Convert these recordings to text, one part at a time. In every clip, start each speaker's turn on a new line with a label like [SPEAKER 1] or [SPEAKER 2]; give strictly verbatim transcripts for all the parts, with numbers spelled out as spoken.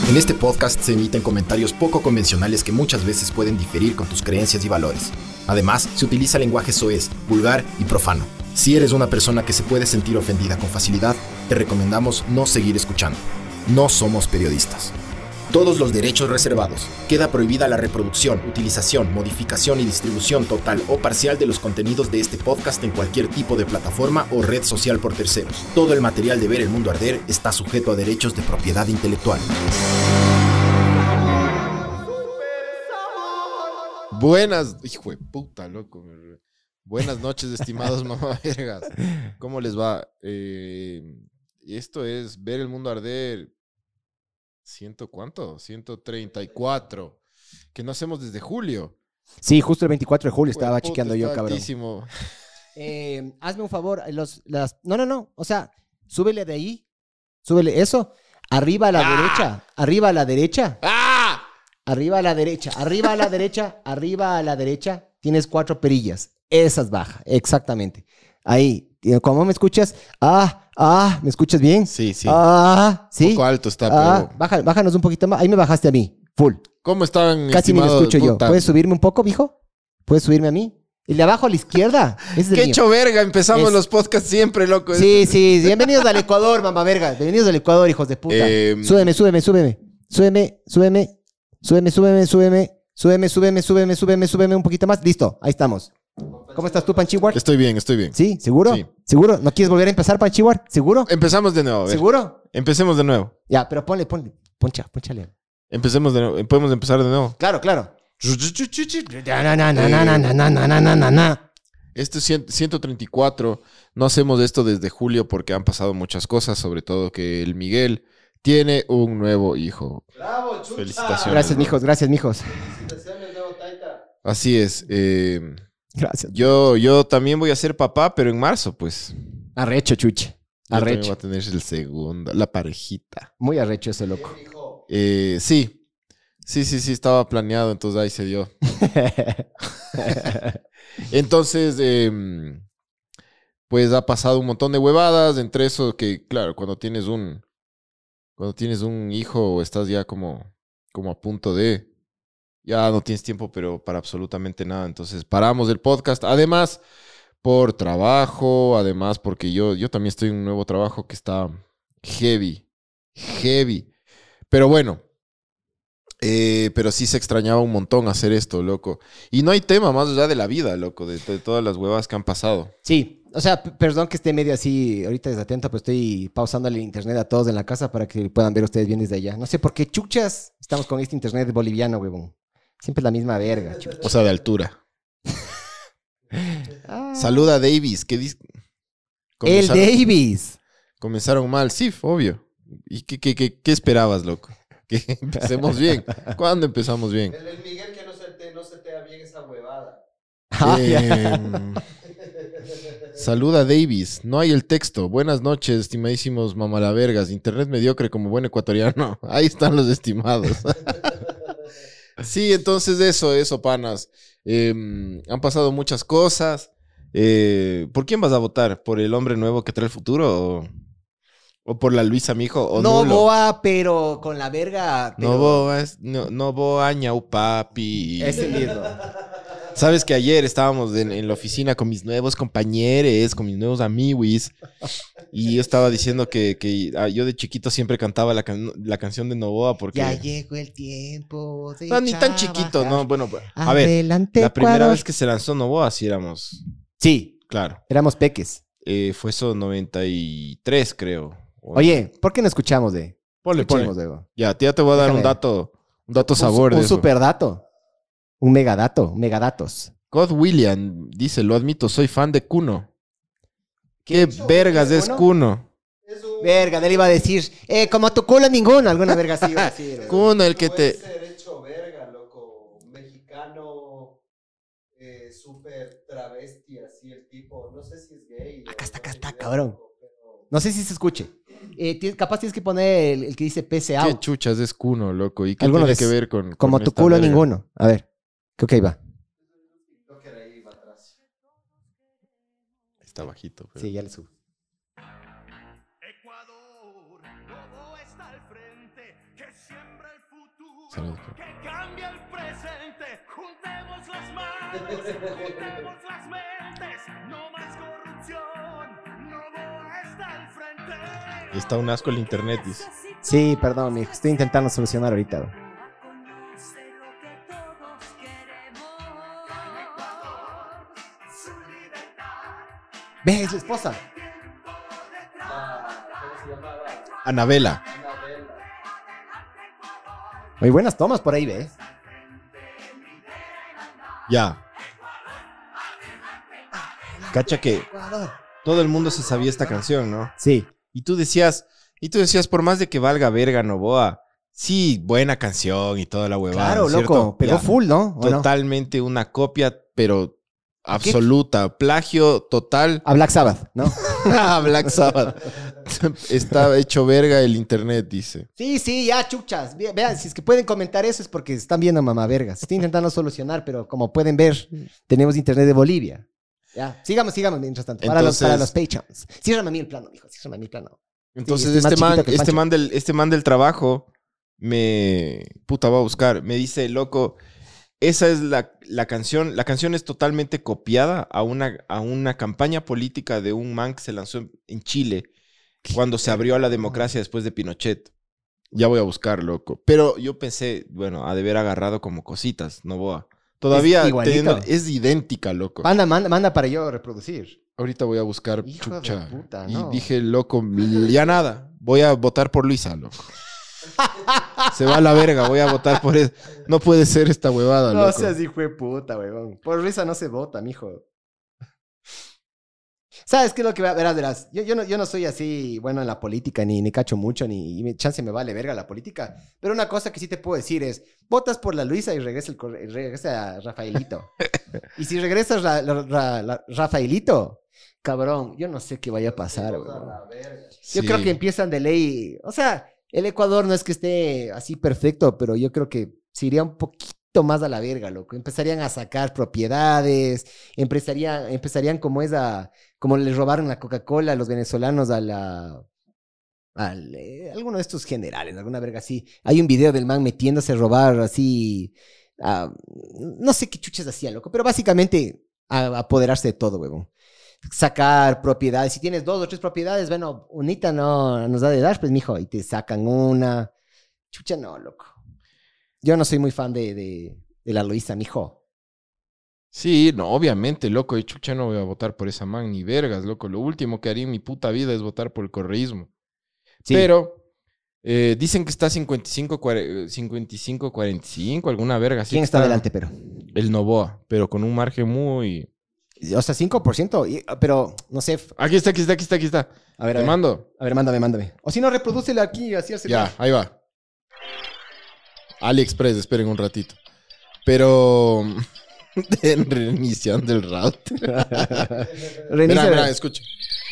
[SPEAKER 1] En este podcast se emiten comentarios poco convencionales que muchas veces pueden diferir con tus creencias y valores. Además, se utiliza lenguaje soez, vulgar y profano. Si eres una persona que se puede sentir ofendida con facilidad, te recomendamos no seguir escuchando. No somos periodistas. Todos los derechos reservados. Queda prohibida la reproducción, utilización, modificación y distribución total o parcial de los contenidos de este podcast en cualquier tipo de plataforma o red social por terceros. Todo el material de Ver el Mundo Arder está sujeto a derechos de propiedad intelectual.
[SPEAKER 2] Buenas, hijo de puta, loco. Buenas noches, estimados mamá vergas. ¿Cómo les va? Eh, esto es Ver el Mundo Arder. ¿Ciento cuánto? ciento treinta y cuatro. Que no hacemos desde julio.
[SPEAKER 3] Sí, justo el veinticuatro de julio estaba
[SPEAKER 2] Puta,
[SPEAKER 3] chequeando yo,
[SPEAKER 2] está
[SPEAKER 3] cabrón.
[SPEAKER 2] altísimo.
[SPEAKER 3] Eh, hazme un favor, los, las... No, no, no. O sea, súbele de ahí. Súbele eso. Arriba a la
[SPEAKER 2] ¡Ah!
[SPEAKER 3] derecha. Arriba a la derecha.
[SPEAKER 2] ¡Ah!
[SPEAKER 3] Arriba a la derecha. Arriba a la derecha. Arriba a la derecha. Tienes cuatro perillas. Esas baja. Exactamente. Ahí. ¿Cómo me escuchas? Ah, ah. ¿Me escuchas bien?
[SPEAKER 2] Sí, sí.
[SPEAKER 3] Ah, sí.
[SPEAKER 2] Un poco alto está,
[SPEAKER 3] Ah,
[SPEAKER 2] pero...
[SPEAKER 3] baja, bájanos un poquito más. Ahí me bajaste a mí. Full.
[SPEAKER 2] ¿Cómo están,
[SPEAKER 3] Casi ni me
[SPEAKER 2] estimados?
[SPEAKER 3] escucho yo.
[SPEAKER 2] Puta.
[SPEAKER 3] ¿Puedes subirme un poco, mijo? ¿Puedes subirme a mí? El de abajo a la izquierda. Ese es el
[SPEAKER 2] ¡Qué
[SPEAKER 3] mío.
[SPEAKER 2] hecho verga! Empezamos
[SPEAKER 3] Es-
[SPEAKER 2] los podcasts siempre, loco.
[SPEAKER 3] Sí, sí. Bienvenidos al Ecuador, mamá verga. Bienvenidos al Ecuador, hijos de puta.
[SPEAKER 2] Eh,
[SPEAKER 3] Súbeme, súbeme, súbeme. Súbeme, súbeme. Súbeme, súbeme, súbeme. Súbeme, súbeme, súbeme, súbeme, súbeme un poquito más. Listo, ahí estamos. ¿Cómo estás tú, Panchiwar?
[SPEAKER 2] Estoy bien, estoy bien.
[SPEAKER 3] ¿Sí? ¿Seguro?
[SPEAKER 2] Sí.
[SPEAKER 3] ¿Seguro? ¿No quieres volver a empezar, Panchiwar? ¿Seguro?
[SPEAKER 2] Empezamos de nuevo, a ver.
[SPEAKER 3] ¿Seguro?
[SPEAKER 2] Empecemos de nuevo.
[SPEAKER 3] Ya, pero ponle, ponle. Poncha, ponchale.
[SPEAKER 2] Empecemos de nuevo. Podemos empezar de nuevo.
[SPEAKER 3] Claro, claro. Na, na, na, na, na, na, na, na, na, na, na.
[SPEAKER 2] Este es cien- ciento treinta y cuatro. No hacemos esto desde julio porque han pasado muchas cosas, sobre todo que el Miguel tiene un nuevo hijo.
[SPEAKER 4] ¡Bravo, chucha!
[SPEAKER 2] Felicitaciones.
[SPEAKER 3] Gracias, mijos, gracias, mijos.
[SPEAKER 4] Felicitaciones, nuevo Taita.
[SPEAKER 2] Así es. eh,
[SPEAKER 3] Gracias.
[SPEAKER 2] yo, yo también voy a ser papá, pero en marzo, pues.
[SPEAKER 3] Arrecho, chuche.
[SPEAKER 2] Yo también voy
[SPEAKER 3] Arrecho.
[SPEAKER 2] a tener el segundo, la parejita.
[SPEAKER 3] Muy arrecho ese loco.
[SPEAKER 4] ¿Qué dijo?
[SPEAKER 2] Eh, sí. Sí, sí, sí, estaba planeado, entonces ahí se dio. Entonces, eh, pues ha pasado un montón de huevadas, entre eso que, claro, cuando tienes un, cuando tienes un hijo estás ya como, como a punto de, ya no tienes tiempo, pero para absolutamente nada. Entonces paramos el podcast, además por trabajo, además porque yo, yo también estoy en un nuevo trabajo que está heavy, heavy. Pero bueno. Eh, pero sí se extrañaba un montón hacer esto, loco. Y no hay tema más allá de la vida, loco, de, de todas las huevas que han pasado.
[SPEAKER 3] Sí, o sea, p- perdón que esté medio así ahorita desatento, pero estoy pausándole el internet a todos en la casa para que puedan ver ustedes bien desde allá. No sé por qué chuchas estamos con este internet boliviano, huevón. Siempre es la misma verga, chucha.
[SPEAKER 2] O sea, de altura.
[SPEAKER 3] Ah.
[SPEAKER 2] Saluda a Davis, que dis-
[SPEAKER 3] El
[SPEAKER 2] comenzaron,
[SPEAKER 3] Davis.
[SPEAKER 2] comenzaron mal, sí, obvio. ¿Y qué, qué, qué, qué esperabas, loco? Que empecemos bien. ¿Cuándo empezamos bien?
[SPEAKER 4] El, el Miguel que no se te, no se te da bien esa huevada.
[SPEAKER 3] Ah, ya.
[SPEAKER 2] Em, Saluda a Davis. No hay el texto. Buenas noches, estimadísimos mamalavergas. Internet mediocre como buen ecuatoriano. Ahí están los estimados. Sí, entonces eso, eso, panas. Em, han pasado muchas cosas. Eh, ¿por quién vas a votar? ¿Por el hombre nuevo que trae el futuro? ¿O, o por la Luisa, mijo? ¿O
[SPEAKER 3] No
[SPEAKER 2] nulo?
[SPEAKER 3] boa, pero con la verga. Pero...
[SPEAKER 2] No boa, es- no, no boa, ñau papi.
[SPEAKER 3] Ese mismo.
[SPEAKER 2] Sabes que ayer estábamos en, en la oficina con mis nuevos compañeros, con mis nuevos amiguis, y yo estaba diciendo que, que ah, yo de chiquito siempre cantaba la, can- la canción de Novoa porque...
[SPEAKER 3] Ya llegó el tiempo de
[SPEAKER 2] No, ni tan
[SPEAKER 3] trabajar.
[SPEAKER 2] chiquito, no, bueno, a ver,
[SPEAKER 3] Adelante,
[SPEAKER 2] la primera
[SPEAKER 3] Ecuador.
[SPEAKER 2] vez que se lanzó Novoa sí éramos,
[SPEAKER 3] Sí,
[SPEAKER 2] claro,
[SPEAKER 3] éramos peques.
[SPEAKER 2] eh, fue eso noventa y tres creo. O-
[SPEAKER 3] Oye, ¿por qué no escuchamos de?
[SPEAKER 2] ponle, ponle.
[SPEAKER 3] Escuchemos luego.
[SPEAKER 2] Ya, ya te voy a dar un
[SPEAKER 3] Déjame.
[SPEAKER 2] dato, un dato
[SPEAKER 3] Un su-
[SPEAKER 2] sabor de
[SPEAKER 3] Un
[SPEAKER 2] eso.
[SPEAKER 3] super dato. Un megadato. Un megadatos.
[SPEAKER 2] God William dice, lo admito, soy fan de Kuno. ¿Qué vergas es
[SPEAKER 3] Kuno?
[SPEAKER 2] Kuno?
[SPEAKER 4] Es un,
[SPEAKER 3] Verga, de él iba a decir, eh, como tu culo ninguno. Alguna verga así iba a decir. güey.
[SPEAKER 2] Kuno, el que
[SPEAKER 4] puede
[SPEAKER 2] te...
[SPEAKER 4] ser hecho verga, loco. Mexicano, eh, súper travesti, así el tipo. No sé si es gay.
[SPEAKER 3] Acá
[SPEAKER 4] o
[SPEAKER 3] está,
[SPEAKER 4] no
[SPEAKER 3] acá
[SPEAKER 4] sé
[SPEAKER 3] está,
[SPEAKER 4] si es
[SPEAKER 3] cabrón.
[SPEAKER 4] loco, pero-
[SPEAKER 3] No sé si se escuche. Eh, ti- capaz tienes que poner el, el que dice P C
[SPEAKER 2] ¿Qué
[SPEAKER 3] out.
[SPEAKER 2] chuchas es Kuno, loco? ¿Y qué
[SPEAKER 3] Alguno
[SPEAKER 2] tiene
[SPEAKER 3] de
[SPEAKER 2] que
[SPEAKER 3] esos.
[SPEAKER 2] ver con
[SPEAKER 3] Como
[SPEAKER 2] con
[SPEAKER 3] tu
[SPEAKER 2] esta
[SPEAKER 3] culo
[SPEAKER 2] verga?
[SPEAKER 3] ninguno. A ver, creo que ahí va.
[SPEAKER 4] Creo que era ahí va atrás.
[SPEAKER 2] Está bajito. Pero...
[SPEAKER 3] Sí, ya le subo.
[SPEAKER 5] Ecuador, todo está al frente, que siempre
[SPEAKER 2] Salud.
[SPEAKER 5] Que cambie el presente, juntemos las manos, juntemos las mentes, no más corrupción, Novoa está al frente.
[SPEAKER 2] Y está un asco el internet, dice.
[SPEAKER 3] Sí, perdón, mijo. Estoy intentando solucionar ahorita. Güey. Ve, es su esposa.
[SPEAKER 2] Anabela.
[SPEAKER 3] Muy buenas tomas por ahí, ¿ves?
[SPEAKER 2] Ya. Cacha que todo el mundo se sabía esta canción, ¿no?
[SPEAKER 3] Sí.
[SPEAKER 2] Y tú decías, y tú decías, por más de que valga verga Novoa, sí, buena canción y toda la huevada.
[SPEAKER 3] Claro,
[SPEAKER 2] ¿cierto?
[SPEAKER 3] loco. Pegó
[SPEAKER 2] Ya.
[SPEAKER 3] full, ¿no? ¿O no?
[SPEAKER 2] Totalmente una copia, pero absoluta. Plagio total.
[SPEAKER 3] A Black Sabbath, ¿no?
[SPEAKER 2] Ah, Black Sabbath. Está hecho verga el internet, dice.
[SPEAKER 3] Sí, sí, ya, chuchas. Ve- Vean, si es que pueden comentar eso es porque están viendo mamá vergas. Estoy intentando solucionar, pero como pueden ver, tenemos internet de Bolivia. Ya, sigamos, sigamos mientras tanto. Para,
[SPEAKER 2] Entonces-
[SPEAKER 3] los, para los Patreons. Ciérrame a mí el plano, mijo. Ciérrame a mí el plano.
[SPEAKER 2] Entonces
[SPEAKER 3] Sí, este
[SPEAKER 2] este,
[SPEAKER 3] más
[SPEAKER 2] man,
[SPEAKER 3] chiquito que
[SPEAKER 2] este,
[SPEAKER 3] Pancho.
[SPEAKER 2] man del, este man del trabajo me... Puta, va a buscar. Me dice, loco, esa es la, la canción. La canción es totalmente copiada a una, a una campaña política de un man que se lanzó en, en Chile cuando se abrió a la democracia después de Pinochet. Ya voy a buscar, loco. Pero yo pensé, bueno, ha de haber agarrado como cositas, Novoa. Todavía
[SPEAKER 3] igualito.
[SPEAKER 2] teniendo- es idéntica, loco.
[SPEAKER 3] Manda, manda, manda para yo reproducir.
[SPEAKER 2] Ahorita voy a buscar
[SPEAKER 3] Hijo de
[SPEAKER 2] chucha.
[SPEAKER 3] puta,
[SPEAKER 2] y
[SPEAKER 3] no.
[SPEAKER 2] dije, loco, ya nada. Voy a votar por Luisa, loco. Se va a la verga, voy a votar por eso. No puede ser esta huevada,
[SPEAKER 3] No
[SPEAKER 2] loco.
[SPEAKER 3] seas hijo de puta, weón. Por risa no se vota, mijo. ¿Sabes qué es lo que va- verás, verás? Yo, yo, no, yo no soy así bueno en la política, ni, ni cacho mucho, ni y me- chance me vale verga la política. Pero una cosa que sí te puedo decir es, votas por la Luisa y regresa, el, corre- regresa Rafaelito. Y si regresa Ra- Ra- Ra- Ra- Rafaelito, cabrón, yo no sé qué vaya a pasar, weón. Yo
[SPEAKER 2] Sí.
[SPEAKER 3] creo que empiezan de ley. O sea, el Ecuador no es que esté así perfecto, pero yo creo que se iría un poquito más a la verga, loco. Empezarían a sacar propiedades, empezarían, empezarían como esa, como le robaron la Coca-Cola a los venezolanos a la. Al, eh, alguno de estos generales, alguna verga así. Hay un video del man metiéndose a robar así. ah, no sé qué chuches hacía, loco, pero básicamente a, a apoderarse de todo, huevón. Sacar propiedades. Si tienes dos o tres propiedades, bueno, unita no nos da de dar, pues, mijo, y te sacan una. Chucha, no, loco. Yo no soy muy fan de, de, de la Luisa, mijo.
[SPEAKER 2] Sí, no, obviamente, loco. Y chucha, no voy a votar por esa man ni vergas, loco. Lo último que haría en mi puta vida es votar por el correísmo.
[SPEAKER 3] Sí.
[SPEAKER 2] Pero eh, dicen que está cincuenta y cinco cuarenta y cinco, alguna verga. Así
[SPEAKER 3] ¿Quién
[SPEAKER 2] que
[SPEAKER 3] está adelante, pero?
[SPEAKER 2] El Novoa, pero con un margen muy...
[SPEAKER 3] O sea, cinco por ciento, y- pero no sé. f-
[SPEAKER 2] Aquí está, aquí está, aquí está, aquí está.
[SPEAKER 3] A ver, a
[SPEAKER 2] Te
[SPEAKER 3] ver.
[SPEAKER 2] mando.
[SPEAKER 3] A ver, mándame, mándame. O si no, reprodúcele aquí, así hace.
[SPEAKER 2] Ya, ahí va. AliExpress, esperen un ratito. Pero... Reiniciando el router.
[SPEAKER 3] Reinicia.
[SPEAKER 2] Verá, verá, escucha.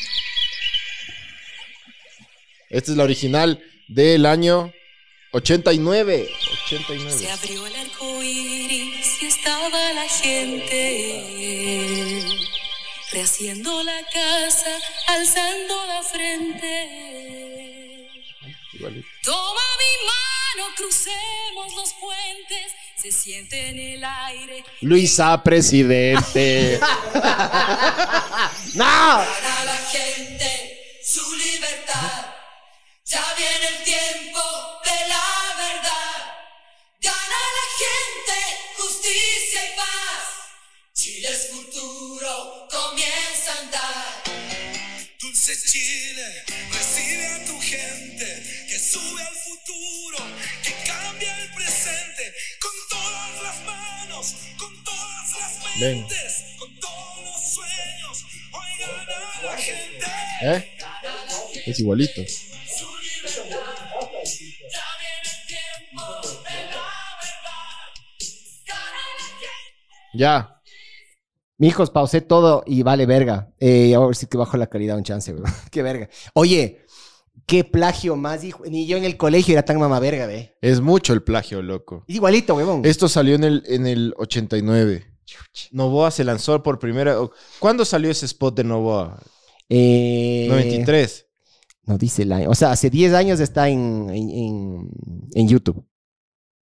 [SPEAKER 2] Esta es la original del año ochenta y nueve. ochenta y
[SPEAKER 6] Se
[SPEAKER 2] nueve.
[SPEAKER 6] abrió el arco iris y estaba la gente rehaciendo la casa, alzando la frente.
[SPEAKER 2] Igualito.
[SPEAKER 6] Toma mi mano, crucemos los puentes, se siente en el aire.
[SPEAKER 2] Luisa, presidente.
[SPEAKER 3] ¡No!
[SPEAKER 6] Para la gente su libertad. Ya viene el tiempo de la verdad. Gana la gente justicia y paz. Chile es futuro, comienza a andar.
[SPEAKER 5] Dulce Chile, recibe a tu gente, que sube al futuro, que cambia el presente, con todas las manos, con todas las
[SPEAKER 2] Ven.
[SPEAKER 5] mentes, con todos los sueños. Hoy gana la gente.
[SPEAKER 2] ¿Eh? Es igualito.
[SPEAKER 5] Su libertad. Ya viene el tiempo de la verdad. Gana la gente.
[SPEAKER 2] Ya.
[SPEAKER 3] Mijos, pausé todo y vale verga. Eh, a ver si que bajo la calidad un chance, güey. Qué verga. Oye, qué plagio más, hijo. Ni yo en el colegio era tan mamá verga, ve.
[SPEAKER 2] Es mucho el plagio, loco.
[SPEAKER 3] Es igualito, huevón.
[SPEAKER 2] Esto salió en el, en el ochenta y nueve. Novoa se lanzó por primera... ¿Cuándo salió ese spot de Novoa?
[SPEAKER 3] Eh,
[SPEAKER 2] noventa y tres.
[SPEAKER 3] No dice el año. O sea, hace diez años está en, en, en, en YouTube.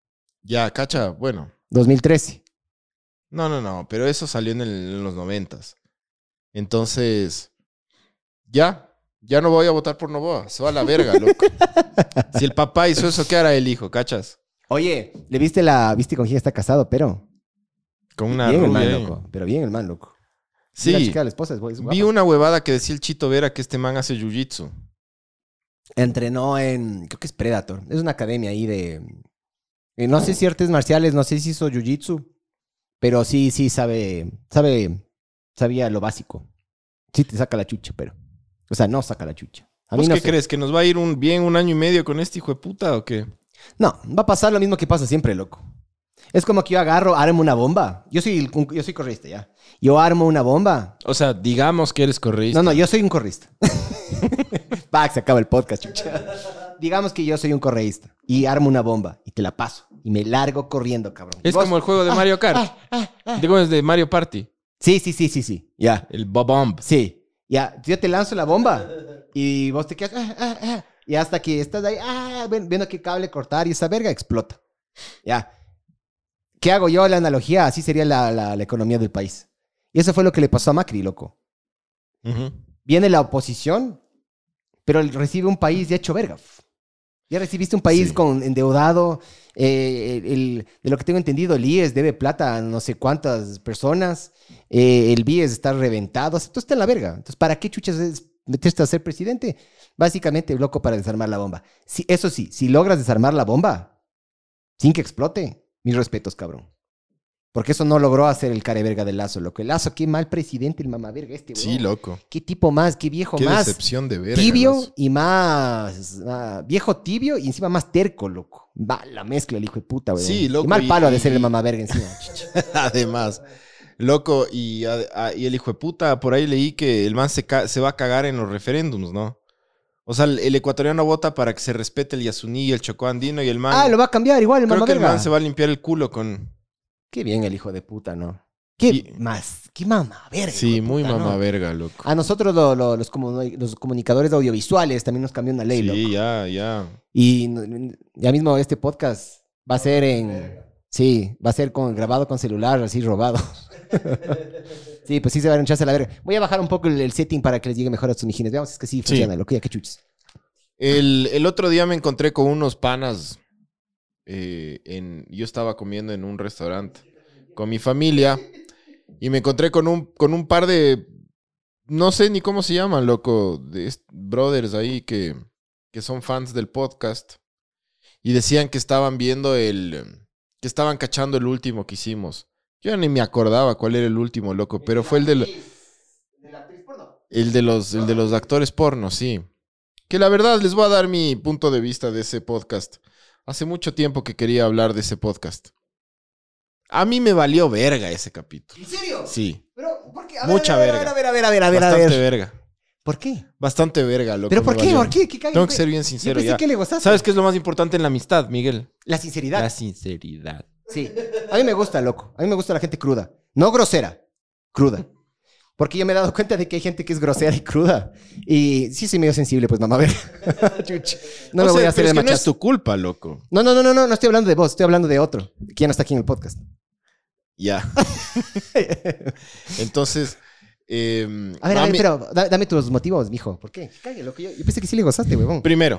[SPEAKER 2] Ya, cacha, bueno.
[SPEAKER 3] dos mil trece.
[SPEAKER 2] No, no, no, pero eso salió en, el- en los noventas. Entonces, ya, ya no voy a votar por Novoa. Se va a la verga, loco. Si el papá hizo eso, ¿qué hará el hijo, cachas?
[SPEAKER 3] Oye, ¿le viste la... ¿Viste con quién está casado, pero?
[SPEAKER 2] Con una
[SPEAKER 3] Bien el
[SPEAKER 2] rubia
[SPEAKER 3] man,
[SPEAKER 2] ahí.
[SPEAKER 3] loco. Pero bien el man, loco. Y la
[SPEAKER 2] Sí,
[SPEAKER 3] chica de la esposa es, es guapa.
[SPEAKER 2] vi una huevada que decía el Chito Vera que este man hace jiu-jitsu.
[SPEAKER 3] Entrenó en... Creo que es Predator. Es una academia ahí de... eh, No sé si artes marciales, no sé si hizo jiu-jitsu. Pero sí, sí sabe... Sabe... Sabía lo básico. Sí te saca la chucha, pero... O sea, no saca la chucha. A mí
[SPEAKER 2] ¿Vos
[SPEAKER 3] no
[SPEAKER 2] qué
[SPEAKER 3] sé.
[SPEAKER 2] crees? ¿Que nos va a ir un, bien un año y medio con este hijo de puta o qué?
[SPEAKER 3] No, va a pasar lo mismo que pasa siempre, loco. Es como que yo agarro, armo una bomba. Yo soy, un- yo soy correísta, ya. Yo armo una bomba.
[SPEAKER 2] O sea, digamos que eres correísta.
[SPEAKER 3] No, no, yo soy un correísta. Va, que se acaba el podcast, chucha. Digamos que yo soy un correísta y armo una bomba y te la paso y me largo corriendo, cabrón.
[SPEAKER 2] Es
[SPEAKER 3] ¿Y vos?
[SPEAKER 2] como el juego de Mario Kart. Digo, es de Mario Party.
[SPEAKER 3] Sí, sí, sí, sí, sí. Ya.
[SPEAKER 2] El Bob-Bomb.
[SPEAKER 3] Sí. Ya. Yo te lanzo la bomba y vos te quedas. ah, ah, ah, y hasta que estás ahí, ah, ven- viendo qué cable cortar y esa verga explota. Ya. ¿Qué hago yo? La analogía, así sería la, la, la economía del país. Y eso fue lo que le pasó a Macri, loco.
[SPEAKER 2] Ujú.
[SPEAKER 3] Viene la oposición, pero recibe un país ya hecho verga. Ya recibiste un país
[SPEAKER 2] Sí.
[SPEAKER 3] con endeudado. eh, el, el- de lo que tengo entendido, el I E S debe plata a no sé cuántas personas. eh, el B I E S está reventado. O sea, todo está en la verga. Entonces, ¿para qué chuchas es meterte a ser presidente? Básicamente, loco, para desarmar la bomba. Si, eso sí, si logras desarmar la bomba sin que explote, mis respetos, cabrón. Porque eso no logró hacer el care verga de Lazo, loco. El Lazo, qué mal presidente el mamá verga este,
[SPEAKER 2] Sí,
[SPEAKER 3] weón.
[SPEAKER 2] loco.
[SPEAKER 3] Qué tipo más, qué viejo
[SPEAKER 2] Qué
[SPEAKER 3] más.
[SPEAKER 2] decepción de verga.
[SPEAKER 3] Tibio
[SPEAKER 2] Lazo.
[SPEAKER 3] y más, ah, viejo tibio y encima más terco, loco. Va, la mezcla, el hijo de puta, güey.
[SPEAKER 2] Sí, loco,
[SPEAKER 3] Y mal
[SPEAKER 2] y-
[SPEAKER 3] palo ha de
[SPEAKER 2] y-
[SPEAKER 3] ser el mamá verga encima.
[SPEAKER 2] Además, loco, y, a- a- y el hijo de puta, por ahí leí que el man se, ca- se va a cagar en los referéndums, ¿no? O sea, el, el ecuatoriano vota para que se respete el Yasuní y el Chocó Andino y el man...
[SPEAKER 3] Ah, lo va a cambiar igual el
[SPEAKER 2] creo
[SPEAKER 3] mamá
[SPEAKER 2] que el
[SPEAKER 3] verga.
[SPEAKER 2] man se va a limpiar el culo con...
[SPEAKER 3] Qué bien el hijo de puta, ¿no? Qué
[SPEAKER 2] Y-
[SPEAKER 3] más, qué mamá verga. hijo
[SPEAKER 2] Sí,
[SPEAKER 3] de
[SPEAKER 2] muy
[SPEAKER 3] puta, ¿no?
[SPEAKER 2] mamá verga, loco.
[SPEAKER 3] A nosotros lo- lo- los, comu- los comunicadores audiovisuales también nos cambió una ley,
[SPEAKER 2] Sí,
[SPEAKER 3] loco.
[SPEAKER 2] ya, ya.
[SPEAKER 3] Y n- ya mismo este podcast va a ser en... Sí, va a ser con, grabado con celular, así robado. Sí, pues sí se va a echarse a la verga. Voy a bajar un poco el, el setting para que les llegue mejor a sus mijines. Veamos si es que sí funciona, loco. Ya, qué chuches.
[SPEAKER 2] El, el otro día me encontré con unos panas. eh, en, yo estaba comiendo en un restaurante con mi familia y me encontré con un, con un par de, no sé ni cómo se llaman, loco, de est- brothers ahí que, que son fans del podcast y decían que estaban viendo el, que estaban cachando el último que hicimos. Yo ni me acordaba cuál era el último, loco, pero fue el de, lo- el de los, el de los actores porno, sí. Que la verdad les voy a dar mi punto de vista de ese podcast. Hace mucho tiempo que quería hablar de ese podcast. A mí me valió verga ese capítulo.
[SPEAKER 3] ¿En serio?
[SPEAKER 2] Sí,
[SPEAKER 3] Pero, ¿por qué? A
[SPEAKER 2] Mucha
[SPEAKER 3] a ver,
[SPEAKER 2] verga.
[SPEAKER 3] A ver, a ver, a ver, a ver, a
[SPEAKER 2] bastante
[SPEAKER 3] ver.
[SPEAKER 2] verga.
[SPEAKER 3] ¿Por qué?
[SPEAKER 2] Bastante verga, loco.
[SPEAKER 3] ¿Pero
[SPEAKER 2] me
[SPEAKER 3] por qué?
[SPEAKER 2] valió.
[SPEAKER 3] ¿Por qué? ¿Qué cague?
[SPEAKER 2] Tengo que ser bien sincero
[SPEAKER 3] Yo pensé
[SPEAKER 2] ya.
[SPEAKER 3] que le gozaste.
[SPEAKER 2] ¿Sabes qué es lo más importante en la amistad, Miguel?
[SPEAKER 3] La sinceridad.
[SPEAKER 2] La sinceridad.
[SPEAKER 3] Sí. A mí me gusta, loco. A mí me gusta la gente cruda. No grosera, cruda. Porque yo me he dado cuenta de que hay gente que es grosera y cruda. Y sí soy medio sensible, pues, mamá. A ver. Chuch. No
[SPEAKER 2] O
[SPEAKER 3] me voy
[SPEAKER 2] sea,
[SPEAKER 3] a hacer
[SPEAKER 2] pero
[SPEAKER 3] el
[SPEAKER 2] es que no es
[SPEAKER 3] machazo.
[SPEAKER 2] tu culpa, loco.
[SPEAKER 3] No, no, no, no, no, no estoy hablando de vos. Estoy hablando de otro. ¿Quién está aquí en el podcast?
[SPEAKER 2] Ya. Entonces, eh,
[SPEAKER 3] A ver, a ver,
[SPEAKER 2] mami-
[SPEAKER 3] pero da- dame tus motivos, mijo. ¿Por qué? Cague, loco. Yo, yo pensé que sí le gozaste, huevón.
[SPEAKER 2] primero,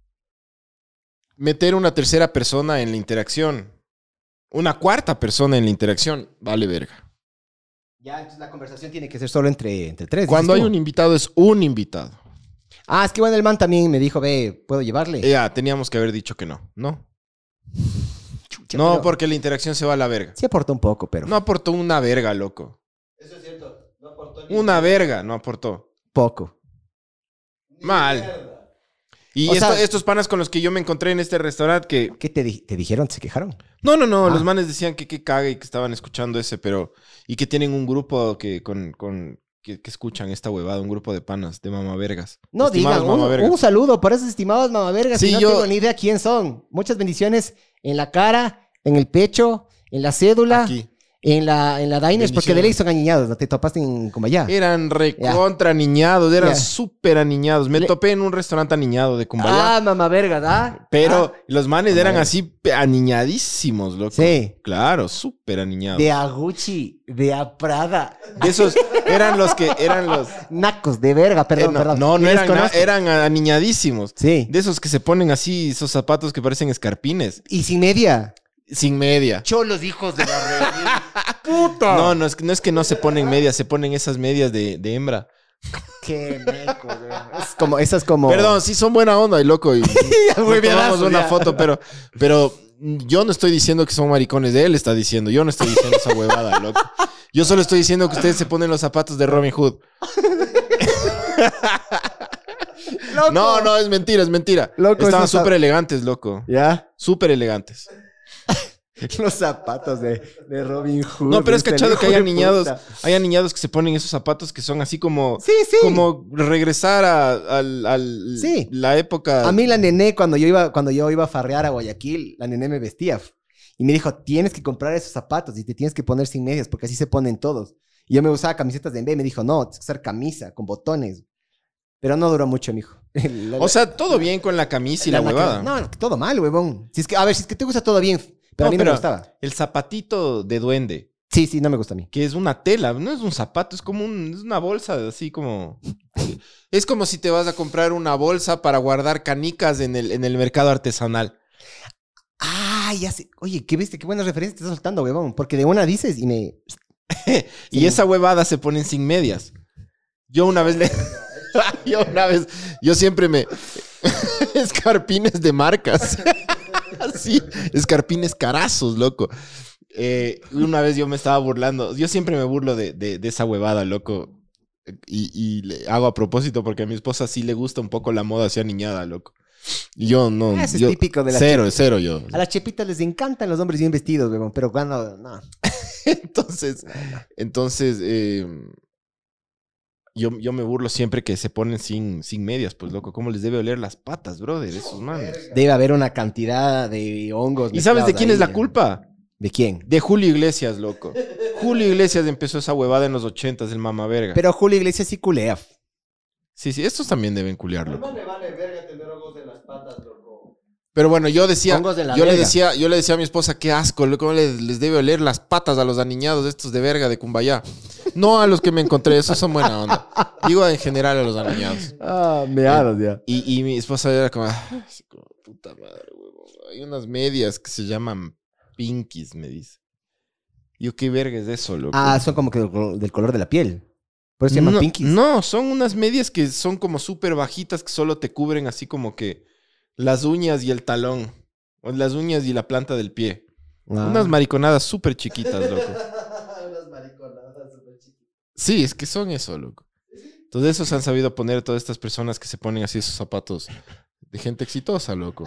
[SPEAKER 2] meter una tercera persona en la interacción. Una cuarta persona en la interacción. Vale verga.
[SPEAKER 3] Ya, entonces la conversación tiene que ser solo entre, entre tres.
[SPEAKER 2] Cuando hay
[SPEAKER 3] dices
[SPEAKER 2] un
[SPEAKER 3] tú.
[SPEAKER 2] invitado, es un invitado.
[SPEAKER 3] Ah, es que bueno, el man también me dijo, ve, ¿puedo llevarle?
[SPEAKER 2] Ya, teníamos que haber dicho que no. No.
[SPEAKER 3] Chucha,
[SPEAKER 2] No,
[SPEAKER 3] pero-
[SPEAKER 2] porque la interacción se va a la verga.
[SPEAKER 3] Sí aportó un poco, pero
[SPEAKER 2] No aportó una verga, loco.
[SPEAKER 4] Eso es cierto. No aportó ni
[SPEAKER 2] Una verga no aportó.
[SPEAKER 3] poco.
[SPEAKER 4] ni
[SPEAKER 2] Mal.
[SPEAKER 4] mierda.
[SPEAKER 2] Y
[SPEAKER 3] O
[SPEAKER 2] esto-
[SPEAKER 3] sea-
[SPEAKER 2] estos panas con los que yo me encontré en este restaurante que...
[SPEAKER 3] ¿Qué te, di- te dijeron? ¿Se quejaron?
[SPEAKER 2] No, no, no.
[SPEAKER 3] Ah.
[SPEAKER 2] Los manes decían que qué caga y que estaban escuchando ese, pero... Y que tienen un grupo que con... con que, que escuchan esta huevada, un grupo de panas, de mamavergas.
[SPEAKER 3] No
[SPEAKER 2] Estimados
[SPEAKER 3] digan, un,
[SPEAKER 2] mamavergas.
[SPEAKER 3] un saludo para esos estimados mamavergas.
[SPEAKER 2] Sí,
[SPEAKER 3] y no
[SPEAKER 2] yo-
[SPEAKER 3] tengo ni idea quién son. Muchas bendiciones en la cara, en el pecho, en la cédula,
[SPEAKER 2] Aquí.
[SPEAKER 3] En la, en la Diners, porque de ley son aniñados, ¿no? Te topaste en Cumbayá.
[SPEAKER 2] Eran recontra aniñados, eran
[SPEAKER 3] Ya.
[SPEAKER 2] súper aniñados. Me
[SPEAKER 3] Le-
[SPEAKER 2] topé en un restaurante aniñado de Cumbayá.
[SPEAKER 3] Ah, mamá verga, ¿da?
[SPEAKER 2] Pero
[SPEAKER 3] Ah,
[SPEAKER 2] los manes
[SPEAKER 3] Mamá
[SPEAKER 2] eran
[SPEAKER 3] verga.
[SPEAKER 2] así pe- aniñadísimos, loco.
[SPEAKER 3] Sí.
[SPEAKER 2] Claro, súper aniñados.
[SPEAKER 3] de a Gucci, de a Prada.
[SPEAKER 2] De esos eran los que eran los...
[SPEAKER 3] Nacos, de verga, perdón,
[SPEAKER 2] eh, no,
[SPEAKER 3] perdón.
[SPEAKER 2] no, no
[SPEAKER 3] Yo
[SPEAKER 2] eran, na-
[SPEAKER 3] desconozco.
[SPEAKER 2] eran aniñadísimos.
[SPEAKER 3] Sí.
[SPEAKER 2] De esos que se ponen así, esos zapatos que parecen escarpines.
[SPEAKER 3] Y sin media.
[SPEAKER 2] Sin media.
[SPEAKER 3] Cholos, hijos de la red.
[SPEAKER 2] No, no es, que- no es que no se ponen medias, se ponen esas medias de, de hembra.
[SPEAKER 3] Qué meco, güey. Es como, esas como...
[SPEAKER 2] Perdón, sí son buena onda, y loco. Y nos
[SPEAKER 3] Muy bien,
[SPEAKER 2] tomamos
[SPEAKER 3] ya.
[SPEAKER 2] una foto, pero, pero yo no estoy diciendo que son maricones. Él está diciendo. Yo no estoy diciendo esa huevada, loco. Yo solo estoy diciendo que ustedes se ponen los zapatos de Robin Hood.
[SPEAKER 3] Loco.
[SPEAKER 2] No, no, es mentira, es mentira.
[SPEAKER 3] Loco,
[SPEAKER 2] Estaban
[SPEAKER 3] esos zap-
[SPEAKER 2] súper elegantes, loco.
[SPEAKER 3] ¿Ya?
[SPEAKER 2] Súper elegantes.
[SPEAKER 3] Los zapatos de, de Robin Hood.
[SPEAKER 2] No, pero es
[SPEAKER 3] este,
[SPEAKER 2] cachado
[SPEAKER 3] hijo
[SPEAKER 2] que hay
[SPEAKER 3] de
[SPEAKER 2] niñados,
[SPEAKER 3] puta.
[SPEAKER 2] hay niñados que se ponen esos zapatos que son así como,
[SPEAKER 3] Sí, sí.
[SPEAKER 2] como regresar a, al- al-
[SPEAKER 3] Sí.
[SPEAKER 2] la época.
[SPEAKER 3] A mí la nené, cuando yo iba, cuando yo iba a farrear a Guayaquil, la nené me vestía. Y me dijo, tienes que comprar esos zapatos y te tienes que poner sin medias porque así se ponen todos. Y yo me usaba camisetas de M B y me dijo, no, tienes que usar camisa con botones. Pero no duró mucho, mijo. La-
[SPEAKER 2] O sea, todo bien con la camisa y la,
[SPEAKER 3] la-
[SPEAKER 2] huevada.
[SPEAKER 3] No, todo mal, huevón. Si es que, a ver, si es que te gusta todo bien, pero
[SPEAKER 2] No,
[SPEAKER 3] a mí no
[SPEAKER 2] pero-
[SPEAKER 3] me gustaba.
[SPEAKER 2] El zapatito de duende,
[SPEAKER 3] Sí, sí, no me gusta a mí.
[SPEAKER 2] que es una tela, no es un zapato, es como un, es una bolsa, así como... Es como si te vas a comprar una bolsa para guardar canicas en el, en el mercado artesanal.
[SPEAKER 3] Ah, ya sé. Oye, ¿qué viste? Qué buenas referencias te estás soltando, huevón. Porque de una dices y me...
[SPEAKER 2] Y
[SPEAKER 3] Sí.
[SPEAKER 2] esa huevada se ponen sin medias. Yo una vez le... yo una vez... Yo siempre me... Escarpines de marcas. Así. Escarpines carazos, loco. Eh, una vez yo me estaba burlando. Yo siempre me burlo de, de, de esa huevada, loco. Y, y le hago a propósito porque a mi esposa sí le gusta un poco la moda así aniñada, loco. Y yo no...
[SPEAKER 3] Ah, ese es
[SPEAKER 2] yo-
[SPEAKER 3] típico de la
[SPEAKER 2] Cero,
[SPEAKER 3] chica.
[SPEAKER 2] cero yo.
[SPEAKER 3] A las chepitas les encantan los hombres bien vestidos, huevón. Pero cuando... No.
[SPEAKER 2] Entonces, entonces eh, yo, yo me burlo siempre que se ponen sin, sin medias, pues loco, ¿cómo les debe oler las patas, brother? Esos manes.
[SPEAKER 3] Debe haber una cantidad de hongos.
[SPEAKER 2] ¿Y sabes de
[SPEAKER 3] mezclados
[SPEAKER 2] quién
[SPEAKER 3] ahí,
[SPEAKER 2] es la
[SPEAKER 3] ya.
[SPEAKER 2] culpa?
[SPEAKER 3] ¿De quién?
[SPEAKER 2] De Julio Iglesias, loco. Julio Iglesias empezó esa huevada en los ochentas, el mama verga.
[SPEAKER 3] Pero Julio Iglesias sí culea.
[SPEAKER 2] Sí, sí, estos también deben culiar,
[SPEAKER 4] No
[SPEAKER 2] loco.
[SPEAKER 4] me vale verga tener hongos en las patas, loco.
[SPEAKER 2] Pero bueno, yo decía,
[SPEAKER 3] Hongos de la
[SPEAKER 2] yo le
[SPEAKER 3] verga.
[SPEAKER 2] decía, yo le decía a mi esposa, qué asco, loco, ¿cómo les, les debe oler las patas a los aniñados estos de verga de Cumbayá? No a los que me encontré, esos son buena onda. Digo en general a los aniñados.
[SPEAKER 3] Ah, meados ya.
[SPEAKER 2] Y, y mi esposa era como, "Ay, sí, como, puta madre, huevón. Hay unas medias que se llaman pinkies", me dice. Y yo, ¿qué verga es eso, loco?
[SPEAKER 3] Ah, son como que del col- del color de la piel. Por eso se llaman
[SPEAKER 2] no,
[SPEAKER 3] pinkies.
[SPEAKER 2] no, son unas medias que son como súper bajitas que solo te cubren así como que las uñas y el talón. O las uñas y la planta del pie.
[SPEAKER 3] Ah.
[SPEAKER 2] Unas mariconadas súper chiquitas, loco.
[SPEAKER 4] Unas mariconadas súper chiquitas.
[SPEAKER 2] Sí, es que son eso, loco. Entonces, eso se han sabido poner todas estas personas que se ponen así esos zapatos de gente exitosa, loco.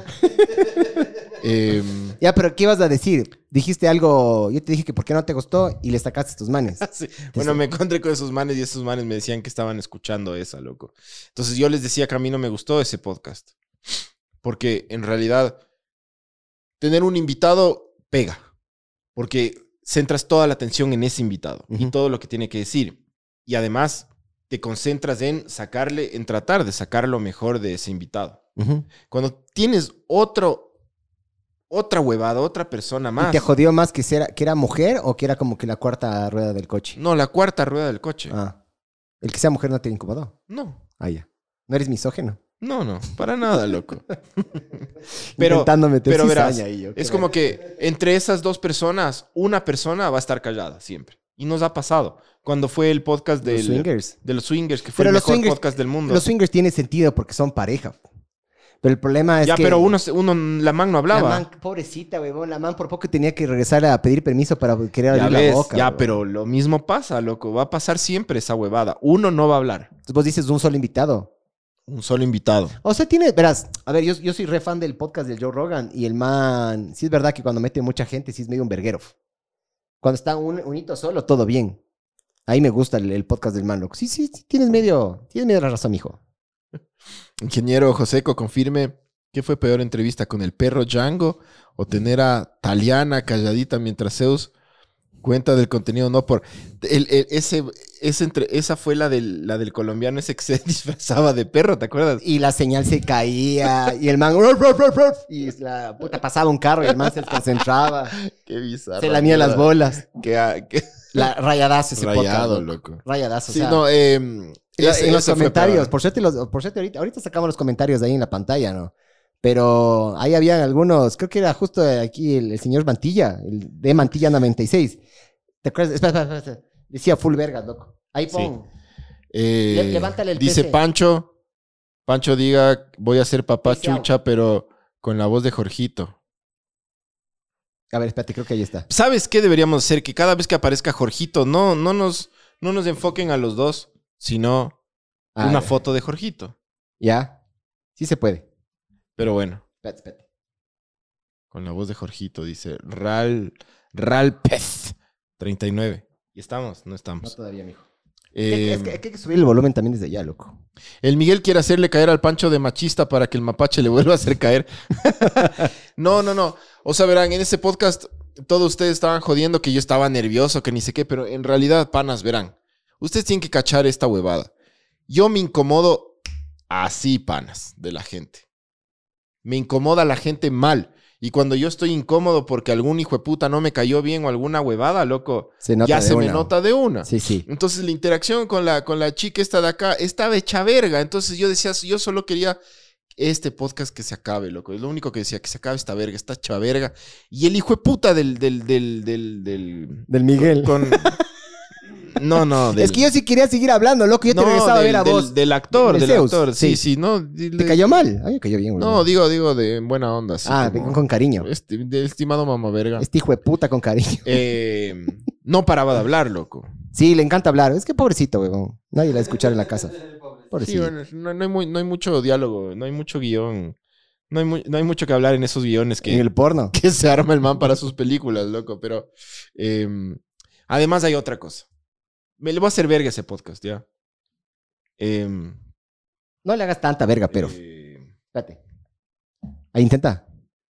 [SPEAKER 2] Em,
[SPEAKER 3] Ya, pero ¿qué ibas a decir? Dijiste algo, yo te dije que por qué no te gustó y le sacaste tus manes.
[SPEAKER 2] sí. Bueno, me encontré con esos manes y esos manes me decían que estaban escuchando esa, loco. Entonces, yo les decía que a mí no me gustó ese podcast. Porque, en realidad, tener un invitado pega. Porque centras toda la atención en ese invitado y
[SPEAKER 3] Ujú.
[SPEAKER 2] todo lo que tiene que decir. Y además, te concentras en sacarle, en tratar de sacar lo mejor de ese invitado.
[SPEAKER 3] Ujú.
[SPEAKER 2] Cuando tienes otro, otra huevada, otra persona
[SPEAKER 3] ¿Y
[SPEAKER 2] más.
[SPEAKER 3] te jodió más que, era, que era mujer o que era como que la cuarta rueda del coche?
[SPEAKER 2] No, la cuarta rueda del coche.
[SPEAKER 3] Ah. El que sea mujer no te incomodó.
[SPEAKER 2] No,
[SPEAKER 3] Ah, ya. No eres misógeno.
[SPEAKER 2] no, no, para nada, loco. Pero,
[SPEAKER 3] Intentando meter
[SPEAKER 2] pero verás,
[SPEAKER 3] cizaña ahí, yo
[SPEAKER 2] es
[SPEAKER 3] creo.
[SPEAKER 2] como que entre esas dos personas, una persona va a estar callada siempre. Y nos ha pasado. Cuando fue el podcast
[SPEAKER 3] Los
[SPEAKER 2] del,
[SPEAKER 3] swingers.
[SPEAKER 2] de los swingers, que fue
[SPEAKER 3] Pero
[SPEAKER 2] el
[SPEAKER 3] los
[SPEAKER 2] mejor
[SPEAKER 3] swingers-
[SPEAKER 2] podcast del mundo.
[SPEAKER 3] Los swingers tienen sentido porque son pareja. Pero el problema es
[SPEAKER 2] ya,
[SPEAKER 3] que...
[SPEAKER 2] pero uno, se- uno, la man no
[SPEAKER 3] La
[SPEAKER 2] hablaba.
[SPEAKER 3] man, pobrecita, huevón. La man por poco tenía que regresar a pedir permiso para querer
[SPEAKER 2] ya
[SPEAKER 3] abrir
[SPEAKER 2] ves,
[SPEAKER 3] la boca.
[SPEAKER 2] ya,
[SPEAKER 3] huevón.
[SPEAKER 2] pero lo mismo pasa, loco. Va a pasar siempre esa huevada. Uno no va a hablar.
[SPEAKER 3] Entonces vos dices un solo invitado.
[SPEAKER 2] Un solo invitado.
[SPEAKER 3] O sea, tiene, verás, a ver, yo, yo soy re fan del podcast de Joe Rogan y el man, sí es verdad que cuando mete mucha gente, sí es medio un verguero. Cuando está un, un hito solo, todo bien. Ahí me gusta el, el podcast del man, loco. Sí, sí, sí, tienes medio, tienes medio la razón, mijo.
[SPEAKER 2] Ingeniero Joseco, confirme, ¿qué fue peor entrevista con el perro Django o tener a Taliana calladita mientras Zeus Cuenta del contenido, no por... El, el- ese, ese entre, esa fue la del, la del colombiano ese que se disfrazaba de perro, ¿te acuerdas?
[SPEAKER 3] Y la señal se caía y el man... "Ruf, ruf, ruf, ruf", y la puta pasaba un carro y el man se desconcentraba.
[SPEAKER 2] Qué bizarro.
[SPEAKER 3] Se lamía las bolas.
[SPEAKER 2] Qué, ah, qué
[SPEAKER 3] La, rayadazo ese
[SPEAKER 2] rayado,
[SPEAKER 3] podcast, loco.
[SPEAKER 2] loco.
[SPEAKER 3] Rayadazo.
[SPEAKER 2] Sí,
[SPEAKER 3] o sea,
[SPEAKER 2] no, eh,
[SPEAKER 3] en la-
[SPEAKER 2] ese-
[SPEAKER 3] en los
[SPEAKER 2] ese fue
[SPEAKER 3] comentarios,
[SPEAKER 2] para-
[SPEAKER 3] por suerte, los, por suerte ahorita, ahorita sacamos los comentarios de ahí en la pantalla, ¿no? Pero ahí habían algunos, creo que era justo aquí el, el señor Mantilla, el de Mantilla noventa y seis. ¿Te acuerdas? Espera, espera, espera, espera. Decía full vergas, loco. Ahí pon.
[SPEAKER 2] Eh,
[SPEAKER 3] Le- levántale el
[SPEAKER 2] dice
[SPEAKER 3] P C.
[SPEAKER 2] Pancho, Pancho diga, voy a ser papá
[SPEAKER 3] P C out.
[SPEAKER 2] chucha, pero con la voz de Jorgito.
[SPEAKER 3] A ver, espérate, creo que ahí está.
[SPEAKER 2] ¿Sabes qué deberíamos hacer? Que cada vez que aparezca Jorgito, no, no, nos, no nos enfoquen a los dos, sino
[SPEAKER 3] Ah,
[SPEAKER 2] una
[SPEAKER 3] ya.
[SPEAKER 2] foto de Jorgito.
[SPEAKER 3] ¿Ya? Sí se puede.
[SPEAKER 2] Pero bueno,
[SPEAKER 3] Espérate, espérate.
[SPEAKER 2] con la voz de Jorgito, dice Ral, Ralpez treinta y nueve. ¿Y estamos? No
[SPEAKER 3] No
[SPEAKER 2] estamos.
[SPEAKER 3] todavía, mijo.
[SPEAKER 2] Eh,
[SPEAKER 3] es que hay que subir el volumen también desde allá, loco.
[SPEAKER 2] El Miguel quiere hacerle caer al Pancho de machista para que el mapache le vuelva a hacer caer. No, no, no. O sea, verán, en ese podcast todos ustedes estaban jodiendo que yo estaba nervioso, que ni sé qué, pero en realidad, panas, verán. Ustedes tienen que cachar esta huevada. Yo me incomodo así, panas, de la gente. Me incomoda la gente mal. Y cuando yo estoy incómodo porque algún hijo de puta no me cayó bien o alguna huevada, loco,
[SPEAKER 3] Se nota
[SPEAKER 2] ya
[SPEAKER 3] de
[SPEAKER 2] se me
[SPEAKER 3] una.
[SPEAKER 2] nota de una.
[SPEAKER 3] Sí, sí.
[SPEAKER 2] Entonces la interacción con la, con la chica esta de acá estaba hecha verga. Entonces yo decía, yo solo quería este podcast que se acabe, loco. Es lo único que decía, que se acabe esta verga, esta hecha verga. Y el hijo de puta del... del, del, del, del
[SPEAKER 3] Del Miguel.
[SPEAKER 2] con- no, no. Del,
[SPEAKER 3] Es que yo sí quería seguir hablando, loco. Yo te
[SPEAKER 2] no,
[SPEAKER 3] regresaba
[SPEAKER 2] del,
[SPEAKER 3] a ver a
[SPEAKER 2] del-
[SPEAKER 3] vos.
[SPEAKER 2] Del actor,
[SPEAKER 3] De
[SPEAKER 2] del
[SPEAKER 3] Zeus,
[SPEAKER 2] actor. Sí,
[SPEAKER 3] sí.
[SPEAKER 2] sí, no.
[SPEAKER 3] ¿Te cayó mal? A mí me cayó bien, güey.
[SPEAKER 2] No, digo, digo de buena onda. Así
[SPEAKER 3] Ah,
[SPEAKER 2] como-
[SPEAKER 3] con, con cariño.
[SPEAKER 2] Esti- de estimado mamá verga.
[SPEAKER 3] Este hijo de puta con cariño.
[SPEAKER 2] Eh, no paraba de hablar, loco.
[SPEAKER 3] Sí, le encanta hablar. Es que pobrecito, weón. Nadie la va a escuchar en la casa.
[SPEAKER 2] Sí,
[SPEAKER 3] Pobrecito.
[SPEAKER 2] bueno, no, no hay muy- no hay mucho diálogo, no hay mucho guión. No hay, mu- no hay mucho que hablar en esos guiones que,
[SPEAKER 3] En el porno.
[SPEAKER 2] que se arma el man para sus películas, loco. Pero eh, además hay otra cosa. Me le voy a hacer verga ese podcast, ya. Eh,
[SPEAKER 3] No le hagas tanta verga, pero.
[SPEAKER 2] eh,
[SPEAKER 3] Espérate. Ahí intenta.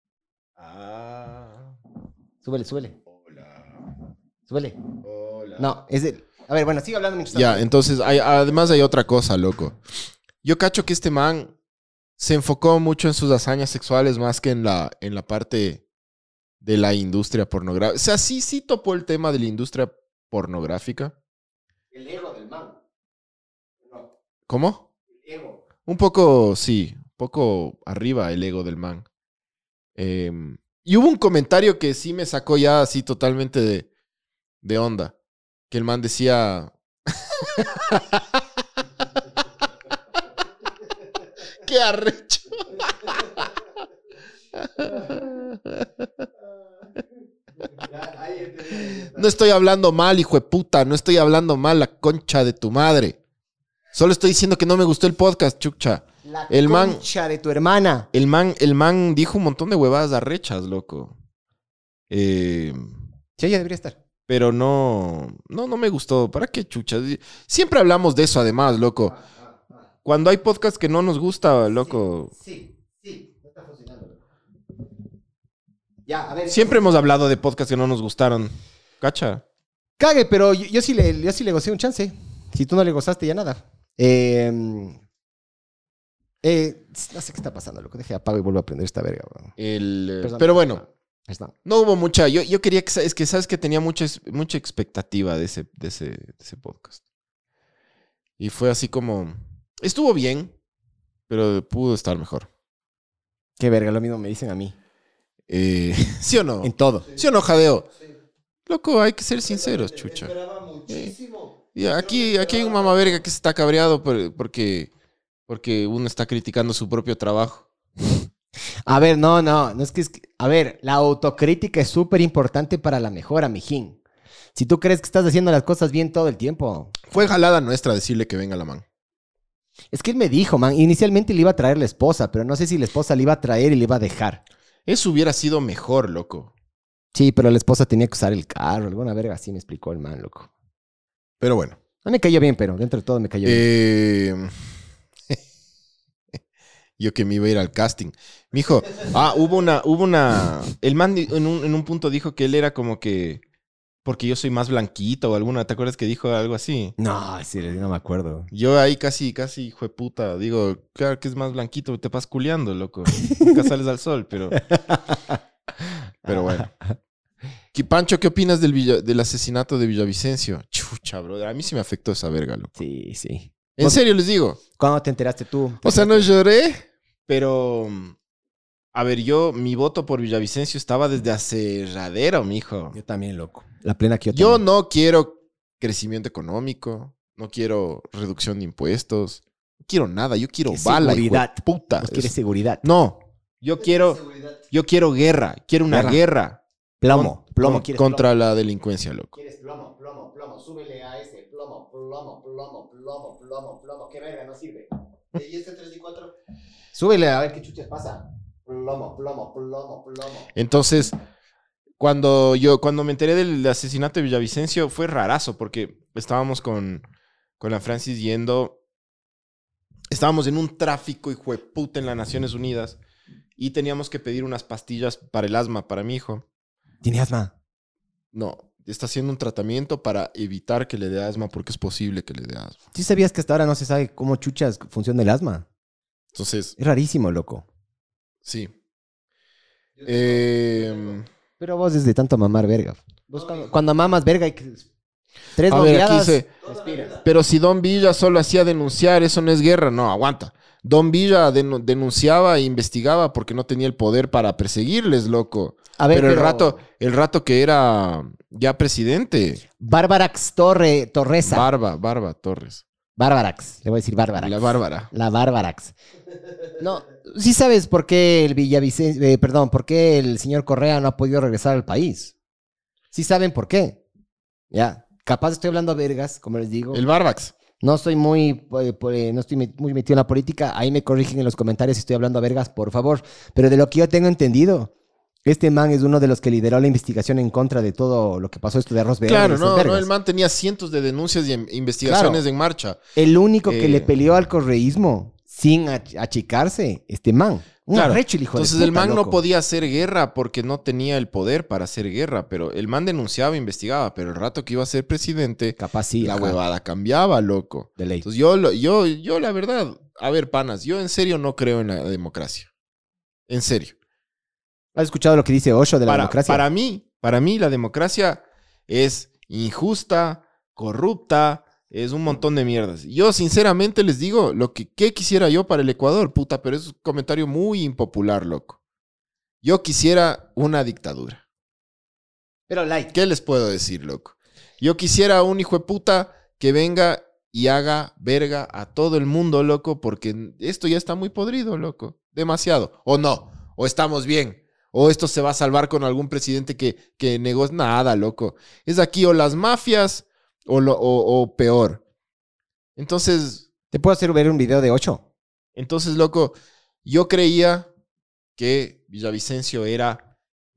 [SPEAKER 2] ah,
[SPEAKER 3] Súbele, súbele.
[SPEAKER 2] hola,
[SPEAKER 3] Súbele.
[SPEAKER 2] hola.
[SPEAKER 3] No, es el. A ver, bueno, sigue hablando mientras
[SPEAKER 2] Ya,
[SPEAKER 3] tanto.
[SPEAKER 2] entonces, hay, además hay otra cosa, loco. Yo cacho que este man se enfocó mucho en sus hazañas sexuales más que en la, en la parte de la industria pornográfica. O sea, sí, sí topó el tema de la industria pornográfica.
[SPEAKER 3] El ego del man. No,
[SPEAKER 2] ¿Cómo?
[SPEAKER 3] el ego.
[SPEAKER 2] Un poco, sí, un poco arriba el ego del man. Eh, y hubo un comentario que sí me sacó ya así totalmente de, de onda. Que el man decía... ¡Qué arrecho! No estoy hablando mal, hijo de puta. No estoy hablando mal, la concha de tu madre. Solo estoy diciendo que no me gustó el podcast, chucha.
[SPEAKER 3] La
[SPEAKER 2] El man-
[SPEAKER 3] concha de tu hermana.
[SPEAKER 2] El man, el man dijo un montón de huevadas arrechas, loco. Eh,
[SPEAKER 3] Sí, ella debería estar.
[SPEAKER 2] pero no, no, no me gustó. ¿Para qué chucha? Siempre hablamos de eso, además, loco. Cuando hay podcast que no nos gusta, loco.
[SPEAKER 3] Sí, sí, no está funcionando. Ya, a ver.
[SPEAKER 2] Siempre hemos hablado de podcasts que no nos gustaron. ¿Cacha?
[SPEAKER 3] Cague, pero yo, yo sí le, yo sí le gocé un chance. Si tú no le gozaste, ya nada. Eh, eh, no sé qué está pasando, loco. Deje apago y vuelvo a aprender esta verga, weón.
[SPEAKER 2] El, eh,
[SPEAKER 3] Perdón.
[SPEAKER 2] pero bueno,
[SPEAKER 3] Ahí está.
[SPEAKER 2] no hubo mucha. Yo, yo quería que, es que sabes que tenía mucha, es- mucha expectativa de ese, de, ese, de ese podcast. Y fue así como. Estuvo bien, pero pudo estar mejor.
[SPEAKER 3] Qué verga, lo mismo me dicen a mí.
[SPEAKER 2] Eh, ¿Sí o no?
[SPEAKER 3] En todo.
[SPEAKER 2] ¿Sí o no, Jadeo? Loco, hay que ser sinceros, chucha.
[SPEAKER 4] Esperaba muchísimo.
[SPEAKER 2] Y aquí, aquí hay un mamá verga que se está cabreado por- porque, porque uno está criticando su propio trabajo.
[SPEAKER 3] A ver, no, no, no es que, es que- a ver, la autocrítica es súper importante para la mejora, mijín. Si tú crees que estás haciendo las cosas bien todo el tiempo.
[SPEAKER 2] Fue jalada nuestra decirle que venga la man.
[SPEAKER 3] Es que él me dijo, man, inicialmente le iba a traer la esposa, pero no sé si la esposa le iba a traer y le iba a dejar.
[SPEAKER 2] Eso hubiera sido mejor, loco.
[SPEAKER 3] Sí, pero la esposa tenía que usar el carro, alguna verga así me explicó el man, loco.
[SPEAKER 2] Pero bueno.
[SPEAKER 3] No me cayó bien, pero dentro de todo me cayó bien.
[SPEAKER 2] Eh... Yo que me iba a ir al casting. Mijo, ah, hubo una, hubo una. El man di- en un, en un punto dijo que él era como que porque yo soy más blanquito o alguna, ¿te acuerdas que dijo algo así?
[SPEAKER 3] No, sí, no me acuerdo.
[SPEAKER 2] Yo ahí casi, casi, hijo de puta, digo, claro que es más blanquito, te vas culeando, loco. Nunca sales al sol, pero... Pero bueno. ¿Qué, Pancho, ¿qué opinas del, Villa- del asesinato de Villavicencio? Chucha, brother, a mí sí me afectó esa verga, loco.
[SPEAKER 3] Sí, sí.
[SPEAKER 2] En serio les digo.
[SPEAKER 3] ¿Cuándo te enteraste tú?
[SPEAKER 2] O sea, no lloré, pero... A ver, yo, mi voto por Villavicencio estaba desde hace radero, mijo.
[SPEAKER 3] Yo también, loco. La plena que yo
[SPEAKER 2] Yo
[SPEAKER 3] también.
[SPEAKER 2] no quiero crecimiento económico, no quiero reducción de impuestos, no quiero nada, yo quiero
[SPEAKER 3] Que
[SPEAKER 2] bala,
[SPEAKER 3] seguridad.
[SPEAKER 2] hijo de puta.
[SPEAKER 3] Vos quieres
[SPEAKER 2] Es-
[SPEAKER 3] seguridad.
[SPEAKER 2] No, yo quiero,
[SPEAKER 4] Seguridad.
[SPEAKER 2] yo quiero guerra, quiero una
[SPEAKER 3] Guerra.
[SPEAKER 2] guerra
[SPEAKER 3] Plomo,
[SPEAKER 2] con-
[SPEAKER 3] plomo,
[SPEAKER 2] con-
[SPEAKER 3] ¿quieres
[SPEAKER 2] contra la delincuencia, loco.
[SPEAKER 3] ¿Quieres plomo, plomo, plomo? Súbele a ese plomo, plomo, plomo, plomo, plomo, plomo. ¿Qué verga? No sirve.
[SPEAKER 4] ¿Y este tres y cuatro?
[SPEAKER 3] Súbele a ver qué chuches pasa. Plomo, plomo, plomo, plomo.
[SPEAKER 2] Entonces, cuando yo, cuando me enteré del asesinato de Villavicencio, fue rarazo, porque estábamos con, con la Francis yendo, estábamos en un tráfico, hijo de puta, en las Naciones Unidas, y teníamos que pedir unas pastillas para el asma, para mi hijo.
[SPEAKER 3] ¿Tiene asma?
[SPEAKER 2] No, está haciendo un tratamiento para evitar que le dé asma, porque es posible que le dé asma.
[SPEAKER 3] ¿Sí sabías que hasta ahora no se sabe cómo chuchas funciona el asma?
[SPEAKER 2] Entonces,
[SPEAKER 3] Es rarísimo, loco.
[SPEAKER 2] sí.
[SPEAKER 4] Yo tengo-
[SPEAKER 2] Eh,
[SPEAKER 4] yo tengo-
[SPEAKER 3] Pero vos desde tanto mamar verga. Vos
[SPEAKER 4] No,
[SPEAKER 3] cuando,
[SPEAKER 4] hijo.
[SPEAKER 3] cuando mamas verga y que... Tres
[SPEAKER 2] a ver, aquí
[SPEAKER 3] bombeadas,
[SPEAKER 2] dice...
[SPEAKER 4] Toda la
[SPEAKER 3] respiras.
[SPEAKER 4] vida.
[SPEAKER 2] Pero si Don Villa solo hacía denunciar, eso no es guerra. No, aguanta. Don Villa denu- denunciaba e investigaba porque no tenía el poder para perseguirles, loco.
[SPEAKER 3] A ver,
[SPEAKER 2] pero,
[SPEAKER 3] pero,
[SPEAKER 2] el rato, el rato que era ya presidente.
[SPEAKER 3] Bárbarax Torre, Torresa.
[SPEAKER 2] Barba, Barba Torres.
[SPEAKER 3] Bárbarax. Le voy a decir Bárbarax.
[SPEAKER 2] La Bárbara.
[SPEAKER 3] La Bárbarax. No, sí sabes por qué el Villavicencio, eh, perdón, por qué el señor Correa no ha podido regresar al país. Sí saben por qué. Ya, capaz estoy hablando a vergas, como les digo.
[SPEAKER 2] El Barbax.
[SPEAKER 3] No soy muy, eh, po- eh, no estoy met- muy metido en la política. Ahí me corrigen en los comentarios si estoy hablando a vergas, por favor. Pero de lo que yo tengo entendido, este man es uno de los que lideró la investigación en contra de todo lo que pasó esto de Arroz Verde y
[SPEAKER 2] Claro,
[SPEAKER 3] esas
[SPEAKER 2] no, no,
[SPEAKER 3] vergas.
[SPEAKER 2] el man tenía cientos de denuncias y em- investigaciones
[SPEAKER 3] Claro.
[SPEAKER 2] en marcha.
[SPEAKER 3] El único que
[SPEAKER 2] Eh,
[SPEAKER 3] le peleó al correísmo sin ach- achicarse, este man. Un
[SPEAKER 2] Claro.
[SPEAKER 3] arrecho, el hijo de
[SPEAKER 2] Entonces
[SPEAKER 3] puta,
[SPEAKER 2] el man no
[SPEAKER 3] loco.
[SPEAKER 2] podía hacer guerra porque no tenía el poder para hacer guerra, pero el man denunciaba e investigaba, pero el rato que iba a ser presidente,
[SPEAKER 3] Capaz sí.
[SPEAKER 2] la
[SPEAKER 3] ajá,
[SPEAKER 2] huevada cambiaba, loco.
[SPEAKER 3] de ley.
[SPEAKER 2] Entonces yo, lo- yo, yo la verdad, a ver, panas, yo en serio no creo en la democracia. En serio.
[SPEAKER 3] ¿Has escuchado lo que dice Osho de la
[SPEAKER 2] Para,
[SPEAKER 3] democracia?
[SPEAKER 2] para mí, para mí la democracia es injusta, corrupta, es un montón de mierdas. Yo sinceramente les digo, lo que ¿qué quisiera yo para el Ecuador, puta, pero es un comentario muy impopular, loco. Yo quisiera una dictadura.
[SPEAKER 3] Pero like.
[SPEAKER 2] ¿Qué les puedo decir, loco? Yo quisiera un hijo de puta que venga y haga verga a todo el mundo, loco, porque esto ya está muy podrido, loco. Demasiado. O no, o estamos bien. O esto se va a salvar con algún presidente que, que negocia. Nada, loco. Es aquí o las mafias o, lo, o, o peor. Entonces,
[SPEAKER 3] ¿Te puedo hacer ver un video de Ocho?
[SPEAKER 2] entonces, loco, yo creía que Villavicencio era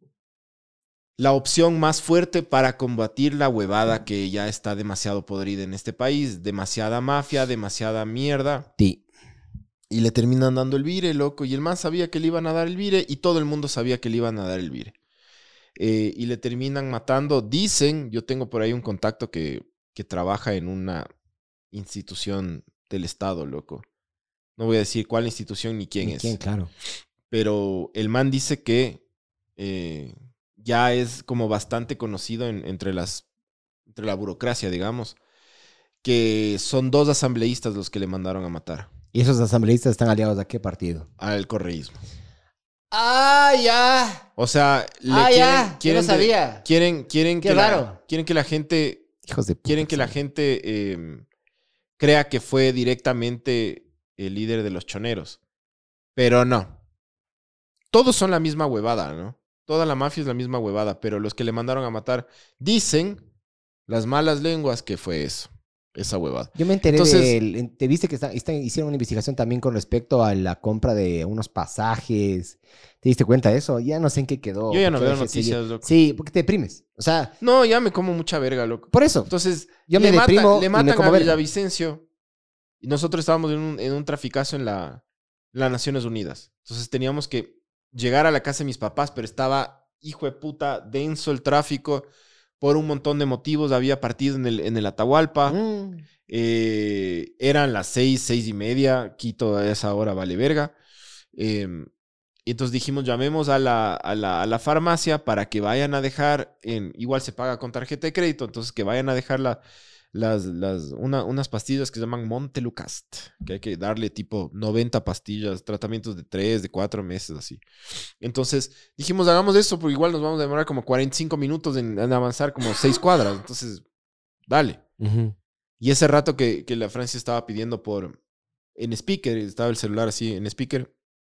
[SPEAKER 2] la opción más fuerte para combatir la huevada que ya está demasiado podrida en este país. Demasiada mafia, demasiada mierda.
[SPEAKER 3] Sí.
[SPEAKER 2] Y le terminan dando el vire, loco. Y el man sabía que le iban a dar el vire y todo el mundo sabía que le iban a dar el vire. Eh, y le terminan matando. Dicen, yo tengo por ahí un contacto que, que trabaja en una institución del Estado, loco. No voy a decir cuál institución ni quién es.
[SPEAKER 3] ¿Quién? Claro.
[SPEAKER 2] Pero el man dice que eh, ya es como bastante conocido en- entre, las, entre la burocracia, digamos, que son dos asambleístas los que le mandaron a matar
[SPEAKER 3] ¿Y esos asambleístas están aliados a qué partido?
[SPEAKER 2] al correísmo.
[SPEAKER 3] ¡Ah, ya!
[SPEAKER 2] O sea, le
[SPEAKER 3] ¡Ah,
[SPEAKER 2] quieren,
[SPEAKER 3] ya! Yo
[SPEAKER 2] quieren
[SPEAKER 3] no
[SPEAKER 2] de-
[SPEAKER 3] sabía.
[SPEAKER 2] quieren, quieren
[SPEAKER 3] Qué
[SPEAKER 2] que la-
[SPEAKER 3] raro.
[SPEAKER 2] quieren que la gente,
[SPEAKER 3] Hijos de puta.
[SPEAKER 2] quieren que la
[SPEAKER 3] sí.
[SPEAKER 2] gente eh, crea que fue directamente el líder de los choneros. Pero no. Todos son la misma huevada, ¿no? Toda la mafia es la misma huevada, pero los que le mandaron a matar dicen las malas lenguas que fue eso, esa huevada.
[SPEAKER 3] Yo me enteré
[SPEAKER 2] Entonces-
[SPEAKER 3] de... ¿Te viste que está- está- hicieron una investigación también con respecto a la compra de unos pasajes? ¿Te diste cuenta de eso? Ya no sé en qué quedó.
[SPEAKER 2] Yo ya no
[SPEAKER 3] porque
[SPEAKER 2] veo
[SPEAKER 3] dejé de seguir.
[SPEAKER 2] noticias, loco.
[SPEAKER 3] Sí, porque te deprimes. O sea,
[SPEAKER 2] No, ya me como mucha verga, loco.
[SPEAKER 3] por eso.
[SPEAKER 2] Entonces,
[SPEAKER 3] Yo
[SPEAKER 2] le
[SPEAKER 3] me
[SPEAKER 2] matan-
[SPEAKER 3] deprimo
[SPEAKER 2] le
[SPEAKER 3] y me
[SPEAKER 2] matan
[SPEAKER 3] como
[SPEAKER 2] a
[SPEAKER 3] verga.
[SPEAKER 2] Villavicencio y nosotros estábamos en un, en un traficazo en la, en las Naciones Unidas. Entonces teníamos que llegar a la casa de mis papás, pero estaba, hijo de puta, denso el tráfico por un montón de motivos había partido en el, en el Atahualpa.
[SPEAKER 3] Mm.
[SPEAKER 2] Eh, eran las seis, seis y media. Quito a esa hora vale verga. Eh, y entonces dijimos, llamemos a la, a, la, a la farmacia para que vayan a dejar, en, igual se paga con tarjeta de crédito, entonces que vayan a dejar la, las, las, una, unas pastillas que se llaman Montelukast, que hay que darle tipo noventa pastillas, tratamientos de tres, de cuatro meses, así. Entonces dijimos, hagamos eso, porque igual nos vamos a demorar como cuarenta y cinco minutos en, en avanzar como seis cuadras, entonces dale.
[SPEAKER 3] Ujú.
[SPEAKER 2] Y ese rato que, que la Francia estaba pidiendo por, en speaker, estaba el celular así en speaker,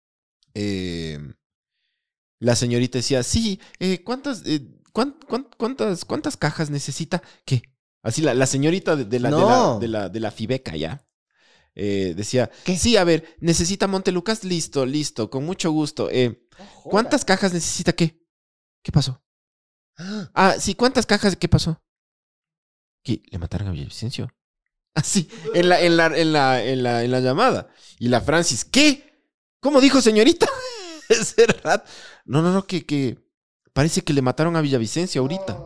[SPEAKER 2] eh, la señorita decía, sí, eh, ¿cuántas, eh, cuán- cuán- cuántas, cuántas cajas necesita? ¿Qué? Así la, la señorita de, de la, de, la,
[SPEAKER 3] No.
[SPEAKER 2] de, la, de la Fibeca ya. Eh, decía,
[SPEAKER 3] ¿Qué?
[SPEAKER 2] sí, a ver, necesita Montelucas, listo, listo, con mucho gusto. Eh, ¿Cuántas cajas necesita qué? ¿Qué pasó? Ah, sí, ¿cuántas cajas? ¿Qué pasó? ¿Qué? ¿Le mataron a Villavicencio? Así, en la, en la, en la, en la, en la llamada. Y la Francis, ¿qué? ¿Cómo dijo, señorita? Ese rato. No, no, no, que, que parece que le mataron a Villavicencio ahorita.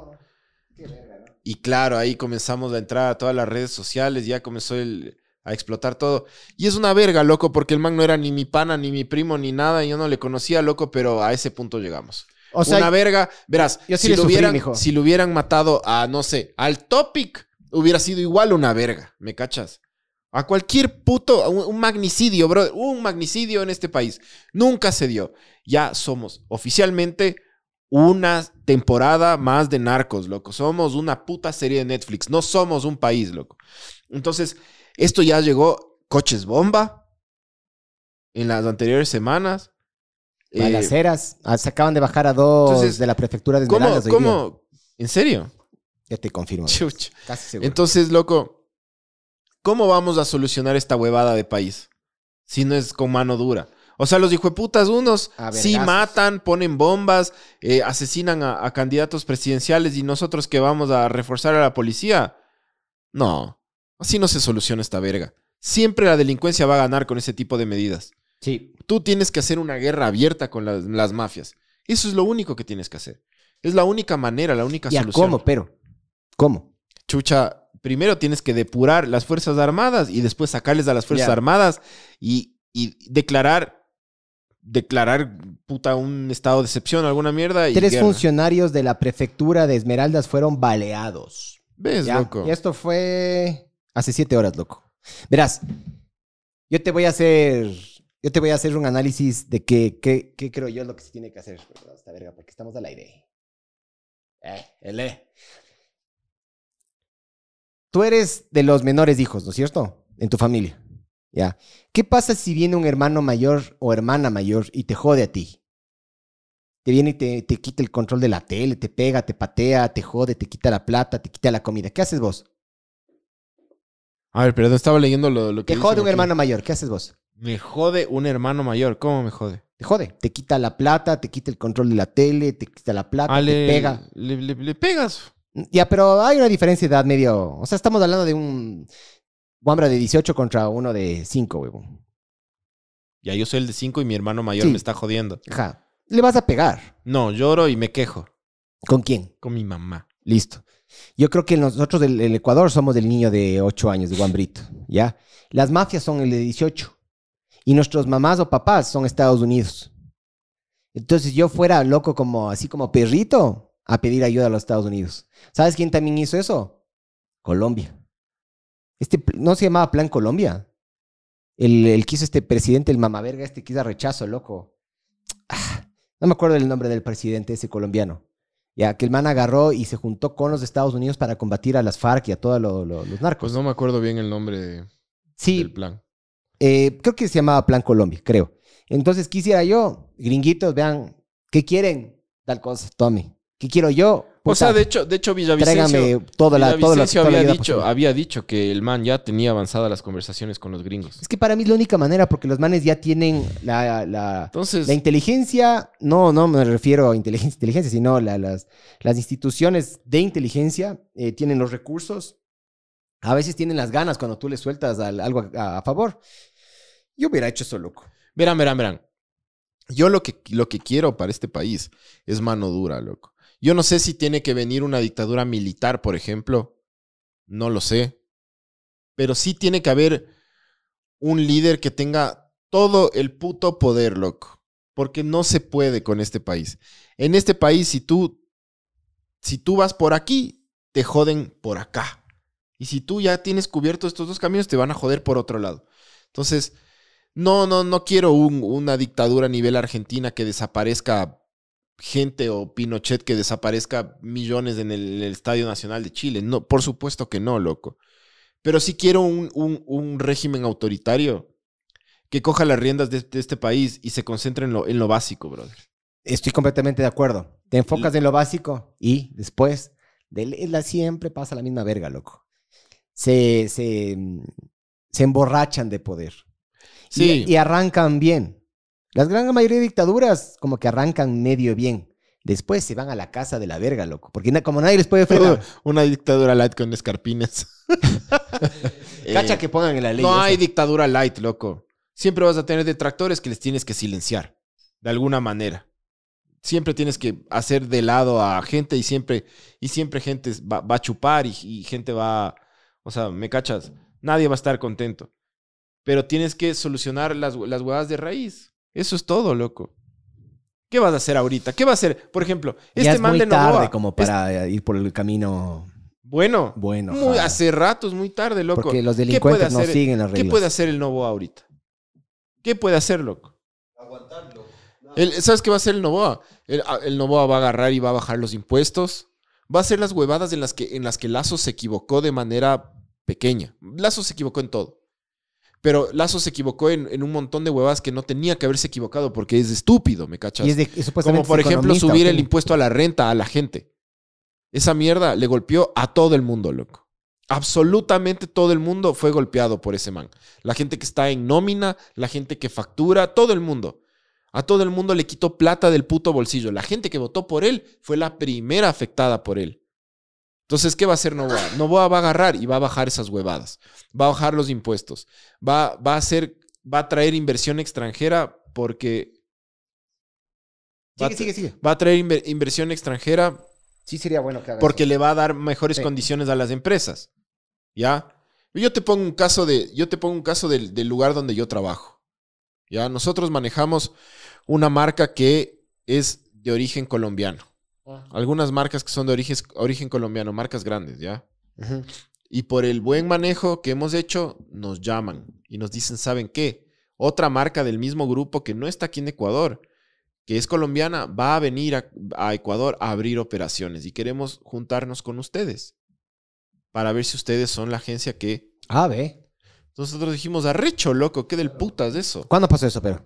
[SPEAKER 2] Y claro, ahí comenzamos a entrar a todas las redes sociales, ya comenzó el, a explotar todo. Y es una verga, loco, porque el man no era ni mi pana, ni mi primo, ni nada. Yo no le conocía, loco, pero a ese punto llegamos.
[SPEAKER 3] O sea,
[SPEAKER 2] una verga. Verás,
[SPEAKER 3] yo sí
[SPEAKER 2] si,
[SPEAKER 3] le
[SPEAKER 2] lo
[SPEAKER 3] sufrí,
[SPEAKER 2] hubieran,
[SPEAKER 3] mijo.
[SPEAKER 2] si lo hubieran matado a, no sé, al Topic, hubiera sido igual una verga, ¿me cachas? A cualquier puto, a un, un magnicidio, bro, un magnicidio en este país. Nunca se dio. Ya somos oficialmente una temporada más de Narcos, loco. Somos una puta serie de Netflix. No somos un país, loco. Entonces, esto ya llegó coches bomba en las anteriores semanas. Eh,
[SPEAKER 3] balaceras. Ah, se acaban de bajar a dos
[SPEAKER 2] entonces,
[SPEAKER 3] de la prefectura de
[SPEAKER 2] ¿Cómo?
[SPEAKER 3] Esmeraldas hoy día.
[SPEAKER 2] ¿Cómo? ¿En serio?
[SPEAKER 3] Ya te confirmo.
[SPEAKER 2] Chuch.
[SPEAKER 3] Casi seguro.
[SPEAKER 2] Entonces, loco, ¿cómo vamos a solucionar esta huevada de país? Si no es con mano dura. O sea, los hijueputas unos
[SPEAKER 3] A
[SPEAKER 2] sí
[SPEAKER 3] vergazos.
[SPEAKER 2] matan, ponen bombas, eh, asesinan a, a candidatos presidenciales y nosotros que vamos a reforzar a la policía. No, así no se soluciona esta verga. Siempre la delincuencia va a ganar con ese tipo de medidas.
[SPEAKER 3] Sí.
[SPEAKER 2] Tú tienes que hacer una guerra abierta con las, las mafias. Eso es lo único que tienes que hacer. Es la única manera, la única
[SPEAKER 3] ¿Ya
[SPEAKER 2] solución.
[SPEAKER 3] cómo, pero? ¿Cómo?
[SPEAKER 2] Chucha, primero tienes que depurar las Fuerzas Armadas y después sacarles a las Fuerzas
[SPEAKER 3] Ya.
[SPEAKER 2] Armadas y, y declarar, declarar, puta, un estado de excepción, alguna mierda. Y
[SPEAKER 3] Tres
[SPEAKER 2] guerra.
[SPEAKER 3] funcionarios de la prefectura de Esmeraldas fueron baleados.
[SPEAKER 2] ¿Ves,
[SPEAKER 3] ¿Ya?
[SPEAKER 2] loco?
[SPEAKER 3] Y esto fue hace siete horas, loco. Verás, yo te voy a hacer, yo te voy a hacer un análisis de qué, qué, qué creo yo es lo que se tiene que hacer. Esta verga, porque estamos al aire. Eh, el E. Tú eres de los menores hijos, ¿no es cierto? En tu familia. ¿Ya? ¿Qué pasa si viene un hermano mayor o hermana mayor y te jode a ti? Te viene y te, te quita el control de la tele, te pega, te patea, te jode, te quita la plata, te quita la comida. ¿Qué haces vos?
[SPEAKER 2] A ver, perdón, estaba leyendo lo, lo que
[SPEAKER 3] Te jode
[SPEAKER 2] dicen
[SPEAKER 3] un
[SPEAKER 2] aquí.
[SPEAKER 3] hermano mayor. ¿Qué haces vos?
[SPEAKER 2] Me jode un hermano mayor. ¿Cómo me jode?
[SPEAKER 3] Te jode. Te quita la plata, te quita el control de la tele, te quita la plata,
[SPEAKER 2] Ah,
[SPEAKER 3] te
[SPEAKER 2] le,
[SPEAKER 3] pega.
[SPEAKER 2] Le, le- le pegas.
[SPEAKER 3] Ya, pero hay una diferencia de edad medio... O sea, estamos hablando de un Wambra de dieciocho contra uno de cinco, huevón.
[SPEAKER 2] Ya, yo soy el de cinco y mi hermano mayor
[SPEAKER 3] Sí.
[SPEAKER 2] me está jodiendo.
[SPEAKER 3] Ajá. Le vas a pegar.
[SPEAKER 2] No, lloro y me quejo
[SPEAKER 3] ¿Con quién?
[SPEAKER 2] con mi mamá.
[SPEAKER 3] Listo. Yo creo que nosotros del el Ecuador somos del niño de ocho años, de Guambrito, ¿ya? Las mafias son el de dieciocho. Y nuestros mamás o papás son Estados Unidos. Entonces yo fuera loco como, así como perrito, a pedir ayuda a los Estados Unidos. ¿Sabes quién también hizo eso? Colombia. Este, pl- ¿no se llamaba Plan Colombia? El, el que hizo este presidente, el mamaverga este que hizo rechazo, loco. Ah, no me acuerdo el nombre del presidente ese colombiano. Ya, que el man agarró y se juntó con los Estados Unidos para combatir a las FARC y a todos lo- lo- los narcos.
[SPEAKER 2] Pues no me acuerdo bien el nombre de-
[SPEAKER 3] Sí,
[SPEAKER 2] del plan.
[SPEAKER 3] eh, creo que se llamaba Plan Colombia, creo. Entonces quisiera yo, gringuitos, vean, ¿qué quieren? Tal cosa, tome. ¿Qué quiero yo?
[SPEAKER 2] O sea,
[SPEAKER 3] Puta,
[SPEAKER 2] de hecho, de hecho Villavicencio,
[SPEAKER 3] tráigame toda la, toda la,
[SPEAKER 2] Villavicencio
[SPEAKER 3] toda la
[SPEAKER 2] había,
[SPEAKER 3] ayuda
[SPEAKER 2] dicho,
[SPEAKER 3] posible.
[SPEAKER 2] había dicho que el man ya tenía avanzadas las conversaciones con los gringos.
[SPEAKER 3] Es que para mí es la única manera, porque los manes ya tienen la, la,
[SPEAKER 2] Entonces,
[SPEAKER 3] la inteligencia, no, no me refiero a inteligencia, inteligencia sino la- las, las instituciones de inteligencia eh, tienen los recursos, a veces tienen las ganas cuando tú les sueltas al- algo a, a favor. Yo hubiera hecho eso, loco.
[SPEAKER 2] verán, verán, verán. Yo lo que, lo que quiero para este país es mano dura, loco. Yo no sé si tiene que venir una dictadura militar, por ejemplo. No lo sé. Pero sí tiene que haber un líder que tenga todo el puto poder, loco. Porque no se puede con este país. En este país, si tú, si tú vas por aquí, te joden por acá. Y si tú ya tienes cubierto estos dos caminos, te van a joder por otro lado. Entonces, no, no, no quiero un, una dictadura a nivel Argentina que desaparezca gente o Pinochet que desaparezca millones en el, en el Estadio Nacional de Chile. No, por supuesto que no, loco. Pero sí quiero un, un, un régimen autoritario que coja las riendas de, de este país y se concentre en lo, en lo básico, brother.
[SPEAKER 3] Estoy completamente de acuerdo. Te enfocas en lo básico y después de la siempre pasa la misma verga, loco. Se, se, se emborrachan de poder.
[SPEAKER 2] Sí.
[SPEAKER 3] Y, y arrancan bien. Las gran mayoría de dictaduras como que arrancan medio bien. Después se van a la casa de la verga, loco. Porque na- como nadie les puede frenar.
[SPEAKER 2] Una dictadura light con escarpines.
[SPEAKER 3] Cacha
[SPEAKER 2] Eh,
[SPEAKER 3] que pongan en la ley.
[SPEAKER 2] No
[SPEAKER 3] eso.
[SPEAKER 2] hay dictadura light, loco. Siempre vas a tener detractores que les tienes que silenciar. De alguna manera. Siempre tienes que hacer de lado a gente y siempre, y siempre gente va, va a chupar y, y gente va... O sea, ¿me cachas? Nadie va a estar contento. Pero tienes que solucionar las, las huevadas de raíz. Eso es todo, loco. ¿Qué vas a hacer ahorita? ¿Qué va a hacer? Por ejemplo,
[SPEAKER 3] Ya
[SPEAKER 2] este
[SPEAKER 3] es
[SPEAKER 2] man
[SPEAKER 3] muy
[SPEAKER 2] de
[SPEAKER 3] tarde
[SPEAKER 2] Novoa.
[SPEAKER 3] como
[SPEAKER 2] es-
[SPEAKER 3] para ir por el camino
[SPEAKER 2] Bueno,
[SPEAKER 3] bueno.
[SPEAKER 2] muy,
[SPEAKER 3] ajá.
[SPEAKER 2] hace rato es muy tarde, loco.
[SPEAKER 3] Porque los
[SPEAKER 2] ¿Qué puede
[SPEAKER 3] delincuentes no
[SPEAKER 2] hacer-
[SPEAKER 3] siguen las
[SPEAKER 2] ¿Qué
[SPEAKER 3] reglas.
[SPEAKER 2] puede hacer el Novoa ahorita? ¿Qué puede hacer, loco?
[SPEAKER 4] Aguantarlo. No.
[SPEAKER 2] El- ¿Sabes qué va a hacer el Novoa? El, el Novoa va a agarrar y va a bajar los impuestos. Va a hacer las huevadas en las que, en las que Lazo se equivocó de manera pequeña. Lazo se equivocó en todo. Pero Lazo se equivocó en, en un montón de huevadas que no tenía que haberse equivocado porque es estúpido, ¿me cachas?
[SPEAKER 3] Y es de, y supuestamente
[SPEAKER 2] Como por
[SPEAKER 3] es
[SPEAKER 2] ejemplo
[SPEAKER 3] economista,
[SPEAKER 2] subir
[SPEAKER 3] ¿o
[SPEAKER 2] el
[SPEAKER 3] qué?
[SPEAKER 2] impuesto a la renta a la gente. Esa mierda le golpeó a todo el mundo, loco. Absolutamente todo el mundo fue golpeado por ese man. La gente que está en nómina, la gente que factura, todo el mundo. A todo el mundo le quitó plata del puto bolsillo. La gente que votó por él fue la primera afectada por él. Entonces, ¿qué va a hacer Novoa? Novoa va a agarrar y va a bajar esas huevadas. Va a bajar los impuestos. Va, va a hacer, va a traer inversión extranjera porque... va a
[SPEAKER 3] Sigue,
[SPEAKER 2] tra-
[SPEAKER 3] sigue, sigue.
[SPEAKER 2] Va a traer inver- inversión extranjera
[SPEAKER 3] Sí sería bueno que haga
[SPEAKER 2] porque
[SPEAKER 3] eso.
[SPEAKER 2] le va a dar mejores
[SPEAKER 3] Sí.
[SPEAKER 2] condiciones a las empresas. ¿Ya? Yo te pongo un caso, de, yo te pongo un caso del, del lugar donde yo trabajo. ¿Ya? Nosotros manejamos una marca que es de origen colombiano. Algunas marcas que son de origen, origen colombiano, marcas grandes, ¿ya?
[SPEAKER 3] Ujú.
[SPEAKER 2] Y por el buen manejo que hemos hecho, nos llaman y nos dicen, ¿saben qué? Otra marca del mismo grupo que no está aquí en Ecuador, que es colombiana, va a venir a, a Ecuador a abrir operaciones y queremos juntarnos con ustedes para ver si ustedes son la agencia que...
[SPEAKER 3] Ah, ve.
[SPEAKER 2] Nosotros dijimos, arrecho, loco, ¿qué del putas eso?
[SPEAKER 3] ¿Cuándo pasó eso, pero?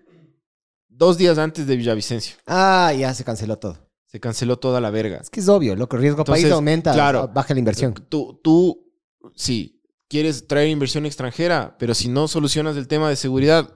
[SPEAKER 2] Dos días antes de Villavicencio.
[SPEAKER 3] Ah, ya se canceló todo.
[SPEAKER 2] Se canceló toda la verga.
[SPEAKER 3] Es que es obvio, loco. El riesgo
[SPEAKER 2] Entonces,
[SPEAKER 3] país aumenta,
[SPEAKER 2] claro.
[SPEAKER 3] baja la inversión.
[SPEAKER 2] Tú, tú, sí, quieres traer inversión extranjera, pero si no solucionas el tema de seguridad,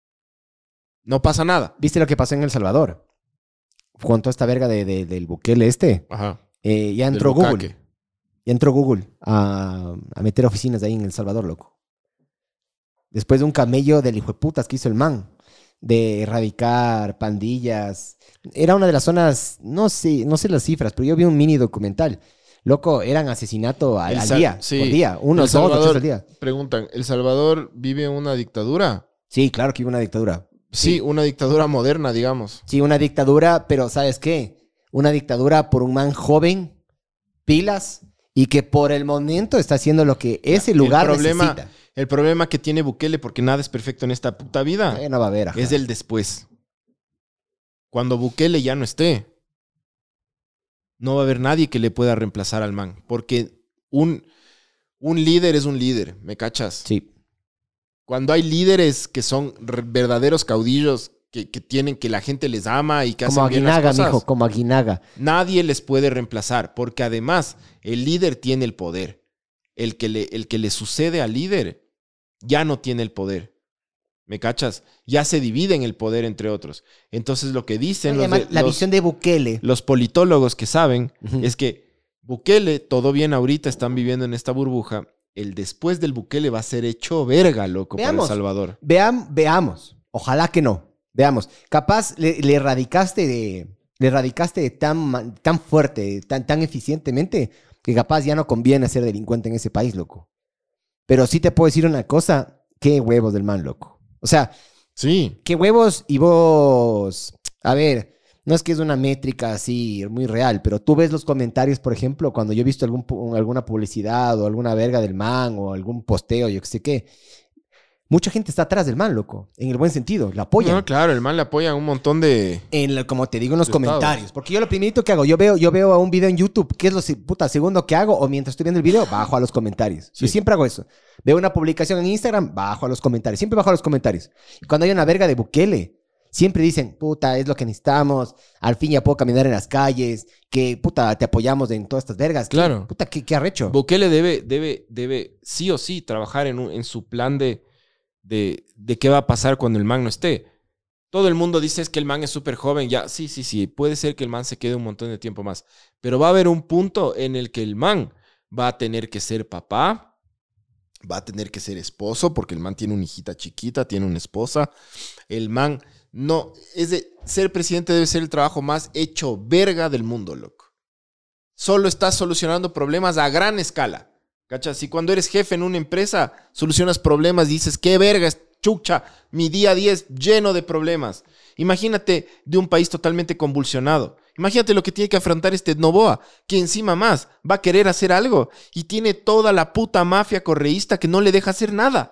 [SPEAKER 2] no pasa nada.
[SPEAKER 3] ¿Viste lo que pasó en El Salvador? Con toda esta verga de, de- del Bukele este.
[SPEAKER 2] Ajá.
[SPEAKER 3] eh, ya
[SPEAKER 2] Del
[SPEAKER 3] entró
[SPEAKER 2] bucaque.
[SPEAKER 3] Google. Ya entró Google a, a meter oficinas ahí en El Salvador, loco. Después de un camello del hijo de putas que hizo el man. De erradicar pandillas. Era una de las zonas, no sé, no sé las cifras, pero yo vi un mini documental. Loco, eran asesinato al,
[SPEAKER 2] El
[SPEAKER 3] al
[SPEAKER 2] Sal-
[SPEAKER 3] día,
[SPEAKER 2] sí.
[SPEAKER 3] por día. Uno,
[SPEAKER 2] El
[SPEAKER 3] dos, o tres
[SPEAKER 2] Salvador-
[SPEAKER 3] al día.
[SPEAKER 2] Preguntan, ¿El Salvador vive en una dictadura?
[SPEAKER 3] Sí, claro que hubo una dictadura.
[SPEAKER 2] Sí,
[SPEAKER 3] Sí.
[SPEAKER 2] una dictadura moderna, digamos.
[SPEAKER 3] Sí, una dictadura, pero ¿sabes qué? Una dictadura por un man joven, pilas, y que por el momento está haciendo lo que ese lugar
[SPEAKER 2] el problema,
[SPEAKER 3] necesita.
[SPEAKER 2] el problema que tiene Bukele, porque nada es perfecto en esta puta vida,
[SPEAKER 3] Eh, no va a haber, ajá.
[SPEAKER 2] es el después. Cuando Bukele ya no esté, no va a haber nadie que le pueda reemplazar al man. Porque un, un líder es un líder, ¿me cachas?
[SPEAKER 3] Sí.
[SPEAKER 2] Cuando hay líderes que son r- verdaderos caudillos, que, que tienen, que la gente les ama y que
[SPEAKER 3] Como
[SPEAKER 2] hacen bien las
[SPEAKER 3] Aguinaga,
[SPEAKER 2] cosas,
[SPEAKER 3] mijo, como Aguinaga.
[SPEAKER 2] nadie les puede reemplazar, porque además el líder tiene el poder. El que le, el que le sucede al líder ya no tiene el poder. ¿Me cachas? Ya se dividen el poder entre otros. Entonces lo que dicen los,
[SPEAKER 3] Además,
[SPEAKER 2] de-
[SPEAKER 3] la
[SPEAKER 2] los-
[SPEAKER 3] visión de Bukele.
[SPEAKER 2] los politólogos que saben
[SPEAKER 3] Ujú.
[SPEAKER 2] es que Bukele, todo bien ahorita, están viviendo en esta burbuja. El después del Bukele va a ser hecho verga, loco, para
[SPEAKER 3] Veamos.
[SPEAKER 2] El Salvador.
[SPEAKER 3] Veam- veamos. Ojalá que no. Veamos. Capaz le, le erradicaste de le erradicaste tan, ma- tan fuerte, tan, tan eficientemente, que capaz ya no conviene ser delincuente en ese país, loco. Pero sí te puedo decir una cosa, qué huevos del man, loco. O sea,
[SPEAKER 2] Sí.
[SPEAKER 3] qué huevos y vos... A ver, no es que es una métrica así muy real, pero tú ves los comentarios, por ejemplo, cuando yo he visto algún, pu- alguna publicidad o alguna verga del man o algún posteo, yo qué sé qué. Mucha gente está atrás del man, loco. En el buen sentido, la apoyan.
[SPEAKER 2] No, claro, el man le apoya un montón de...
[SPEAKER 3] En la- como te digo en los
[SPEAKER 2] De
[SPEAKER 3] comentarios.
[SPEAKER 2] estados.
[SPEAKER 3] Porque yo lo primerito que hago, yo veo, yo veo a un video en YouTube, ¿qué es lo se- puta segundo que hago? O mientras estoy viendo el video, bajo a los comentarios.
[SPEAKER 2] Sí.
[SPEAKER 3] Yo siempre hago eso. Veo una publicación en Instagram, bajo a los comentarios. Siempre bajo a los comentarios. Y cuando hay una verga de Bukele, siempre dicen, puta, es lo que necesitamos. Al fin ya puedo caminar en las calles. Que, puta, te apoyamos en todas estas vergas. ¿Qué-
[SPEAKER 2] Claro.
[SPEAKER 3] Puta, qué, qué arrecho.
[SPEAKER 2] Bukele debe, debe, debe sí o sí trabajar en, un- en su plan de, de, de qué va a pasar cuando el man no esté. Todo el mundo dice es que el man es súper joven. Ya, sí, sí, sí. Puede ser que el man se quede un montón de tiempo más. Pero va a haber un punto en el que el man va a tener que ser papá. Va a tener que ser esposo porque el man tiene una hijita chiquita, tiene una esposa. El man no... Es de... Ser presidente debe ser el trabajo más hecho verga del mundo, loco. Solo estás solucionando problemas a gran escala. ¿Cachas? Si cuando eres jefe en una empresa solucionas problemas y dices, qué verga es chucha, mi día a día es lleno de problemas. Imagínate de un país totalmente convulsionado. Imagínate lo que tiene que afrontar este Noboa, que encima más va a querer hacer algo y tiene toda la puta mafia correísta que no le deja hacer nada.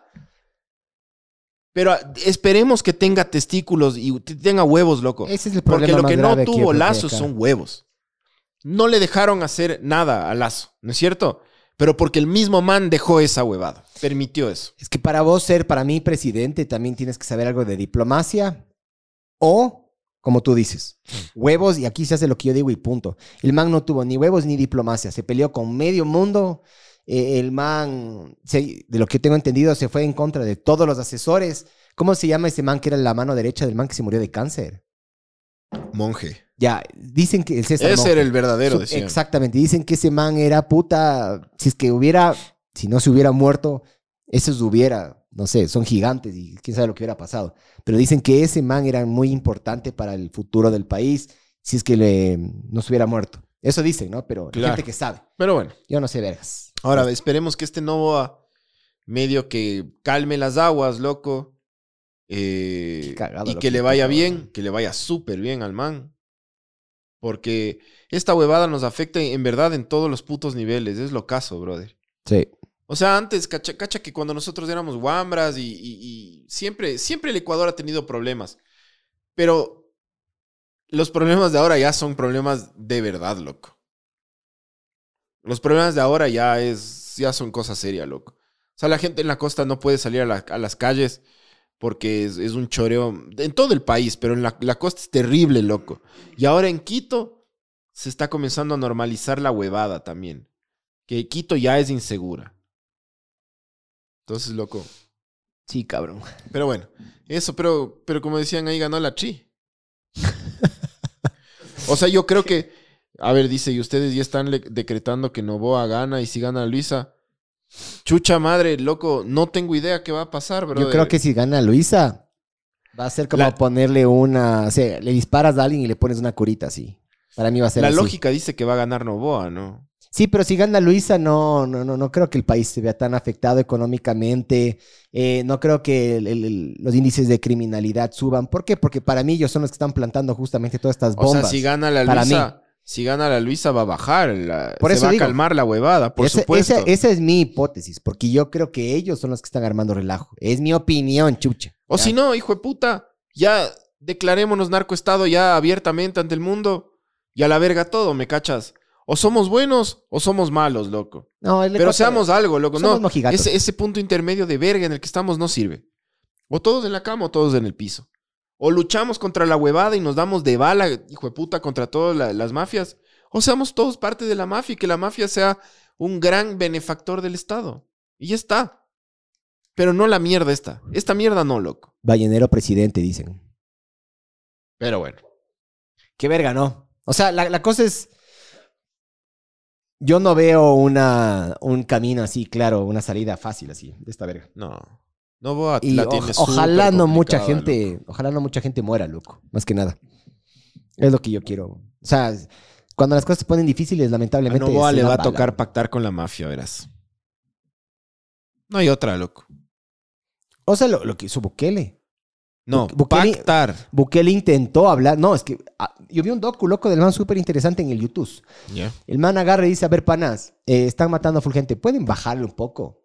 [SPEAKER 2] Pero ah, esperemos que tenga testículos y t- tenga huevos, loco.
[SPEAKER 3] Ese es el
[SPEAKER 2] Porque
[SPEAKER 3] problema
[SPEAKER 2] lo que
[SPEAKER 3] más
[SPEAKER 2] no
[SPEAKER 3] grave que yo
[SPEAKER 2] tuvo
[SPEAKER 3] creo que hay
[SPEAKER 2] Lazo
[SPEAKER 3] acá.
[SPEAKER 2] son huevos. No le dejaron hacer nada a Lazo, ¿no es cierto? Pero porque el mismo man dejó esa huevada. Permitió eso.
[SPEAKER 3] Es que para vos ser, para mí, presidente, también tienes que saber algo de diplomacia o, como tú dices, huevos y aquí se hace lo que yo digo y punto. El man no tuvo ni huevos ni diplomacia. Se peleó con medio mundo. Eh, el man, se- de lo que tengo entendido, se fue en contra de todos los asesores. ¿Cómo se llama ese man que era la mano derecha del man que se murió de cáncer?
[SPEAKER 2] Monje.
[SPEAKER 3] Ya, dicen que el César
[SPEAKER 2] Ese
[SPEAKER 3] Monge.
[SPEAKER 2] era el verdadero,
[SPEAKER 3] Su-
[SPEAKER 2] decían.
[SPEAKER 3] Exactamente, dicen que ese man era puta, si es que hubiera, si no se hubiera muerto, esos hubiera, no sé, son gigantes y quién sabe lo que hubiera pasado. Pero dicen que ese man era muy importante para el futuro del país si es que le, no se hubiera muerto. Eso dicen, ¿no? Pero
[SPEAKER 2] Claro.
[SPEAKER 3] la gente que sabe.
[SPEAKER 2] Pero bueno,
[SPEAKER 3] Yo no sé, vergas.
[SPEAKER 2] ahora esperemos que este Novoa medio que calme las aguas, loco. Eh,
[SPEAKER 3] Qué cagado
[SPEAKER 2] y
[SPEAKER 3] lo
[SPEAKER 2] que
[SPEAKER 3] que
[SPEAKER 2] le
[SPEAKER 3] le
[SPEAKER 2] vaya
[SPEAKER 3] pasó,
[SPEAKER 2] bien,
[SPEAKER 3] weón.
[SPEAKER 2] que le vaya súper bien al man. Porque esta huevada nos afecta en verdad en todos los putos niveles. Es lo caso, brother.
[SPEAKER 3] Sí.
[SPEAKER 2] O sea, antes, cacha, cacha que cuando nosotros éramos guambras y, y- y siempre, siempre el Ecuador ha tenido problemas. Pero los problemas de ahora ya son problemas de verdad, loco. Los problemas de ahora ya, es, ya son cosas serias, loco. O sea, la gente en la costa no puede salir a, la- a las calles porque es, es un choreo en todo el país, pero en la, la costa es terrible, loco. Y ahora en Quito se está comenzando a normalizar la huevada también. Que Quito ya es insegura. Entonces, loco.
[SPEAKER 3] Sí, cabrón.
[SPEAKER 2] Pero bueno, eso, pero, pero como decían ahí, ganó la Chi. O sea, yo creo que, a ver, dice, y ustedes ya están le- decretando que Novoa gana y si gana Luisa. Chucha madre, loco, no tengo idea qué va a pasar, bro.
[SPEAKER 3] Yo creo que si gana Luisa, va a ser como
[SPEAKER 2] La-
[SPEAKER 3] ponerle una, o sea, le disparas a alguien y le pones una curita así. Para mí va a ser
[SPEAKER 2] La
[SPEAKER 3] así.
[SPEAKER 2] lógica dice que va a ganar Novoa, ¿no?
[SPEAKER 3] Sí, pero si gana Luisa, no, no, no, no creo que el país se vea tan afectado económicamente. Eh, no creo que el- el- el- los índices de criminalidad suban. ¿Por qué? Porque para mí ellos son los que están plantando justamente todas estas
[SPEAKER 2] O
[SPEAKER 3] bombas.
[SPEAKER 2] sea, si gana la
[SPEAKER 3] para
[SPEAKER 2] Luisa, si gana la Luisa va a bajar, la-
[SPEAKER 3] Por
[SPEAKER 2] se
[SPEAKER 3] eso
[SPEAKER 2] va
[SPEAKER 3] digo.
[SPEAKER 2] a calmar la huevada, por
[SPEAKER 3] Esa-
[SPEAKER 2] supuesto.
[SPEAKER 3] Esa, esa es mi hipótesis, porque yo creo que ellos son los que están armando relajo. Es mi opinión, chucha.
[SPEAKER 2] O
[SPEAKER 3] ¿ya?
[SPEAKER 2] si no, hijo de puta, ya declarémonos narcoestado ya abiertamente ante el mundo y a la verga todo, ¿me cachas? O somos buenos o somos malos, loco.
[SPEAKER 3] No, el
[SPEAKER 2] Pero
[SPEAKER 3] Ecuador-
[SPEAKER 2] seamos algo, loco.
[SPEAKER 3] somos
[SPEAKER 2] No,
[SPEAKER 3] mojigatos.
[SPEAKER 2] ese, ese punto intermedio de verga en el que estamos no sirve. O todos en la cama o todos en el piso. O luchamos contra la huevada y nos damos de bala, hijo de puta, contra todas la- las mafias. O seamos todos parte de la mafia y que la mafia sea un gran benefactor del Estado. Y ya está. Pero no la mierda esta. Esta mierda no, loco.
[SPEAKER 3] Ballenero presidente, dicen.
[SPEAKER 2] Pero bueno.
[SPEAKER 3] Qué verga, ¿no? O sea, la, la cosa es... Yo no veo una, un camino así, claro, una salida fácil así, de esta verga.
[SPEAKER 2] No. No voy a
[SPEAKER 3] Y
[SPEAKER 2] la
[SPEAKER 3] o-
[SPEAKER 2] tiene
[SPEAKER 3] ojalá
[SPEAKER 2] súper
[SPEAKER 3] no mucha
[SPEAKER 2] complicada,
[SPEAKER 3] gente,
[SPEAKER 2] loco.
[SPEAKER 3] ojalá no mucha gente muera, loco, más que nada. Es lo que yo quiero. O sea, cuando las cosas se ponen difíciles,
[SPEAKER 2] A
[SPEAKER 3] lamentablemente...
[SPEAKER 2] Novoa
[SPEAKER 3] es
[SPEAKER 2] le
[SPEAKER 3] una
[SPEAKER 2] va a
[SPEAKER 3] bala.
[SPEAKER 2] tocar pactar con la mafia, verás. No hay otra, loco.
[SPEAKER 3] O sea, lo, lo que hizo Bukele.
[SPEAKER 2] No,
[SPEAKER 3] Bu- Bukele-
[SPEAKER 2] pactar.
[SPEAKER 3] Bukele intentó hablar... No, es que... ah, yo vi un docu, loco, del man súper interesante en el YouTube.
[SPEAKER 2] Ya.
[SPEAKER 3] El man agarra y dice, a ver, panas, eh, están matando a full gente. ¿Pueden bajarle un poco?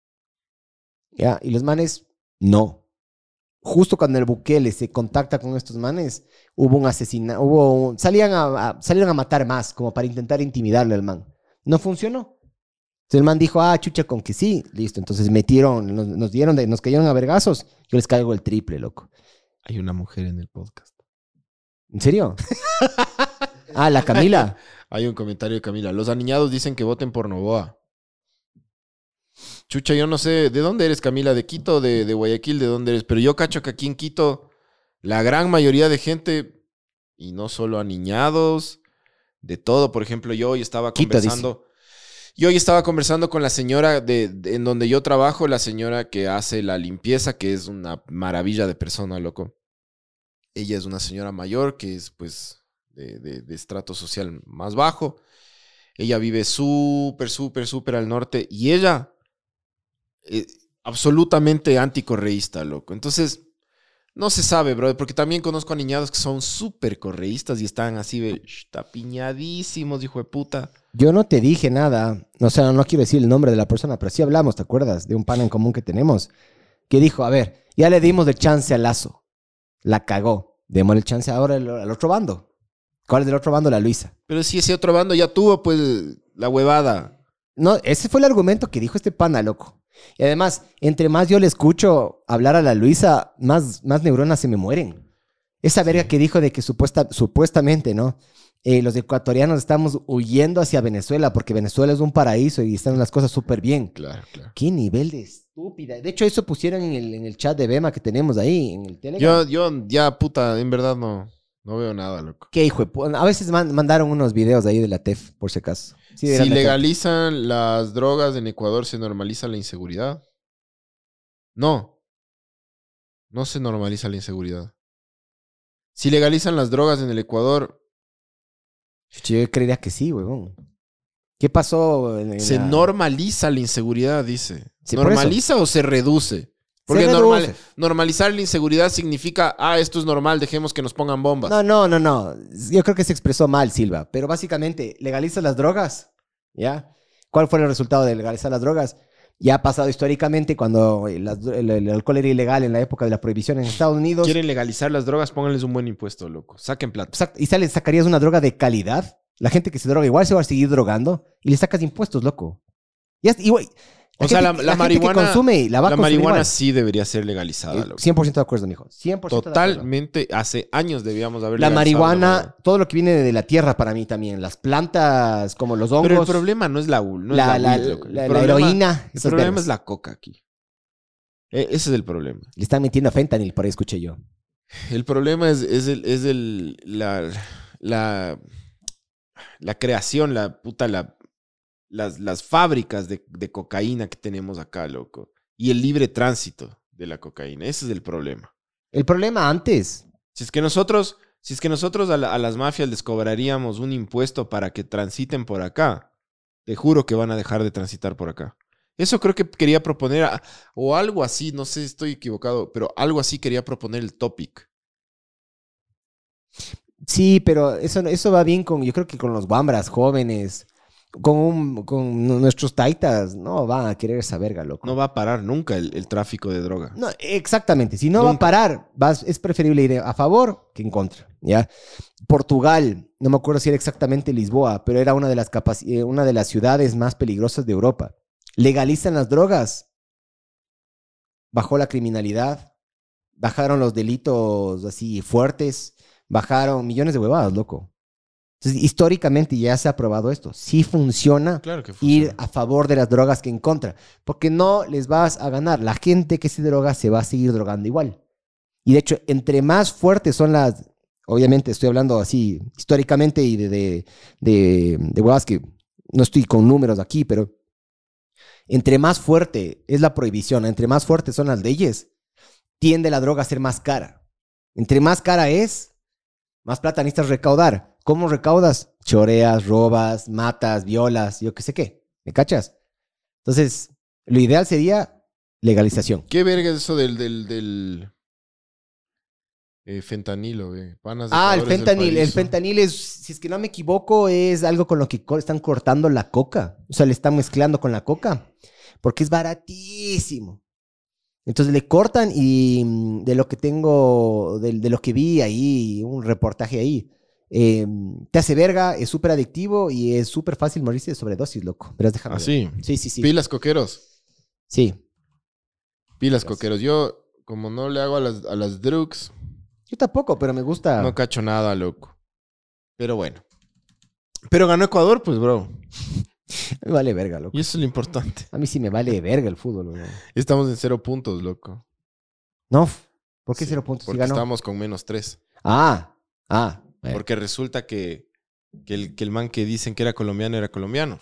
[SPEAKER 3] Ya, y los manes, no. Justo cuando el Bukele se contacta con estos manes, hubo un asesinato, hubo un- salían a, a- salieron a matar más, como para intentar intimidarle al man. No funcionó. Entonces el man dijo, ah, chucha, con que sí, listo. Entonces metieron, nos, nos dieron, de, nos cayeron a vergazos, yo les caigo el triple, loco.
[SPEAKER 2] Hay una mujer en el podcast.
[SPEAKER 3] ¿En serio? Ah, la Camila.
[SPEAKER 2] Hay un comentario de Camila. Los aniñados dicen que voten por Novoa. Chucha, yo no sé, ¿de dónde eres, Camila? ¿De Quito, de, de Guayaquil? ¿De dónde eres? Pero yo cacho que aquí en Quito, la gran mayoría de gente, y no solo aniñados, de todo. Por ejemplo, yo hoy estaba
[SPEAKER 3] Quito,
[SPEAKER 2] conversando... Yo hoy estaba conversando con la señora de, de- en donde yo trabajo, la señora que hace la limpieza, que es una maravilla de persona, loco. Ella es una señora mayor que es, pues, de, de- de estrato social más bajo. Ella vive súper, súper, súper al norte. Y ella, eh, absolutamente anticorreísta, loco. Entonces, no se sabe, bro, porque también conozco a niñados que son súper correístas y están así de "Shh, tapiñadísimos, hijo de puta".
[SPEAKER 3] Yo no te dije nada, o sea, no quiero decir el nombre de la persona, pero sí hablamos, ¿te acuerdas? De un pana en común que tenemos, que dijo, a ver, ya le dimos el chance a Lazo, la cagó, démosle el chance ahora al, al otro bando. ¿Cuál es del otro bando? La Luisa.
[SPEAKER 2] Pero si ese otro bando ya tuvo, pues, la huevada.
[SPEAKER 3] No, ese fue el argumento que dijo este pana, loco. Y además, entre más yo le escucho hablar a la Luisa, más, más neuronas se me mueren. Esa verga que dijo de que supuesta, supuestamente, ¿no? Eh, los ecuatorianos estamos huyendo hacia Venezuela porque Venezuela es un paraíso y están las cosas súper bien.
[SPEAKER 2] Claro, claro.
[SPEAKER 3] ¿Qué nivel de estúpida? De hecho, eso pusieron en el, en el chat de Bema que tenemos ahí, en el Telegram.
[SPEAKER 2] Yo, yo ya, puta, en verdad no, no veo nada, loco.
[SPEAKER 3] ¿Qué hijo de pu- A veces man- mandaron unos videos ahí de la T E F, por si acaso. Sí,
[SPEAKER 2] Si
[SPEAKER 3] deberían meter.
[SPEAKER 2] legalizan las drogas en Ecuador, ¿se normaliza la inseguridad? No. No se normaliza la inseguridad. Si legalizan las drogas en el Ecuador,
[SPEAKER 3] Yo creería que sí, huevón. ¿Qué pasó? En, en
[SPEAKER 2] se
[SPEAKER 3] la-
[SPEAKER 2] normaliza la inseguridad, dice.
[SPEAKER 3] Sí, por
[SPEAKER 2] ¿Normaliza o se reduce? Porque
[SPEAKER 3] Se
[SPEAKER 2] normal-
[SPEAKER 3] reduce.
[SPEAKER 2] normalizar la inseguridad significa, ah, esto es normal, dejemos que nos pongan bombas.
[SPEAKER 3] No, no, no, no. Yo creo que se expresó mal, Silva. Pero básicamente, legalizas las drogas, ¿ya? ¿Cuál fue el resultado de legalizar las drogas? Ya ha pasado históricamente cuando el, el- el alcohol era ilegal en la época de la prohibición en Estados Unidos.
[SPEAKER 2] Quieren legalizar las drogas, pónganles un buen impuesto, loco. Saquen plata.
[SPEAKER 3] Exacto, y sale, sacarías una droga de calidad. La gente que se droga igual se va a seguir drogando y le sacas impuestos, loco. Ya, y, güey,
[SPEAKER 2] O sea, la- la
[SPEAKER 3] gente que
[SPEAKER 2] marihuana-
[SPEAKER 3] consume, la va a
[SPEAKER 2] La
[SPEAKER 3] consumir
[SPEAKER 2] marihuana
[SPEAKER 3] igual.
[SPEAKER 2] sí debería ser legalizada, loco.
[SPEAKER 3] cien por ciento de acuerdo, mijo. cien por ciento de acuerdo.
[SPEAKER 2] Totalmente, hace años debíamos haber
[SPEAKER 3] La
[SPEAKER 2] legalizado
[SPEAKER 3] marihuana, todo lo que viene de la tierra para mí también. Las plantas, como los hongos.
[SPEAKER 2] Pero el problema no es la, u- no es
[SPEAKER 3] la,
[SPEAKER 2] la,
[SPEAKER 3] la-
[SPEAKER 2] weed, loco. El
[SPEAKER 3] la- la
[SPEAKER 2] problema-
[SPEAKER 3] heroína.
[SPEAKER 2] El
[SPEAKER 3] esas
[SPEAKER 2] problema
[SPEAKER 3] vergas.
[SPEAKER 2] es la coca aquí. E- ese es el problema.
[SPEAKER 3] Le están metiendo fentanil, por ahí escuché yo.
[SPEAKER 2] El problema es, es, el, es el, la, la, la creación, la puta, la, las, las fábricas de, de cocaína que tenemos acá, loco. Y el libre tránsito de la cocaína. Ese es el problema.
[SPEAKER 3] El problema antes.
[SPEAKER 2] Si es que nosotros, si es que nosotros a, la- a las mafias les cobraríamos un impuesto para que transiten por acá, te juro que van a dejar de transitar por acá. Eso creo que quería proponer, a- o algo así, no sé, estoy equivocado, pero algo así quería proponer el topic.
[SPEAKER 3] Sí, pero eso, eso va bien con, yo creo que con los guambras jóvenes, con, un- con nuestros taitas, no van a querer esa verga, loco.
[SPEAKER 2] No va a parar nunca el, el tráfico de droga.
[SPEAKER 3] No, exactamente. Si no va a
[SPEAKER 2] Nunca.
[SPEAKER 3] parar, vas, es preferible ir a favor que en contra, ¿ya? Portugal, no me acuerdo si era exactamente Lisboa, pero era una de las, capaci- eh, una de las ciudades más peligrosas de Europa. Legalizan las drogas, bajó la criminalidad, bajaron los delitos así fuertes, bajaron millones de huevadas, loco. Entonces, históricamente ya se ha probado esto. Sí funciona
[SPEAKER 2] Claro que
[SPEAKER 3] ir
[SPEAKER 2] funciona.
[SPEAKER 3] a favor de las drogas que en contra. Porque no les vas a ganar. La gente que se droga se va a seguir drogando igual. Y de hecho, entre más fuertes son las... Obviamente estoy hablando así históricamente y de, de, de, de huevas que no estoy con números aquí, pero entre más fuerte es la prohibición, entre más fuertes son las leyes, tiende la droga a ser más cara. Entre más cara es, Más plata necesitas recaudar. ¿Cómo recaudas? Choreas, robas, matas, violas, yo qué sé qué. ¿Me cachas? Entonces, lo ideal sería legalización.
[SPEAKER 2] ¿Qué verga es eso del, del, del eh, fentanilo, güey? Panas de
[SPEAKER 3] Ah, el
[SPEAKER 2] Ecuador es del
[SPEAKER 3] fentanil. El
[SPEAKER 2] paraíso.
[SPEAKER 3] fentanil es, si es que no me equivoco, es algo con lo que co- están cortando la coca. O sea, le están mezclando con la coca. Porque es baratísimo. Entonces le cortan y mm, de lo que tengo, de, de lo que vi ahí, un reportaje ahí, eh, te hace verga, es súper adictivo y es súper fácil morirse de sobredosis, loco. Verás, déjame
[SPEAKER 2] ¿Ah,
[SPEAKER 3] ver.
[SPEAKER 2] sí?
[SPEAKER 3] Sí, sí, sí.
[SPEAKER 2] Pilas coqueros.
[SPEAKER 3] Sí.
[SPEAKER 2] Pilas coqueros. Yo, como no le hago a las, a las drugs,
[SPEAKER 3] Yo tampoco, pero me gusta.
[SPEAKER 2] no cacho nada, loco. Pero bueno. Pero ganó Ecuador, pues, bro.
[SPEAKER 3] Me vale verga, loco.
[SPEAKER 2] Y eso es lo importante.
[SPEAKER 3] A mí sí me vale verga el fútbol, loco.
[SPEAKER 2] Estamos en cero puntos, loco.
[SPEAKER 3] No, ¿por qué
[SPEAKER 2] Sí,
[SPEAKER 3] cero puntos? Sí
[SPEAKER 2] Porque
[SPEAKER 3] ganó.
[SPEAKER 2] estamos con menos tres.
[SPEAKER 3] Ah, ah. bueno.
[SPEAKER 2] Porque resulta que, que, el, que el man que dicen que era colombiano era colombiano.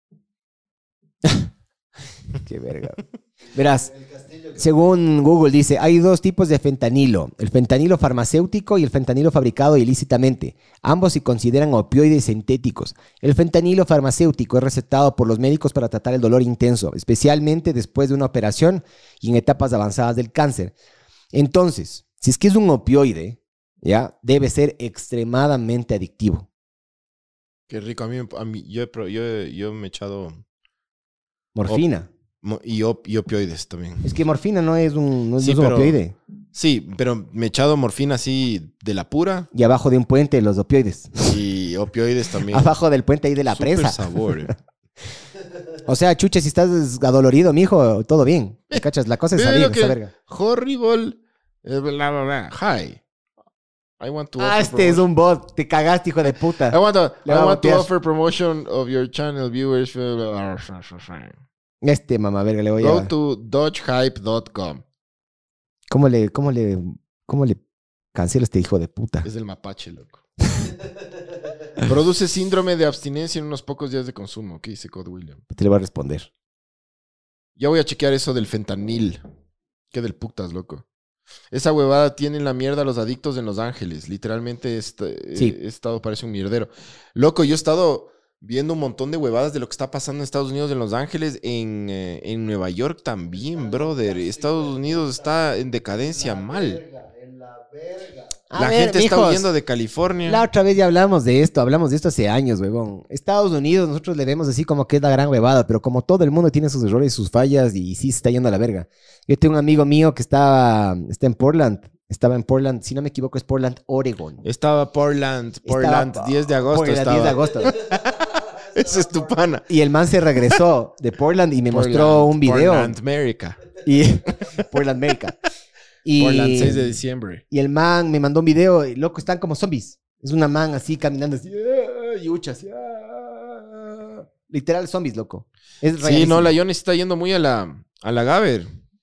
[SPEAKER 3] Qué verga. Verás, según Google dice, hay dos tipos de fentanilo, el fentanilo farmacéutico y el fentanilo fabricado ilícitamente. Ambos se consideran opioides sintéticos. El fentanilo farmacéutico es recetado por los médicos para tratar el dolor intenso, especialmente después de una operación y en etapas avanzadas del cáncer. Entonces, si es que es un opioide, ya, debe ser extremadamente adictivo.
[SPEAKER 2] Qué rico. A mí, a mí yo, he pro- yo, he- yo me he echado...
[SPEAKER 3] Morfina.
[SPEAKER 2] mo- Y, op- y opioides también.
[SPEAKER 3] Es que morfina no es un, no es
[SPEAKER 2] Sí,
[SPEAKER 3] un
[SPEAKER 2] pero-
[SPEAKER 3] opioide.
[SPEAKER 2] Sí, pero me he echado morfina así de la pura
[SPEAKER 3] Y abajo de un puente los opioides.
[SPEAKER 2] y opioides también.
[SPEAKER 3] Abajo del puente ahí de la
[SPEAKER 2] Súper
[SPEAKER 3] presa.
[SPEAKER 2] sabor.
[SPEAKER 3] O sea, chuche, si estás adolorido, mijo, todo bien. ¿Me cachas? La cosa es
[SPEAKER 2] Mira
[SPEAKER 3] salir,
[SPEAKER 2] lo que-
[SPEAKER 3] esa verga.
[SPEAKER 2] Horrible. eh, bla, bla, bla. Hi. I want to
[SPEAKER 3] Ah,
[SPEAKER 2] offer
[SPEAKER 3] este es
[SPEAKER 2] promotion-
[SPEAKER 3] un bot. Te cagaste, hijo de puta.
[SPEAKER 2] I want to,
[SPEAKER 3] Le
[SPEAKER 2] I
[SPEAKER 3] va a
[SPEAKER 2] want to
[SPEAKER 3] botear.
[SPEAKER 2] offer promotion of your channel viewers.
[SPEAKER 3] Este mamá verga le voy
[SPEAKER 2] Go
[SPEAKER 3] a...
[SPEAKER 2] to dodge hype dot com.
[SPEAKER 3] ¿Cómo le, cómo le, cómo le cancelo a este hijo de puta?
[SPEAKER 2] Es del mapache, loco. Produce síndrome de abstinencia en unos pocos días de consumo. ¿Qué dice Code William?
[SPEAKER 3] Te le voy a responder.
[SPEAKER 2] Ya voy a chequear eso del fentanil. Qué del putas, loco. Esa huevada tiene en la mierda a los adictos en Los Ángeles. Literalmente est
[SPEAKER 3] Sí.
[SPEAKER 2] he estado, parece un mierdero. Loco, yo he estado viendo un montón de huevadas de lo que está pasando en Estados Unidos, en Los Ángeles, en, eh, en Nueva York también, brother. Estados Unidos está en decadencia mal.
[SPEAKER 4] Verga, en la verga.
[SPEAKER 3] A
[SPEAKER 2] La
[SPEAKER 3] ver,
[SPEAKER 2] gente está
[SPEAKER 3] mijos,
[SPEAKER 2] huyendo de California.
[SPEAKER 3] La otra vez ya hablamos de esto, hablamos de esto hace años, huevón. Estados Unidos, nosotros le vemos así como que es la gran huevada, pero como todo el mundo tiene sus errores, sus fallas y sí se está yendo a la verga. Yo tengo un amigo mío que está, está en Portland, estaba en Portland, si no me equivoco es Portland, Oregon.
[SPEAKER 2] Estaba Portland, Portland,
[SPEAKER 3] Estaba-
[SPEAKER 2] diez de agosto
[SPEAKER 3] Portland,
[SPEAKER 2] estaba.
[SPEAKER 3] diez de agosto.
[SPEAKER 2] Ese es tu pana.
[SPEAKER 3] Y el man se regresó de Portland y me mostró
[SPEAKER 2] Portland,
[SPEAKER 3] un video.
[SPEAKER 2] Portland, America.
[SPEAKER 3] Y, Portland, América. Y,
[SPEAKER 2] Portland, seis de diciembre.
[SPEAKER 3] y el man me mandó un video, y loco, están como zombies. Es una man así caminando así, ah, y hucha así. ah. Literal zombies, loco. Es
[SPEAKER 2] Sí,
[SPEAKER 3] realísimo.
[SPEAKER 2] no, la Johnny está yendo muy a la, a la Gaber.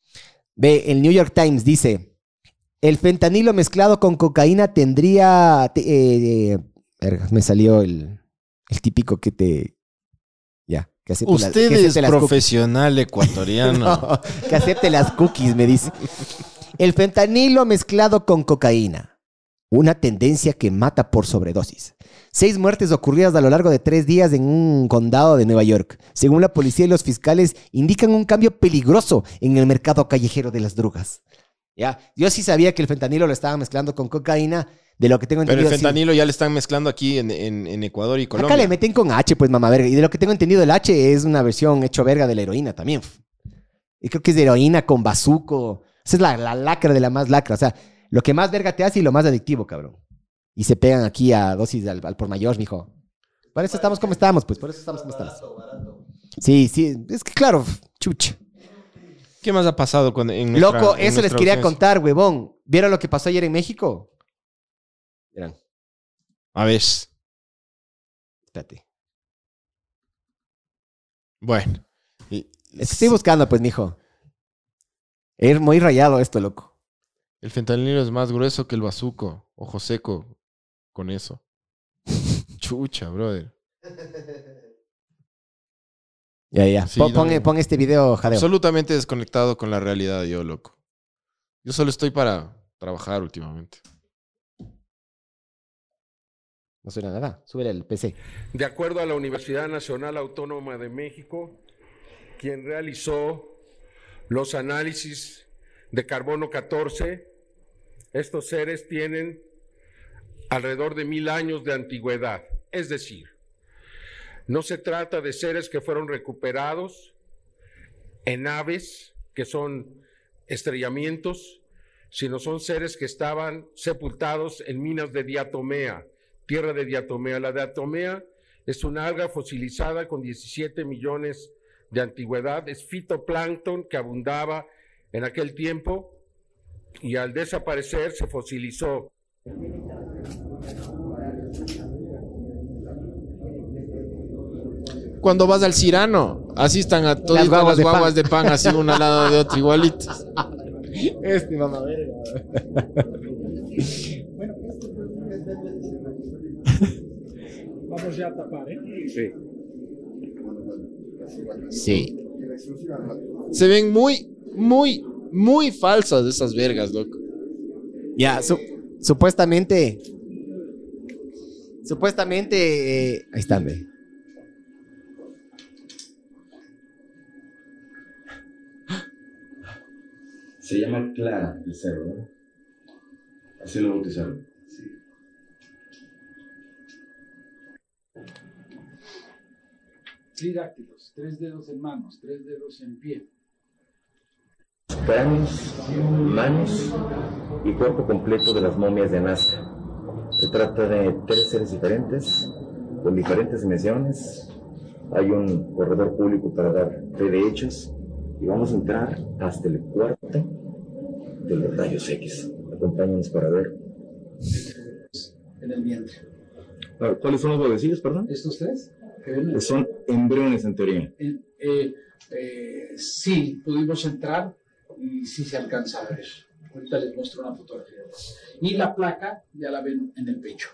[SPEAKER 3] Ve, el New York Times dice, el fentanilo mezclado con cocaína tendría... te- eh, eh, verga, me salió el, el típico que te... Ya, que acepte, la- que
[SPEAKER 2] Usted es
[SPEAKER 3] acepte las cookies.
[SPEAKER 2] profesional ecuatoriano.
[SPEAKER 3] No, que acepte las cookies, me dice. El fentanilo mezclado con cocaína. Una tendencia que mata por sobredosis. Seis muertes ocurridas a lo largo de tres días en un condado de Nueva York. Según la policía y los fiscales, indican un cambio peligroso en el mercado callejero de las drogas. Ya, yo sí sabía que el fentanilo lo estaban mezclando con cocaína, de lo que tengo
[SPEAKER 2] Pero
[SPEAKER 3] entendido.
[SPEAKER 2] el
[SPEAKER 3] sí.
[SPEAKER 2] fentanilo ya le están mezclando aquí en, en- en Ecuador y Colombia.
[SPEAKER 3] Acá le meten con H, pues mamá verga. Y de lo que tengo entendido, el H es una versión hecho verga de la heroína también. Y creo que es de heroína con bazuco. Esa es la, la lacra de la más lacra. O sea, lo que más verga te hace y lo más adictivo, cabrón. Y se pegan aquí a dosis al, al por mayor, mijo. Por eso estamos como estamos, pues. Por eso estamos como estamos.
[SPEAKER 4] Barato, barato.
[SPEAKER 3] Sí, sí. Es que claro, chucha.
[SPEAKER 2] ¿Qué más ha pasado cuando, en nuestra-
[SPEAKER 3] Loco,
[SPEAKER 2] en
[SPEAKER 3] eso les
[SPEAKER 2] nuestra
[SPEAKER 3] quería
[SPEAKER 2] ausencia?
[SPEAKER 3] contar, huevón. ¿Vieron lo que pasó ayer en México? Verán,
[SPEAKER 2] A ver.
[SPEAKER 3] espérate.
[SPEAKER 2] Bueno. Y-
[SPEAKER 3] Es que estoy buscando, pues, mijo. Es muy rayado esto, loco.
[SPEAKER 2] El fentanilo es más grueso que el bazuco. Ojo seco con eso. Chucha, brother.
[SPEAKER 3] Ya, ya.
[SPEAKER 2] Sí,
[SPEAKER 3] Pon,
[SPEAKER 2] no,
[SPEAKER 3] pon-
[SPEAKER 2] no.
[SPEAKER 3] pon este video, jadeo.
[SPEAKER 2] Absolutamente desconectado con la realidad, yo, loco. Yo solo estoy para trabajar últimamente.
[SPEAKER 3] No suena nada. Súbele el P C.
[SPEAKER 7] De acuerdo a la Universidad Nacional Autónoma de México, quien realizó los análisis de carbono catorce, estos seres tienen alrededor de mil años de antigüedad. Es decir, no se trata de seres que fueron recuperados en naves, que son estrellamientos, sino son seres que estaban sepultados en minas de diatomea, tierra de diatomea. La diatomea es una alga fosilizada con diecisiete millones de antigüedad, es fitoplancton que abundaba en aquel tiempo y al desaparecer se fosilizó.
[SPEAKER 2] Cuando vas al Cirano, así están a todas
[SPEAKER 3] Las guaguas
[SPEAKER 2] las
[SPEAKER 3] de
[SPEAKER 2] guaguas
[SPEAKER 3] pan.
[SPEAKER 2] de pan, así una al lado de otra, igualitas.
[SPEAKER 3] Este mamá verga.
[SPEAKER 8] Vamos ya a tapar, ¿eh?
[SPEAKER 7] Sí.
[SPEAKER 3] Sí.
[SPEAKER 2] Se ven muy, muy, muy falsas esas vergas, loco.
[SPEAKER 3] Ya, su- supuestamente. Supuestamente. eh, ahí están, ve.
[SPEAKER 9] Se llama Clara el cerro, ¿no? Así lo bautizaron. Sí.
[SPEAKER 8] Tridáctilos, tres dedos en manos, tres dedos en pie.
[SPEAKER 9] Cráneos, manos y cuerpo completo de las momias de Nazca. Se trata de tres seres diferentes, con diferentes dimensiones. Hay un corredor público para dar fe de hechos y vamos a entrar hasta el cuarto de los rayos X. Acompáñanos para ver.
[SPEAKER 8] En el vientre.
[SPEAKER 9] ¿Cuáles son los huevecillos, perdón?
[SPEAKER 8] ¿Estos tres? Que ven,
[SPEAKER 9] Son embriones en teoría.
[SPEAKER 8] eh, eh, eh, sí, pudimos entrar y sí se alcanza a ver. Ahorita les muestro una fotografía. Y la placa ya la ven en el pecho.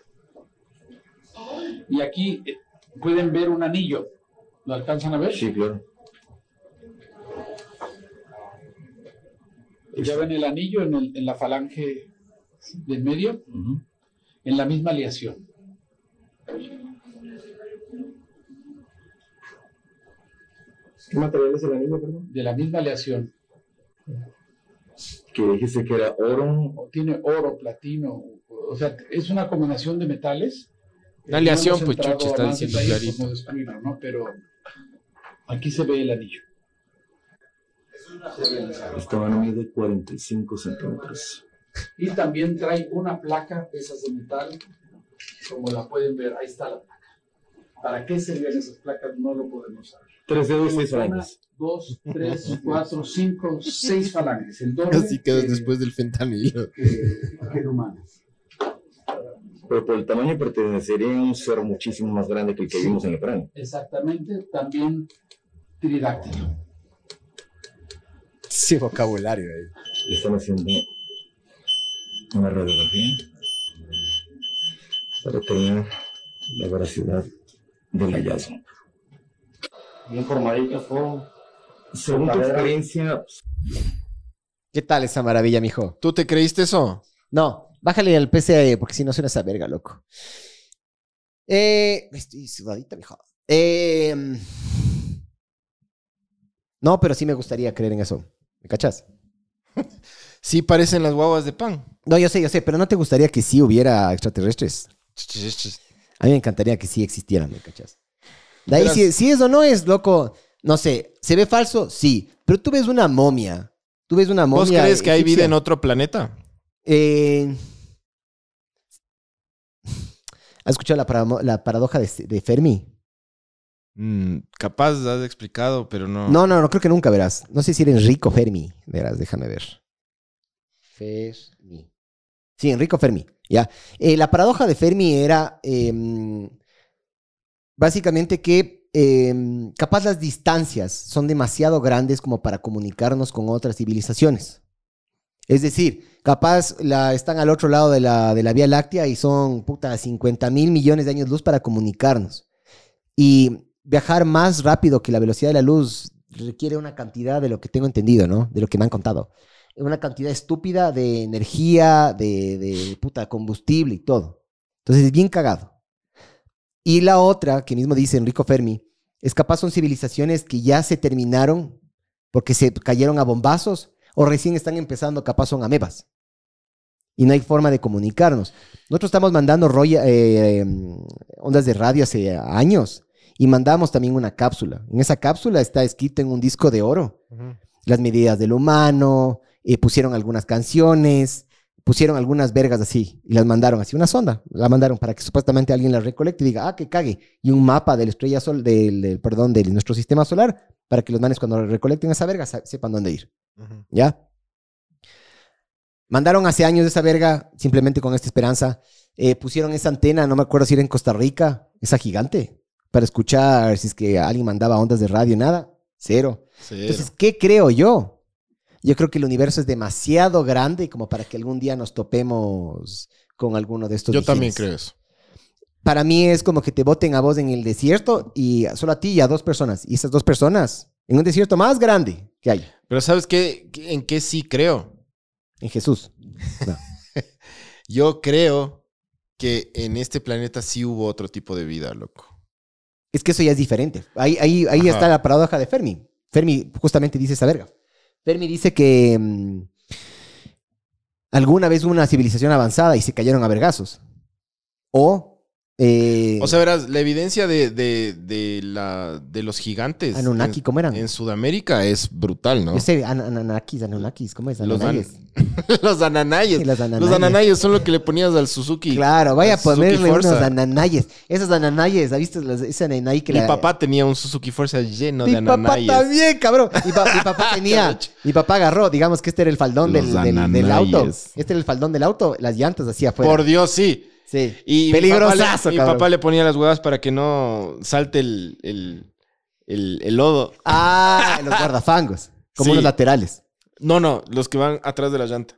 [SPEAKER 8] Y aquí eh, pueden ver un anillo. ¿Lo alcanzan a ver?
[SPEAKER 9] Sí, claro.
[SPEAKER 8] Ya ven el anillo en, el- en la falange del medio,
[SPEAKER 9] Uh-huh.
[SPEAKER 8] en la misma aleación.
[SPEAKER 9] ¿Qué material es el anillo, perdón?
[SPEAKER 8] De la misma aleación.
[SPEAKER 9] Que dijiste que era oro.
[SPEAKER 8] O tiene oro, platino, o sea, es una combinación de metales.
[SPEAKER 2] La aleación,
[SPEAKER 8] No hemos
[SPEAKER 2] pues,
[SPEAKER 8] entrado
[SPEAKER 2] chucha, está
[SPEAKER 8] a más
[SPEAKER 2] diciendo
[SPEAKER 8] detalles
[SPEAKER 2] clarito.
[SPEAKER 8] por no destruirlo, ¿no? Pero aquí se ve el anillo.
[SPEAKER 9] Esta mano mide cuarenta y cinco centímetros.
[SPEAKER 8] Y también trae una placa de esas de metal, como la pueden ver, ahí está la placa. ¿Para qué servían esas placas? No lo podemos saber.
[SPEAKER 9] Tres dedos, seis
[SPEAKER 8] Una,
[SPEAKER 9] falanges.
[SPEAKER 8] dos, tres, cuatro, cinco, seis falanges. El doble
[SPEAKER 2] Así quedas
[SPEAKER 8] que-
[SPEAKER 2] después del fentanilo.
[SPEAKER 8] que, que el humano.
[SPEAKER 9] Pero por el tamaño pertenecería a un ser muchísimo más grande que el que vimos en el cráneo.
[SPEAKER 8] Exactamente, también tridáctilo.
[SPEAKER 3] Sí, vocabulario. eh.
[SPEAKER 9] Le están haciendo una radiografía para determinar la veracidad del hallazgo. Bien formaditos, todo. Según tu experiencia,
[SPEAKER 3] ¿Qué tal esa maravilla, mijo?
[SPEAKER 2] ¿Tú te creíste eso?
[SPEAKER 3] No, bájale al P C porque si no suena esa verga, loco. Eh, estoy sudadita, mijo. Eh, no, pero sí me gustaría creer en eso. ¿Me cachas?
[SPEAKER 2] Sí parecen las guaguas de pan.
[SPEAKER 3] No, yo sé, yo sé, pero ¿no te gustaría que sí hubiera extraterrestres? A mí me encantaría que sí existieran, ¿me cachas? De ahí,
[SPEAKER 2] Verás-
[SPEAKER 3] si, si es o no es, loco, no sé, ¿se ve falso? Sí, pero tú ves una momia. Tú ves una momia.
[SPEAKER 2] ¿Vos crees que hay vida
[SPEAKER 3] egipcia.
[SPEAKER 2] en otro planeta?
[SPEAKER 3] Eh, ¿Has escuchado la, paramo- la paradoja de, de Fermi?
[SPEAKER 2] Mm, capaz has explicado, pero no.
[SPEAKER 3] No, no, no, creo que nunca verás. No sé si era Enrico Fermi. Verás, déjame ver. Fermi. Sí, Enrico Fermi. Ya. Eh, la paradoja de Fermi era eh, básicamente que eh, capaz las distancias son demasiado grandes como para comunicarnos con otras civilizaciones. Es decir, capaz la, están al otro lado de la, de la Vía Láctea y son, puta, cincuenta mil millones de años luz para comunicarnos. Y viajar más rápido que la velocidad de la luz requiere una cantidad de lo que tengo entendido, ¿no? De lo que me han contado. Una cantidad estúpida de energía, de, de puta combustible y todo. Entonces es bien cagado. Y la otra, que mismo dice Enrico Fermi, es capaz son civilizaciones que ya se terminaron porque se cayeron a bombazos o recién están empezando, capaz son amebas. Y no hay forma de comunicarnos. Nosotros estamos mandando roya, eh, ondas de radio hace años y mandamos también una cápsula. En esa cápsula está escrito en un disco de oro uh-huh. las medidas del humano, eh, pusieron algunas canciones, pusieron algunas vergas así y las mandaron así, una sonda. La mandaron para que supuestamente alguien la recolecte y diga, ah, que cague. Y un mapa de la estrella sol, del, del, perdón, de nuestro sistema solar para que los manes cuando recolecten esa verga sepan dónde ir. Uh-huh. ¿Ya? Mandaron hace años esa verga, simplemente con esta esperanza. Eh, pusieron esa antena, no me acuerdo si era en Costa Rica, esa gigante, para escuchar si es que alguien mandaba ondas de radio, nada. Cero. Cero. Entonces, ¿qué creo yo? Yo creo que el universo es demasiado grande como para que algún día nos topemos con alguno de estos.
[SPEAKER 2] Yo
[SPEAKER 3] vigines.
[SPEAKER 2] también creo eso.
[SPEAKER 3] Para mí es como que te boten a vos en el desierto y solo a ti y a dos personas. Y esas dos personas en un desierto más grande que hay.
[SPEAKER 2] Pero ¿sabes qué? ¿En qué sí creo?
[SPEAKER 3] En Jesús. No.
[SPEAKER 2] Yo creo que en este planeta sí hubo otro tipo de vida, loco.
[SPEAKER 3] Es que eso ya es diferente. Ahí, ahí, ahí está la paradoja de Fermi. Fermi justamente dice esa verga. Fermi dice que mmm, alguna vez hubo una civilización avanzada y se cayeron a vergazos. O... Eh,
[SPEAKER 2] o sea, verás, la evidencia de, de, de, la, de los gigantes
[SPEAKER 3] Anunnaki,
[SPEAKER 2] en,
[SPEAKER 3] ¿cómo eran?
[SPEAKER 2] En Sudamérica es brutal, ¿no?
[SPEAKER 3] Yo sé, an Anunnakis, Anunnakis, ¿cómo es?
[SPEAKER 2] Los, an
[SPEAKER 3] Ananayes.
[SPEAKER 2] los ananayes.
[SPEAKER 3] Los ananayes.
[SPEAKER 2] Los ananayes son lo que le ponías al Suzuki.
[SPEAKER 3] Claro, vaya a ponerle
[SPEAKER 2] Forza.
[SPEAKER 3] unos ananayes. Esos ananayes, ¿has visto? Ese ananay que
[SPEAKER 2] Mi
[SPEAKER 3] la...
[SPEAKER 2] papá tenía un Suzuki Forza lleno
[SPEAKER 3] mi
[SPEAKER 2] de ananayes.
[SPEAKER 3] Mi papá también, cabrón. Mi, pa mi papá tenía... mi papá agarró, digamos que este era el faldón del, del, del auto. Este era el faldón del auto, las llantas así afuera.
[SPEAKER 2] Por Dios, sí.
[SPEAKER 3] Sí.
[SPEAKER 2] Y
[SPEAKER 3] peligrosazo,
[SPEAKER 2] mi papá, le, mi papá le ponía las huevas para que no salte el, el, el, el lodo.
[SPEAKER 3] Ah, los guardafangos. Como sí. Los laterales.
[SPEAKER 2] No, no, los que van atrás de la llanta.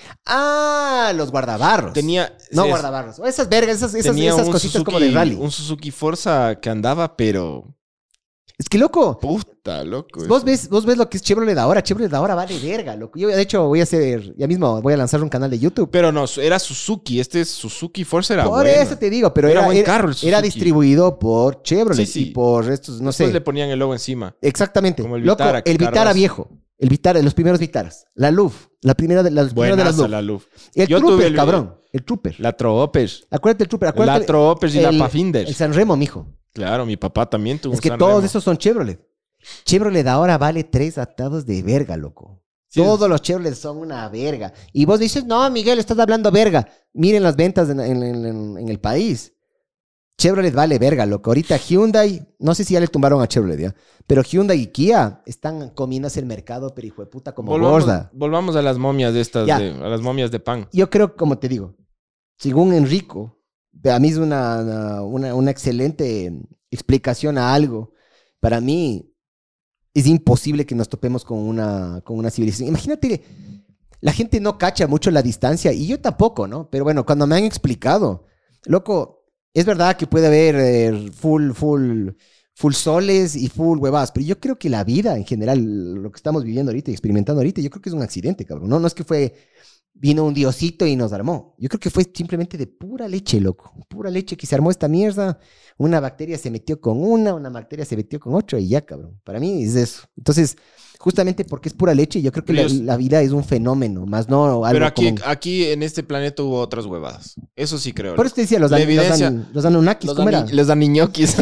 [SPEAKER 3] Ah, los guardabarros.
[SPEAKER 2] Tenía...
[SPEAKER 3] No
[SPEAKER 2] sí,
[SPEAKER 3] guardabarros. Esas vergas, esas, esas, esas cositas Suzuki, como de rally.
[SPEAKER 2] Un Suzuki Forza que andaba, pero...
[SPEAKER 3] Es que, loco.
[SPEAKER 2] Puta, loco.
[SPEAKER 3] Vos ves, vos ves lo que es Chevrolet ahora. Chevrolet ahora vale verga, loco. Yo, de hecho, voy a hacer... Ya mismo voy a lanzar un canal de YouTube.
[SPEAKER 2] Pero no, era Suzuki. Este Suzuki Forza era
[SPEAKER 3] Por
[SPEAKER 2] bueno.
[SPEAKER 3] eso te digo. Pero era, era, buen carro el era distribuido por Chevrolet. Sí, sí. Y por estos, no
[SPEAKER 2] Después
[SPEAKER 3] sé.
[SPEAKER 2] le ponían el logo encima.
[SPEAKER 3] Exactamente.
[SPEAKER 2] Como el Vitara.
[SPEAKER 3] Loco, el Vitara viejo. El Vitara, los primeros Vitaras. La Luf. La primera de, la primera de las Luf.
[SPEAKER 2] la Luf.
[SPEAKER 3] El
[SPEAKER 2] Yo
[SPEAKER 3] Trooper,
[SPEAKER 2] el,
[SPEAKER 3] cabrón. El Trooper.
[SPEAKER 2] La Trooper.
[SPEAKER 3] Acuérdate el Trooper. Acuérdate
[SPEAKER 2] la Trooper y
[SPEAKER 3] el,
[SPEAKER 2] la Pathfinder.
[SPEAKER 3] El Sanremo, mijo.
[SPEAKER 2] Claro, mi papá también tuvo
[SPEAKER 3] es
[SPEAKER 2] un
[SPEAKER 3] que
[SPEAKER 2] Sanremo.
[SPEAKER 3] Todos esos son Chevrolet. Chevrolet ahora vale tres atados de verga, loco. Sí, Todos es... los Chevrolet son una verga. Y vos dices, no, Miguel, estás hablando verga. Miren las ventas en, en, en, en el país. Chevrolet vale verga, loco. Ahorita Hyundai, no sé si ya le tumbaron a Chevrolet, ¿ya? Pero Hyundai y Kia están comiéndose el mercado, pero hijo de puta, como
[SPEAKER 2] volvamos,
[SPEAKER 3] gorda.
[SPEAKER 2] Volvamos a las momias de estas, de, a las momias de pan.
[SPEAKER 3] Yo creo, como te digo, según Enrico, a mí es una, una, una excelente explicación a algo. Para mí... es imposible que nos topemos con una, con una civilización. Imagínate, la gente no cacha mucho la distancia, y yo tampoco, ¿no? Pero bueno, cuando me han explicado, loco, es verdad que puede haber eh, full, full, full soles y full huevadas, pero yo creo que la vida en general, lo que estamos viviendo ahorita y experimentando ahorita, yo creo que es un accidente, cabrón. No, no es que fue, vino un diosito y nos armó. Yo creo que fue simplemente de pura leche, loco. Pura leche que se armó esta mierda. Una bacteria se metió con una, una bacteria se metió con otra y ya, cabrón. Para mí es eso. Entonces, justamente porque es pura leche, yo creo que la, la vida es un fenómeno, más no algo
[SPEAKER 2] Pero aquí,
[SPEAKER 3] como...
[SPEAKER 2] aquí en este planeta hubo otras huevadas. Eso sí creo.
[SPEAKER 3] Por eso te decía, los, dan, los, dan, los Anunnakis,
[SPEAKER 2] los
[SPEAKER 3] ¿cómo era?
[SPEAKER 2] Los aniñoquis.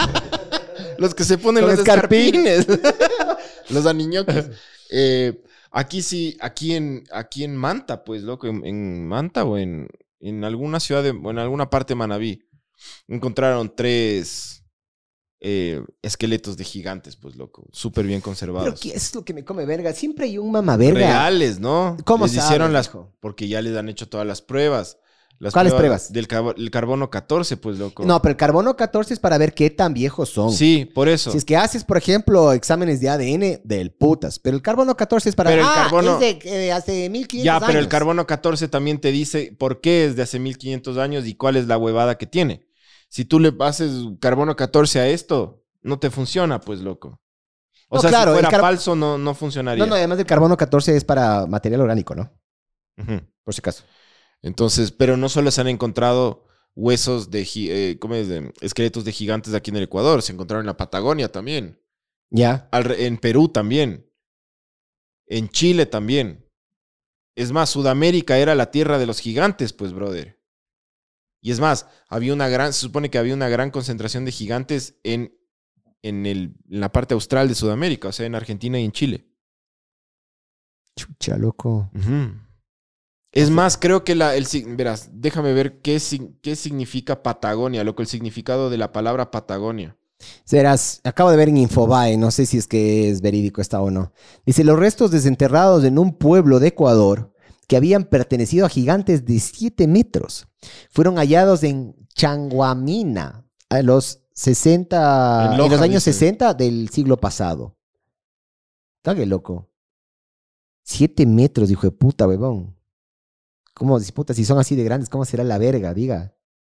[SPEAKER 2] Los que se ponen
[SPEAKER 3] Con
[SPEAKER 2] los
[SPEAKER 3] escarpines.
[SPEAKER 2] escarpines. Los aniñoquis. Eh, aquí sí, aquí en, aquí en Manta, pues, loco, en, en Manta o en, en alguna ciudad, de, o en alguna parte de Manabí, encontraron tres eh, esqueletos de gigantes, pues, loco, súper bien conservados.
[SPEAKER 3] Pero ¿qué es lo que me come verga? Siempre hay un mamaverga.
[SPEAKER 2] Reales, ¿no?
[SPEAKER 3] ¿Cómo
[SPEAKER 2] les
[SPEAKER 3] sabes,
[SPEAKER 2] hicieron las,
[SPEAKER 3] hijo?
[SPEAKER 2] porque ya les han hecho todas las pruebas. Las
[SPEAKER 3] ¿Cuáles pruebas?
[SPEAKER 2] Del carbo el carbono catorce, pues, loco.
[SPEAKER 3] No, pero el carbono catorce es para ver qué tan viejos son.
[SPEAKER 2] Sí, por eso.
[SPEAKER 3] Si es que haces, por ejemplo, exámenes de A D N, del putas. Pero el carbono catorce es para...
[SPEAKER 2] Pero el
[SPEAKER 3] ah,
[SPEAKER 2] carbono...
[SPEAKER 3] es de eh, hace mil quinientos
[SPEAKER 2] ya,
[SPEAKER 3] años.
[SPEAKER 2] pero el carbono catorce también te dice por qué es de hace mil quinientos años y cuál es la huevada que tiene. Si tú le haces carbono catorce a esto, no te funciona, pues, loco. O
[SPEAKER 3] no,
[SPEAKER 2] sea,
[SPEAKER 3] claro,
[SPEAKER 2] si fuera
[SPEAKER 3] car...
[SPEAKER 2] falso, no, no funcionaría.
[SPEAKER 3] No, no, además el carbono catorce es para material orgánico, ¿no?
[SPEAKER 2] Uh-huh.
[SPEAKER 3] Por si acaso.
[SPEAKER 2] Entonces, pero no solo se han encontrado huesos de, gi- eh, ¿cómo es? De esqueletos de gigantes aquí en el Ecuador. Se encontraron en la Patagonia también.
[SPEAKER 3] Ya.
[SPEAKER 2] Al re- en Perú también. En Chile también. Es más, Sudamérica era la tierra de los gigantes, pues, brother. Y es más, había una gran, se supone que había una gran concentración de gigantes en, en, el, en la parte austral de Sudamérica, o sea, en Argentina y en Chile.
[SPEAKER 3] Chucha, loco.
[SPEAKER 2] Ujú. Es más, creo que la, el, sig- verás, déjame ver qué, sig- qué significa Patagonia, loco, el significado de la palabra Patagonia.
[SPEAKER 3] Serás, acabo de ver en Infobae, no sé si es que es verídico esta o no. Dice, los restos desenterrados en un pueblo de Ecuador que habían pertenecido a gigantes de siete metros fueron hallados en Changuamina a los sesenta,
[SPEAKER 2] En
[SPEAKER 3] en,
[SPEAKER 2] Loja,
[SPEAKER 3] los años
[SPEAKER 2] dice.
[SPEAKER 3] sesenta del siglo pasado. Cague loco. Siete metros, hijo de puta, huevón. ¿Cómo, puta, si son así de grandes, cómo será la verga? Diga.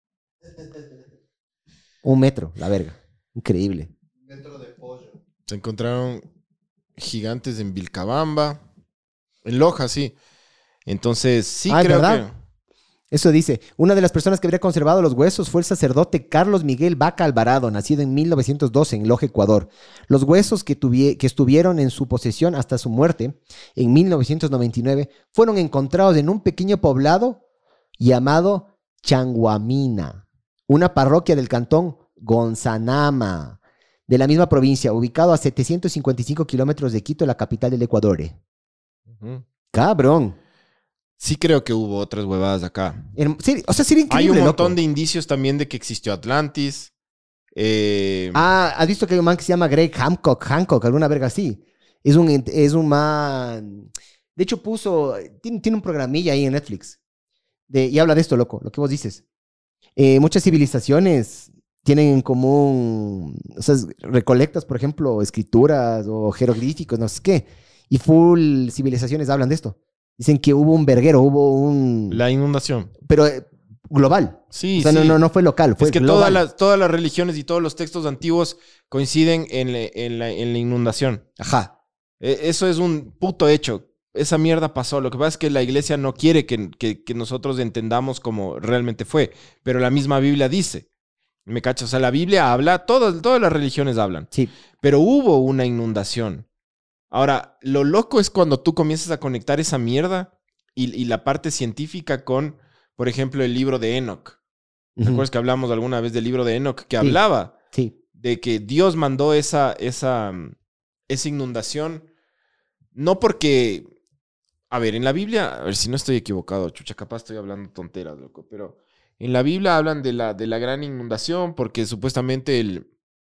[SPEAKER 3] Un metro, la verga. Increíble.
[SPEAKER 4] Metro de pollo.
[SPEAKER 2] Se encontraron gigantes en Vilcabamba, en Loja, sí. Entonces, sí
[SPEAKER 3] Ah, ¿es
[SPEAKER 2] creo
[SPEAKER 3] verdad?
[SPEAKER 2] que...
[SPEAKER 3] Eso dice, una de las personas que habría conservado los huesos fue el sacerdote Carlos Miguel Vaca Alvarado, nacido en mil novecientos doce en Loja, Ecuador. Los huesos que, tuvie- que estuvieron en su posesión hasta su muerte en mil novecientos noventa y nueve fueron encontrados en un pequeño poblado llamado Changuamina, una parroquia del cantón Gonzanama, de la misma provincia, ubicado a setecientos cincuenta y cinco kilómetros de Quito, la capital del Ecuador.
[SPEAKER 2] Ujú.
[SPEAKER 3] Cabrón.
[SPEAKER 2] Sí creo que hubo otras huevadas acá.
[SPEAKER 3] Herm- sí, o sea, sería
[SPEAKER 2] Hay
[SPEAKER 3] increíble,
[SPEAKER 2] un montón
[SPEAKER 3] loco.
[SPEAKER 2] de indicios también de que existió Atlantis. Eh,
[SPEAKER 3] Ah, ¿has visto que hay un man que se llama Greg Hancock? Hancock, alguna verga así. Es un, es un man... De hecho, puso... Tiene, tiene un programilla ahí en Netflix. De, y habla de esto, loco, lo que vos dices. Eh, muchas civilizaciones tienen en común... O sea, recolectas, por ejemplo, escrituras o jeroglíficos, no sé qué. Y full civilizaciones hablan de esto. Dicen que hubo un verguero, hubo un...
[SPEAKER 2] la inundación.
[SPEAKER 3] Pero eh, global.
[SPEAKER 2] Sí,
[SPEAKER 3] O sea,
[SPEAKER 2] sí.
[SPEAKER 3] no, no, no fue local, fue
[SPEAKER 2] Es que
[SPEAKER 3] global.
[SPEAKER 2] todas las, todas las religiones y todos los textos antiguos coinciden en, la- en la, en la inundación.
[SPEAKER 3] Ajá.
[SPEAKER 2] Eh, Eso es un puto hecho. Esa mierda pasó. Lo que pasa es que la iglesia no quiere que, que- que nosotros entendamos como realmente fue. Pero la misma Biblia dice. ¿Me cachas? O sea, la Biblia habla, todas, todas las religiones hablan.
[SPEAKER 3] Sí.
[SPEAKER 2] Pero hubo una inundación. Ahora, lo loco es cuando tú comienzas a conectar esa mierda y, y la parte científica con, por ejemplo, el libro de Enoch. ¿Te
[SPEAKER 3] Ujú.
[SPEAKER 2] acuerdas que hablamos alguna vez del libro de Enoch? Que
[SPEAKER 3] Sí.
[SPEAKER 2] hablaba
[SPEAKER 3] Sí.
[SPEAKER 2] de que Dios mandó esa, esa, mm, esa inundación, no porque, a ver, en la Biblia, a ver si no estoy equivocado, chucha, capaz estoy hablando tonteras, loco, pero en la Biblia hablan de la, de la gran inundación porque supuestamente el,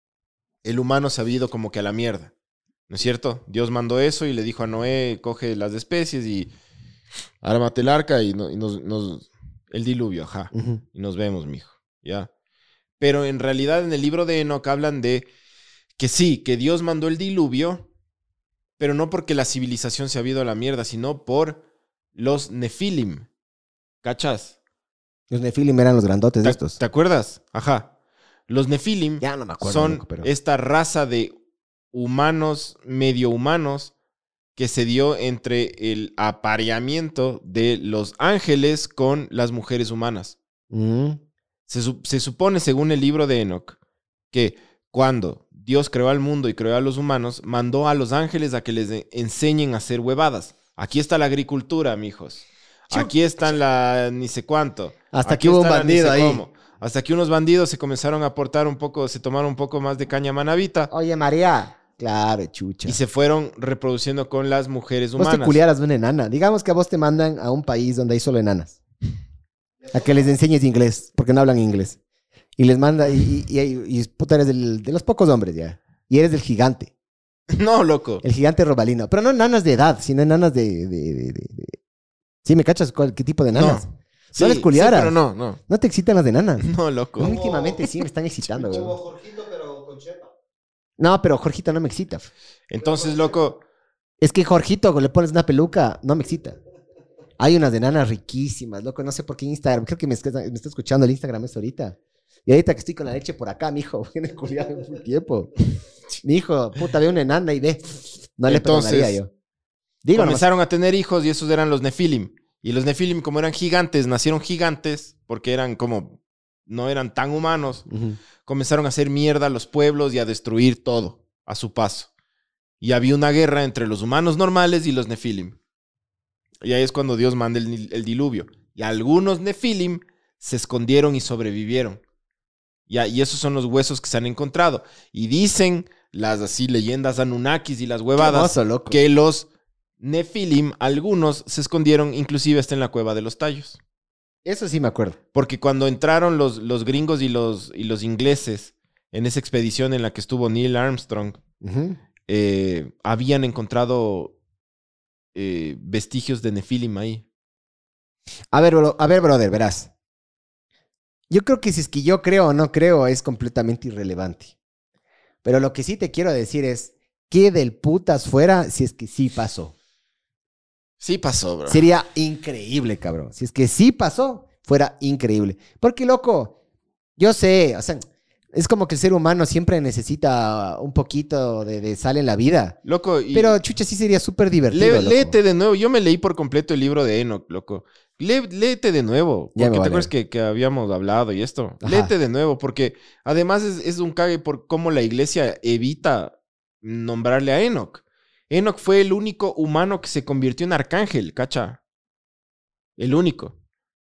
[SPEAKER 2] el humano se ha ido como que a la mierda, ¿no es cierto? Dios mandó eso y le dijo a Noé, coge las especies y ármate el arca y, no- y nos, nos- el diluvio, ajá.
[SPEAKER 3] Ujú.
[SPEAKER 2] Y nos vemos, mijo. Ya. Pero en realidad en el libro de Enoch hablan de que sí, que Dios mandó el diluvio, pero no porque la civilización se ha ido a la mierda, sino por los Nefilim. ¿Cachas?
[SPEAKER 3] Los Nefilim eran los grandotes de
[SPEAKER 2] ¿Te,
[SPEAKER 3] estos.
[SPEAKER 2] te acuerdas? Ajá. Los Nefilim
[SPEAKER 3] Ya no me acuerdo.
[SPEAKER 2] son
[SPEAKER 3] loco, pero...
[SPEAKER 2] esta raza de humanos, medio humanos, que se dio entre el apareamiento de los ángeles con las mujeres humanas.
[SPEAKER 3] Mm.
[SPEAKER 2] Se, su- se supone, según el libro de Enoch, que cuando Dios creó al mundo y creó a los humanos, mandó a los ángeles a que les de- enseñen a hacer huevadas. Aquí está la agricultura, mijos. Aquí está la ni sé cuánto.
[SPEAKER 3] Hasta
[SPEAKER 2] Aquí
[SPEAKER 3] que hubo un
[SPEAKER 2] está la ni sé
[SPEAKER 3] bandido ahí.
[SPEAKER 2] cómo. Hasta que unos bandidos se comenzaron a portar un poco, se tomaron un poco más de caña manavita
[SPEAKER 3] Oye, María. Claro, chucha.
[SPEAKER 2] y se fueron reproduciendo con las mujeres
[SPEAKER 3] Vos te
[SPEAKER 2] humanas.
[SPEAKER 3] culiaras de una enana. Digamos que a vos te mandan a un país donde hay solo enanas. A que les enseñes inglés, porque no hablan inglés. Y les manda, y, y, y, y puta, eres del- de los pocos hombres ya. Y eres del gigante.
[SPEAKER 2] No, loco.
[SPEAKER 3] El gigante robalino. Pero no enanas de edad, sino enanas de... de, de- de- de- ¿Sí me cachas cuál- qué tipo de enanas? No,
[SPEAKER 2] Sí,
[SPEAKER 3] les culiaras.
[SPEAKER 2] sí, pero no, no.
[SPEAKER 3] ¿No te excitan las de enanas?
[SPEAKER 2] No, loco.
[SPEAKER 3] No, últimamente sí me están excitando, güey.
[SPEAKER 4] Como Jorgito, pero con chepa.
[SPEAKER 3] No, pero Jorgito no me excita.
[SPEAKER 2] Entonces, loco,
[SPEAKER 3] Es que Jorgito, le pones una peluca, no me excita. Hay unas enanas riquísimas, loco. No sé por qué Instagram. Creo que me está, me está escuchando el Instagram eso ahorita. Y ahorita que estoy con la leche por acá, mijo, viene culiado en full tiempo. Mijo, puta, ve una enana y ve. No le
[SPEAKER 2] Entonces,
[SPEAKER 3] perdonaría yo. Digo, nomás.
[SPEAKER 2] comenzaron a tener hijos y esos eran los Nefilim. Y los Nefilim, como eran gigantes, nacieron gigantes porque eran como no eran tan humanos,
[SPEAKER 3] Ujú.
[SPEAKER 2] comenzaron a hacer mierda a los pueblos y a destruir todo a su paso. Y había una guerra entre los humanos normales y los Nefilim. Y ahí es cuando Dios manda el, el diluvio. Y algunos Nefilim se escondieron y sobrevivieron. Y, y esos son los huesos que se han encontrado. Y dicen las así leyendas Anunnakis y las huevadas
[SPEAKER 3] Qué hermoso, loco.
[SPEAKER 2] que los Nefilim, algunos se escondieron inclusive hasta en la cueva de los tallos.
[SPEAKER 3] Eso sí me acuerdo.
[SPEAKER 2] Porque cuando entraron los, los gringos y los, y los ingleses en esa expedición en la que estuvo Neil Armstrong,
[SPEAKER 3] Ujú.
[SPEAKER 2] eh, habían encontrado eh, vestigios de Nefilim ahí.
[SPEAKER 3] A ver, bro- a ver, brother, verás. Yo creo que si es que yo creo o no creo es completamente irrelevante. Pero lo que sí te quiero decir es, ¿qué del putas fuera si es que sí pasó?
[SPEAKER 2] Sí pasó, bro.
[SPEAKER 3] Sería increíble, cabrón. Si es que sí pasó, fuera increíble. Porque, loco, yo sé, o sea, es como que el ser humano siempre necesita un poquito de, de sal en la vida.
[SPEAKER 2] Loco, y
[SPEAKER 3] Pero, chucha, sí sería súper divertido,
[SPEAKER 2] lé-
[SPEAKER 3] loco.
[SPEAKER 2] léete de nuevo. Yo me leí por completo el libro de Enoch, loco. Lé- léete de nuevo.
[SPEAKER 3] Ya me
[SPEAKER 2] Porque
[SPEAKER 3] voy a
[SPEAKER 2] te acuerdas
[SPEAKER 3] leer.
[SPEAKER 2] que, que habíamos hablado y esto.
[SPEAKER 3] Ajá.
[SPEAKER 2] Léete de nuevo, porque además es, es un cague por cómo la iglesia evita nombrarle a Enoch. Enoch fue el único humano que se convirtió en arcángel, ¿cacha? El único.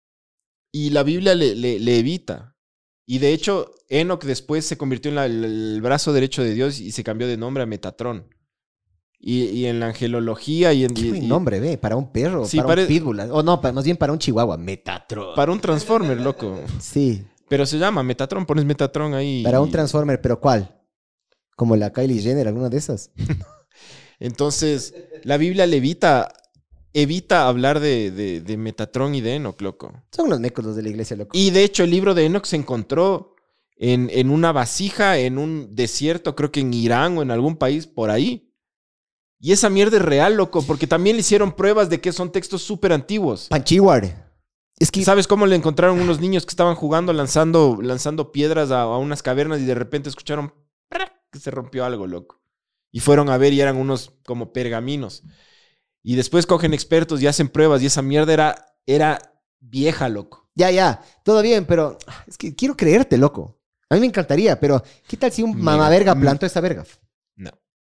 [SPEAKER 2] Y la Biblia le, le- le evita. Y de hecho, Enoch después se convirtió en la- el, el brazo derecho de Dios y se cambió de nombre a Metatrón. Y, y en la angelología y en...
[SPEAKER 3] Qué
[SPEAKER 2] y-
[SPEAKER 3] buen
[SPEAKER 2] y-
[SPEAKER 3] nombre, ve, para un perro,
[SPEAKER 2] Sí,
[SPEAKER 3] para
[SPEAKER 2] pare-
[SPEAKER 3] un pitbull. O no, pa- más bien para un chihuahua. Metatron.
[SPEAKER 2] Para un Transformer, loco.
[SPEAKER 3] Sí,
[SPEAKER 2] Pero se llama Metatron, pones Metatron ahí.
[SPEAKER 3] para un
[SPEAKER 2] y-
[SPEAKER 3] Transformer, pero ¿cuál? Como la Kylie Jenner, alguna de esas.
[SPEAKER 2] Entonces, la Biblia le evita, evita hablar de, de, de Metatron y de Enoch, loco.
[SPEAKER 3] Son unos mecos los de la iglesia, loco.
[SPEAKER 2] Y de hecho, el libro de Enoch se encontró en, en una vasija, en un desierto, creo que en Irán o en algún país por ahí. Y esa mierda es real, loco, porque también le hicieron pruebas de que son textos súper antiguos.
[SPEAKER 3] Panchiwar. Es que...
[SPEAKER 2] ¿Sabes cómo le encontraron unos niños que estaban jugando, lanzando, lanzando piedras a, a unas cavernas y de repente escucharon ¡prac! Que se rompió algo, loco? Y fueron a ver y eran unos como pergaminos. Y después cogen expertos y hacen pruebas y esa mierda era, era vieja, loco.
[SPEAKER 3] Ya, ya, todo bien, pero es que quiero creerte, loco. A mí me encantaría, pero ¿qué tal si un
[SPEAKER 2] Mira,
[SPEAKER 3] mamaverga
[SPEAKER 2] mm.
[SPEAKER 3] plantó esa verga?
[SPEAKER 2] No.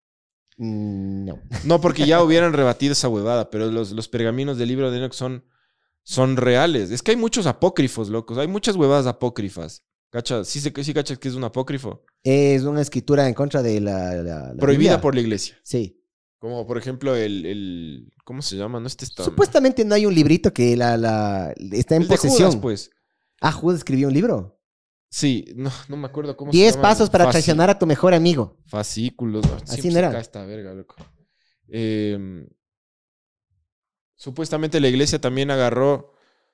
[SPEAKER 3] Mm, no.
[SPEAKER 2] No, porque ya hubieran rebatido esa huevada, pero los, los pergaminos del libro de Enoch son, son reales. Es que hay muchos apócrifos, locos. Hay muchas huevadas apócrifas. ¿Cachas? Sí, sé- sí cachas que es un apócrifo.
[SPEAKER 3] Es una escritura en contra de la... la- la
[SPEAKER 2] Prohibida
[SPEAKER 3] Biblia.
[SPEAKER 2] por la iglesia.
[SPEAKER 3] Sí.
[SPEAKER 2] Como por ejemplo el, el ¿cómo se llama? No este está.
[SPEAKER 3] Supuestamente no hay un librito que la, la está en
[SPEAKER 2] el de
[SPEAKER 3] posesión.
[SPEAKER 2] Judas, pues.
[SPEAKER 3] Ah, Judas escribió un libro.
[SPEAKER 2] Sí, no, no me acuerdo cómo se
[SPEAKER 3] Diez
[SPEAKER 2] llama.
[SPEAKER 3] pasos para
[SPEAKER 2] Fasci-
[SPEAKER 3] traicionar a tu mejor amigo.
[SPEAKER 2] Fascículos. No,
[SPEAKER 3] Así
[SPEAKER 2] siempre
[SPEAKER 3] no
[SPEAKER 2] se
[SPEAKER 3] era.
[SPEAKER 2] cae esta verga, loco. Eh, supuestamente la iglesia también agarró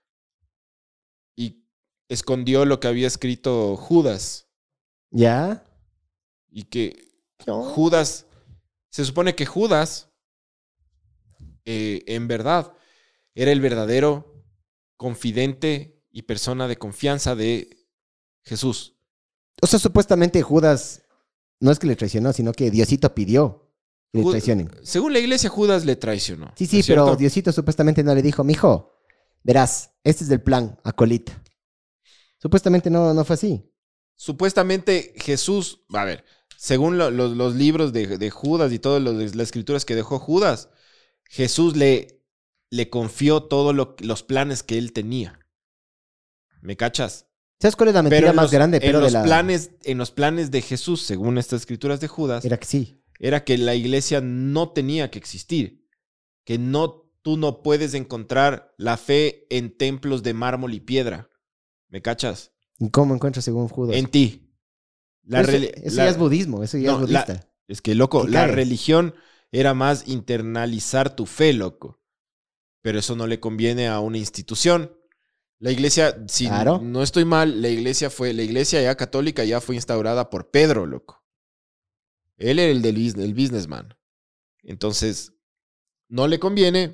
[SPEAKER 2] y escondió lo que había escrito Judas.
[SPEAKER 3] ¿Ya?
[SPEAKER 2] Y que
[SPEAKER 3] No.
[SPEAKER 2] Judas, se supone que Judas, eh, en verdad, era el verdadero confidente y persona de confianza de Jesús.
[SPEAKER 3] O sea, supuestamente Judas no es que le traicionó, sino que Diosito pidió que le
[SPEAKER 2] Ju-
[SPEAKER 3] traicionen.
[SPEAKER 2] Según la iglesia, Judas le traicionó.
[SPEAKER 3] Sí,
[SPEAKER 2] ¿no
[SPEAKER 3] sí,
[SPEAKER 2] es
[SPEAKER 3] pero
[SPEAKER 2] cierto?
[SPEAKER 3] Diosito supuestamente no le dijo, mijo, verás, este es el plan, acolita. Supuestamente no, no fue así.
[SPEAKER 2] Supuestamente Jesús, a ver, según lo- lo- los libros de, de Judas y todas las escrituras que dejó Judas, Jesús le, le confió todos los planes que él tenía. ¿Me cachas?
[SPEAKER 3] ¿Sabes cuál es la mentira
[SPEAKER 2] Pero en
[SPEAKER 3] más
[SPEAKER 2] los,
[SPEAKER 3] grande?
[SPEAKER 2] en
[SPEAKER 3] Pero de
[SPEAKER 2] los
[SPEAKER 3] la...
[SPEAKER 2] planes, en los planes de Jesús, según estas escrituras de Judas,
[SPEAKER 3] Era que sí.
[SPEAKER 2] era que la iglesia no tenía que existir. Que no, tú no puedes encontrar la fe en templos de mármol y piedra. ¿Me cachas?
[SPEAKER 3] ¿Y cómo encuentras según Judas?
[SPEAKER 2] En ti. La
[SPEAKER 3] eso
[SPEAKER 2] reli-
[SPEAKER 3] eso
[SPEAKER 2] la-
[SPEAKER 3] ya es budismo, eso ya
[SPEAKER 2] No,
[SPEAKER 3] es
[SPEAKER 2] la-
[SPEAKER 3] budista.
[SPEAKER 2] Es que, loco,
[SPEAKER 3] Y
[SPEAKER 2] la
[SPEAKER 3] cae.
[SPEAKER 2] religión era más internalizar tu fe, loco. Pero eso no le conviene a una institución. La iglesia, si
[SPEAKER 3] Claro.
[SPEAKER 2] no estoy mal, la iglesia fue, la iglesia ya católica ya fue instaurada por Pedro, loco. Él era el del bus- el businessman. Entonces, no le conviene.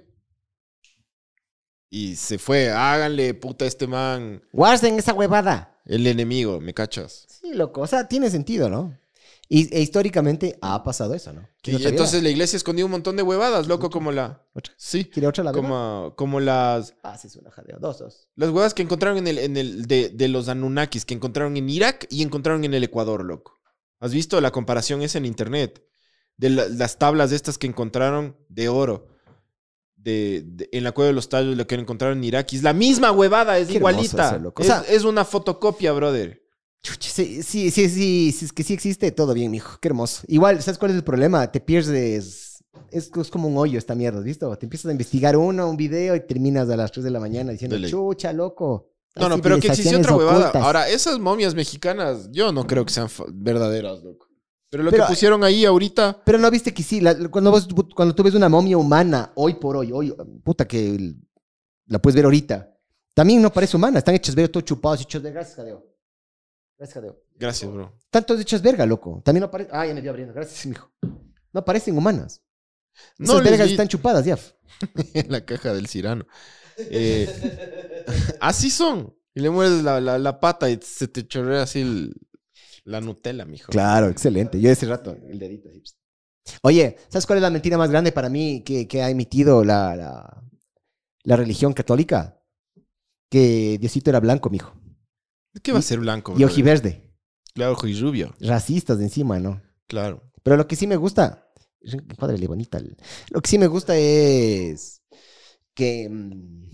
[SPEAKER 2] Y se fue, háganle puta a este man,
[SPEAKER 3] Guarden esa huevada.
[SPEAKER 2] el enemigo, ¿me cachas?
[SPEAKER 3] Sí, loco, o sea, tiene sentido, ¿no? Y e históricamente ha pasado eso, ¿no?
[SPEAKER 2] Y
[SPEAKER 3] ¿No sabía?
[SPEAKER 2] entonces la iglesia escondió un montón de huevadas, loco, como la...
[SPEAKER 3] ¿Otra?
[SPEAKER 2] Sí,
[SPEAKER 3] ¿Quiere otra la verga?
[SPEAKER 2] como, como las...
[SPEAKER 3] Ah, sí, es una jadeo. Dos, dos.
[SPEAKER 2] Las huevas que encontraron en el, en el de, de los Anunnakis, que encontraron en Irak y encontraron en el Ecuador, loco. ¿Has visto la comparación esa en internet? De la- las tablas estas que encontraron de oro. De, de- en la cueva de los tallos, lo que encontraron en Irak. Y es la misma huevada, es
[SPEAKER 3] Qué hermoso
[SPEAKER 2] igualita.
[SPEAKER 3] eso, loco. O
[SPEAKER 2] Es,
[SPEAKER 3] sea-
[SPEAKER 2] es una fotocopia, brother.
[SPEAKER 3] Chucha, sí, sí, sí, sí, sí, es que sí existe, todo bien, mijo. Qué hermoso. Igual, ¿sabes cuál es el problema? Te pierdes. Es, es como un hoyo esta mierda, ¿has visto? Te empiezas a investigar uno, un video y terminas a las tres de la mañana diciendo,
[SPEAKER 2] De ley.
[SPEAKER 3] chucha, loco.
[SPEAKER 2] No,
[SPEAKER 3] Hay
[SPEAKER 2] no, pero que existe otra
[SPEAKER 3] civilizaciones
[SPEAKER 2] huevada.
[SPEAKER 3] ocultas.
[SPEAKER 2] Ahora, esas momias mexicanas, yo no creo que sean fa- verdaderas, loco. Pero lo
[SPEAKER 3] Pero-
[SPEAKER 2] que pusieron ahí ahorita...
[SPEAKER 3] Pero no viste que sí, la- cuando, vos- cuando tú ves una momia humana, hoy por hoy, hoy, puta que el- la puedes ver ahorita, también no parece humana, están hechos verga, todos chupados, hechos verga. Gracias, Jadeo. Gracias, Jadeo.
[SPEAKER 2] Gracias, bro.
[SPEAKER 3] Están todos hechos verga, loco. También no parecen. Ah, ya me estoy abriendo. Gracias, mijo. No parecen humanas.
[SPEAKER 2] No
[SPEAKER 3] Esas
[SPEAKER 2] les
[SPEAKER 3] vergas
[SPEAKER 2] vi
[SPEAKER 3] están chupadas, ya.
[SPEAKER 2] en la caja del Cirano. Eh, así son. Y le muerdes la, la, la pata y se te chorrea así el- la Nutella, mijo.
[SPEAKER 3] Claro, excelente. Yo ese rato, el dedito así. Oye, ¿sabes cuál es la mentira más grande para mí que, que ha emitido la, la, la religión católica? Que Diosito era blanco, mijo.
[SPEAKER 2] ¿Qué va a ser blanco?
[SPEAKER 3] Y
[SPEAKER 2] brother?
[SPEAKER 3] ojiverde.
[SPEAKER 2] Claro, ojo y rubio.
[SPEAKER 3] Racistas de encima, ¿no?
[SPEAKER 2] Claro.
[SPEAKER 3] Pero lo que sí me gusta, padre, bonita. Lo que sí me gusta es que mm,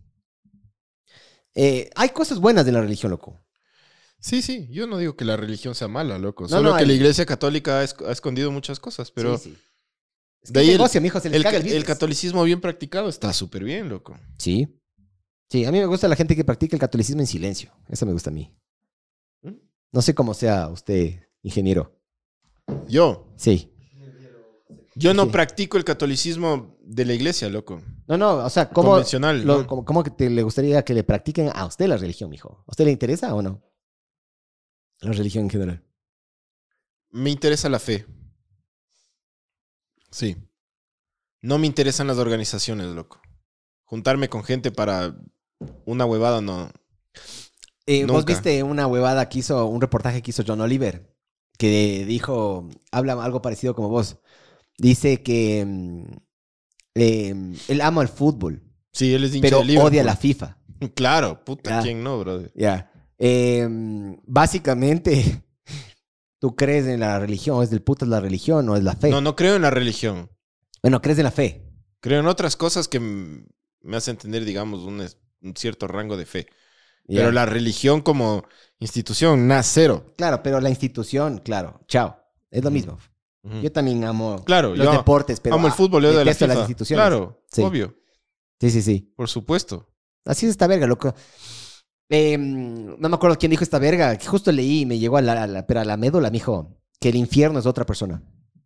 [SPEAKER 3] eh, hay cosas buenas de la religión, loco.
[SPEAKER 2] Sí, sí. Yo no digo que la religión sea mala, loco.
[SPEAKER 3] No,
[SPEAKER 2] Solo
[SPEAKER 3] no,
[SPEAKER 2] que
[SPEAKER 3] el-
[SPEAKER 2] la iglesia católica ha, esc- ha escondido muchas cosas. Pero
[SPEAKER 3] Sí, sí. Es
[SPEAKER 2] de
[SPEAKER 3] que
[SPEAKER 2] ahí
[SPEAKER 3] es
[SPEAKER 2] el-
[SPEAKER 3] negocio, mijo, se les
[SPEAKER 2] el,
[SPEAKER 3] caga el
[SPEAKER 2] el
[SPEAKER 3] business.
[SPEAKER 2] catolicismo bien practicado está súper bien, loco.
[SPEAKER 3] Sí. Sí, a mí me gusta la gente que practica el catolicismo en silencio. Eso me gusta a mí.
[SPEAKER 2] ¿Mm?
[SPEAKER 3] No sé cómo sea usted, ingeniero.
[SPEAKER 2] Yo.
[SPEAKER 3] Sí.
[SPEAKER 2] Yo no
[SPEAKER 3] Sí.
[SPEAKER 2] practico el catolicismo de la iglesia, loco.
[SPEAKER 3] No, no, o sea, ¿cómo,
[SPEAKER 2] Convencional.
[SPEAKER 3] lo-
[SPEAKER 2] ¿no?
[SPEAKER 3] cómo, cómo que te, le gustaría que le practiquen a usted la religión, mijo? ¿A usted le interesa o no? La religión en general.
[SPEAKER 2] Me interesa la fe. Sí. No me interesan las organizaciones, loco. Juntarme con gente para una huevada, no.
[SPEAKER 3] Eh, ¿Vos
[SPEAKER 2] Nunca.
[SPEAKER 3] viste una huevada que hizo, un reportaje que hizo John Oliver? Que dijo, habla algo parecido como vos. Dice que mm, eh, él ama el fútbol,
[SPEAKER 2] Sí, él es hincha
[SPEAKER 3] pero
[SPEAKER 2] de Liverpool.
[SPEAKER 3] odia la FIFA.
[SPEAKER 2] Claro, puta,
[SPEAKER 3] Ya.
[SPEAKER 2] ¿quién no, brother?
[SPEAKER 3] Ya. Eh, básicamente, ¿tú crees en la religión? ¿Es del putas la religión o es la fe?
[SPEAKER 2] No, no creo en la religión.
[SPEAKER 3] Bueno, crees en la fe.
[SPEAKER 2] Creo en otras cosas que m- me hacen tener, digamos, un, es- un cierto rango de fe.
[SPEAKER 3] Ya.
[SPEAKER 2] Pero la religión como institución, nada, cero.
[SPEAKER 3] Claro, pero la institución, claro, chao. Es lo mismo.
[SPEAKER 2] Ujú.
[SPEAKER 3] Yo también amo
[SPEAKER 2] Claro,
[SPEAKER 3] los
[SPEAKER 2] yo
[SPEAKER 3] deportes, pero
[SPEAKER 2] amo el
[SPEAKER 3] ah,
[SPEAKER 2] fútbol, yo de la
[SPEAKER 3] detesto
[SPEAKER 2] FIFA.
[SPEAKER 3] las instituciones.
[SPEAKER 2] Claro,
[SPEAKER 3] Sí.
[SPEAKER 2] obvio,
[SPEAKER 3] Sí, sí, sí.
[SPEAKER 2] por supuesto.
[SPEAKER 3] Así es esta verga, loco. Eh, no me acuerdo quién dijo esta verga, que justo leí y me llegó a la, a la- pero a la médula, mijo, que el infierno es otra persona.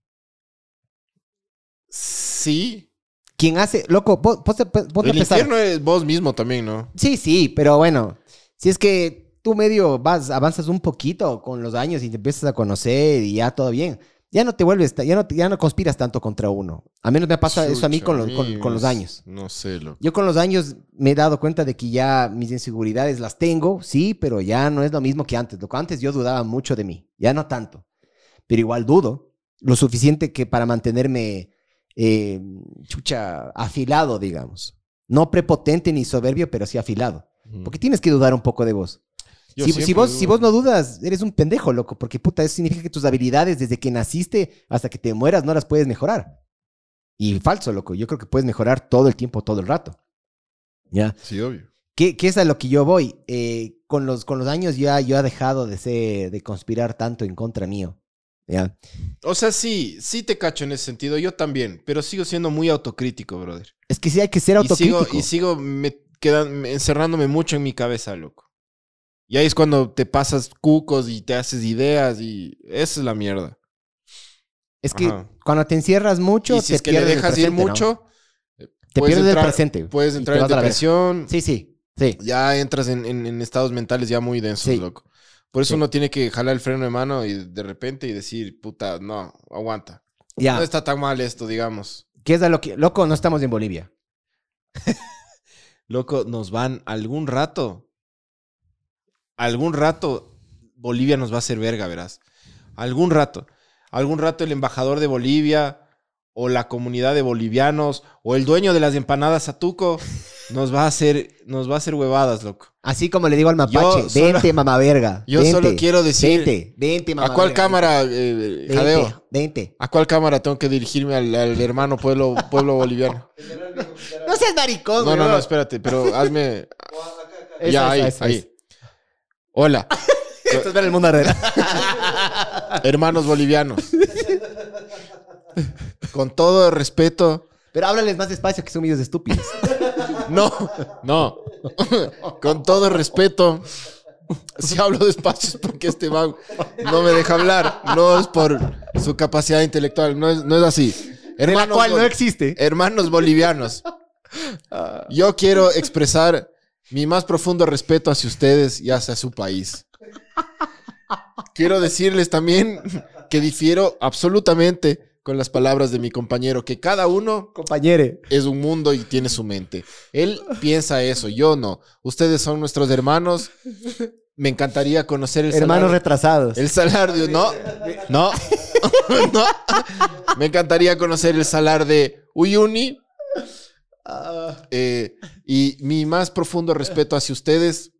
[SPEAKER 2] Sí.
[SPEAKER 3] Quien hace, loco, pon- ponte, ponte a
[SPEAKER 2] El
[SPEAKER 3] pensar.
[SPEAKER 2] infierno es vos mismo también, ¿no?
[SPEAKER 3] Sí, sí, pero bueno, si es que tú medio vas, avanzas un poquito con los años y te empiezas a conocer y ya todo bien, ya no te vuelves, ta- ya no, te- ya no conspiras tanto contra uno. A menos me pasa eso a mí
[SPEAKER 2] Chucha,
[SPEAKER 3] con los,
[SPEAKER 2] a
[SPEAKER 3] con,
[SPEAKER 2] mí
[SPEAKER 3] con los
[SPEAKER 2] es-
[SPEAKER 3] años.
[SPEAKER 2] No sé, loco.
[SPEAKER 3] Yo con los años me he dado cuenta de que ya mis inseguridades las tengo, sí, pero ya no es lo mismo que antes. Lo que antes yo dudaba mucho de mí, ya no tanto. Pero igual dudo, lo suficiente que para mantenerme, eh, chucha, afilado, digamos. No prepotente ni soberbio, pero sí afilado.
[SPEAKER 2] Ujú.
[SPEAKER 3] Porque tienes que dudar un poco de vos.
[SPEAKER 2] Yo
[SPEAKER 3] Si, si
[SPEAKER 2] siempre
[SPEAKER 3] vos,
[SPEAKER 2] dudo.
[SPEAKER 3] si vos no dudas, eres un pendejo, loco, porque puta, eso significa que tus habilidades desde que naciste hasta que te mueras no las puedes mejorar. Y falso, loco, yo creo que puedes mejorar todo el tiempo, todo el rato. ¿Ya?
[SPEAKER 2] Sí, obvio.
[SPEAKER 3] ¿Qué, qué es a lo que yo voy? Eh, con, los, con los años ya yo he dejado de, ser, de conspirar tanto en contra mío. ¿Ya?
[SPEAKER 2] O sea, sí, sí te cacho en ese sentido, yo también, pero sigo siendo muy autocrítico, brother.
[SPEAKER 3] Es que sí hay que ser
[SPEAKER 2] Y sigo,
[SPEAKER 3] autocrítico.
[SPEAKER 2] y sigo me quedan, encerrándome mucho en mi cabeza, loco. Y ahí es cuando te pasas cucos y te haces ideas y esa es la mierda.
[SPEAKER 3] Es que
[SPEAKER 2] Ajá.
[SPEAKER 3] cuando te encierras mucho,
[SPEAKER 2] Y si
[SPEAKER 3] te
[SPEAKER 2] es que le
[SPEAKER 3] pierdes el
[SPEAKER 2] dejas ir
[SPEAKER 3] presente, ¿no?
[SPEAKER 2] mucho,
[SPEAKER 3] Te
[SPEAKER 2] puedes
[SPEAKER 3] pierdes
[SPEAKER 2] entrar-
[SPEAKER 3] el presente.
[SPEAKER 2] puedes
[SPEAKER 3] y
[SPEAKER 2] entrar
[SPEAKER 3] te
[SPEAKER 2] en
[SPEAKER 3] vas a la verga.
[SPEAKER 2] depresión,
[SPEAKER 3] Sí, sí, sí.
[SPEAKER 2] ya entras en, en- en estados mentales ya muy densos,
[SPEAKER 3] Sí.
[SPEAKER 2] loco. Por eso
[SPEAKER 3] Sí.
[SPEAKER 2] uno tiene que jalar el freno de mano y de repente y decir, puta, no, aguanta.
[SPEAKER 3] Ya.
[SPEAKER 2] No está tan mal esto, digamos.
[SPEAKER 3] ¿Qué es a lo que... Loco, no estamos en Bolivia.
[SPEAKER 2] Loco, nos van algún rato. Algún rato Bolivia nos va a hacer verga, verás. Algún rato. algún rato el embajador de Bolivia o la comunidad de bolivianos o el dueño de las empanadas Satuco nos va a hacer, nos va a hacer huevadas, loco.
[SPEAKER 3] Así como le digo al mapache,
[SPEAKER 2] Yo solo-
[SPEAKER 3] vente, mamá verga.
[SPEAKER 2] Yo
[SPEAKER 3] vente,
[SPEAKER 2] solo quiero decir...
[SPEAKER 3] Vente, vente, mamá
[SPEAKER 2] ¿A cuál
[SPEAKER 3] verga,
[SPEAKER 2] cámara, eh,
[SPEAKER 3] Vente,
[SPEAKER 2] Jadeo?
[SPEAKER 3] vente.
[SPEAKER 2] ¿A cuál cámara tengo que dirigirme al, al hermano pueblo, pueblo boliviano?
[SPEAKER 3] No seas maricón,
[SPEAKER 2] No, no,
[SPEAKER 3] weón.
[SPEAKER 2] no, espérate, pero hazme...
[SPEAKER 3] Eso,
[SPEAKER 2] ya,
[SPEAKER 3] eso,
[SPEAKER 2] ahí,
[SPEAKER 3] eso,
[SPEAKER 2] ahí.
[SPEAKER 3] eso.
[SPEAKER 2] Hola,
[SPEAKER 3] Esto es ver el mundo arder.
[SPEAKER 2] hermanos bolivianos. Con todo el respeto...
[SPEAKER 3] Pero háblales más despacio, que son medios estúpidos.
[SPEAKER 2] No, no. Con todo respeto, si hablo despacio es porque este man no me deja hablar. No es por su capacidad intelectual. No es, no es así.
[SPEAKER 3] De la
[SPEAKER 2] Hermanos
[SPEAKER 3] cual no
[SPEAKER 2] bol-
[SPEAKER 3] existe.
[SPEAKER 2] Hermanos bolivianos. Yo quiero expresar mi más profundo respeto hacia ustedes y hacia su país. Quiero decirles también que difiero absolutamente con las palabras de mi compañero, que cada uno
[SPEAKER 3] Compañere.
[SPEAKER 2] es un mundo y tiene su mente. Él piensa eso, yo no. Ustedes son nuestros hermanos. Me encantaría conocer el
[SPEAKER 3] Hermanos
[SPEAKER 2] salario.
[SPEAKER 3] retrasados.
[SPEAKER 2] El salario, no, no, no. Me encantaría conocer el salario de Uyuni. Eh, y mi más profundo respeto hacia ustedes.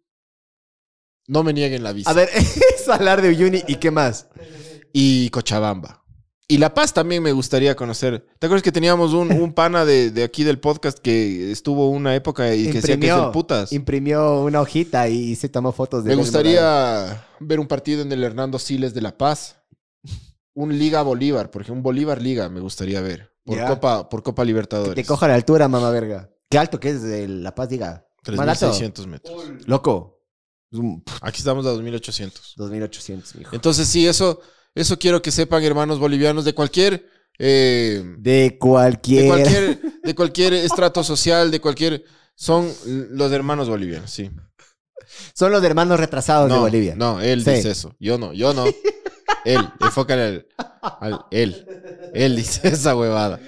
[SPEAKER 2] No me nieguen la visa.
[SPEAKER 3] A ver, es hablar de Uyuni y qué más.
[SPEAKER 2] Y Cochabamba. Y La Paz también me gustaría conocer. ¿Te acuerdas que teníamos un, un pana de, de aquí del podcast que estuvo una época y que decía que es el putas?
[SPEAKER 3] imprimió una hojita y se tomó fotos de
[SPEAKER 2] Me
[SPEAKER 3] él,
[SPEAKER 2] gustaría ver un partido en el Hernando Siles de La Paz. Un Liga Bolívar, por ejemplo, un Bolívar Liga me gustaría ver. Por,
[SPEAKER 3] Ya.
[SPEAKER 2] Copa, por Copa
[SPEAKER 3] Que
[SPEAKER 2] Libertadores.
[SPEAKER 3] te coja la altura, mamá verga. Qué alto que es de La Paz, diga.
[SPEAKER 2] tres
[SPEAKER 3] Más
[SPEAKER 2] mil
[SPEAKER 3] alto.
[SPEAKER 2] seiscientos metros.
[SPEAKER 3] Loco. Es un- pff,
[SPEAKER 2] Aquí estamos a dos mil ochocientos.
[SPEAKER 3] dos mil ochocientos, mijo.
[SPEAKER 2] Entonces sí, eso, eso quiero que sepan, hermanos bolivianos, de cualquier... eh,
[SPEAKER 3] De cualquier...
[SPEAKER 2] de cualquier, de cualquier estrato social, de cualquier... Son los hermanos bolivianos, sí.
[SPEAKER 3] Son los hermanos retrasados de
[SPEAKER 2] No,
[SPEAKER 3] Bolivia.
[SPEAKER 2] no, él
[SPEAKER 3] Sí.
[SPEAKER 2] dice eso. Yo no, yo no. Él, enfócale al, al- él. Él dice esa huevada.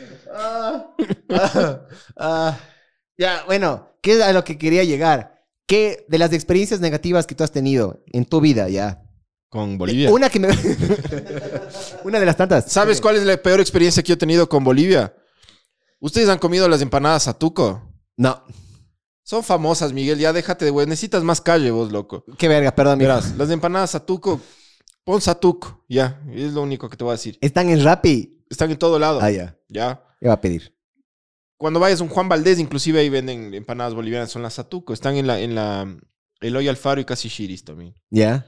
[SPEAKER 3] Ah, ah, ya, bueno, ¿qué es a lo que quería llegar? ¿Qué de las experiencias negativas que tú has tenido en tu vida, ya?
[SPEAKER 2] Con Bolivia.
[SPEAKER 3] Una que me... Una de las tantas.
[SPEAKER 2] ¿Sabes cuál es la peor experiencia que yo he tenido con Bolivia? ¿Ustedes han comido las empanadas Satuco?
[SPEAKER 3] No.
[SPEAKER 2] Son famosas, Miguel. Ya déjate de güey. Necesitas más calle, vos, loco.
[SPEAKER 3] Qué verga, perdón. mijo.
[SPEAKER 2] Verás, las empanadas Satuco, pon Satuco. Ya, es lo único que te voy a decir.
[SPEAKER 3] Están en Rappi.
[SPEAKER 2] Están en todo lado.
[SPEAKER 3] Ah, ya.
[SPEAKER 2] Ya.
[SPEAKER 3] ¿Qué va a pedir?
[SPEAKER 2] Cuando vayas a un Juan Valdés, inclusive ahí venden empanadas bolivianas, son las Satuco. Están en la, en la Eloy Alfaro y casi Shiris también.
[SPEAKER 3] ¿Ya?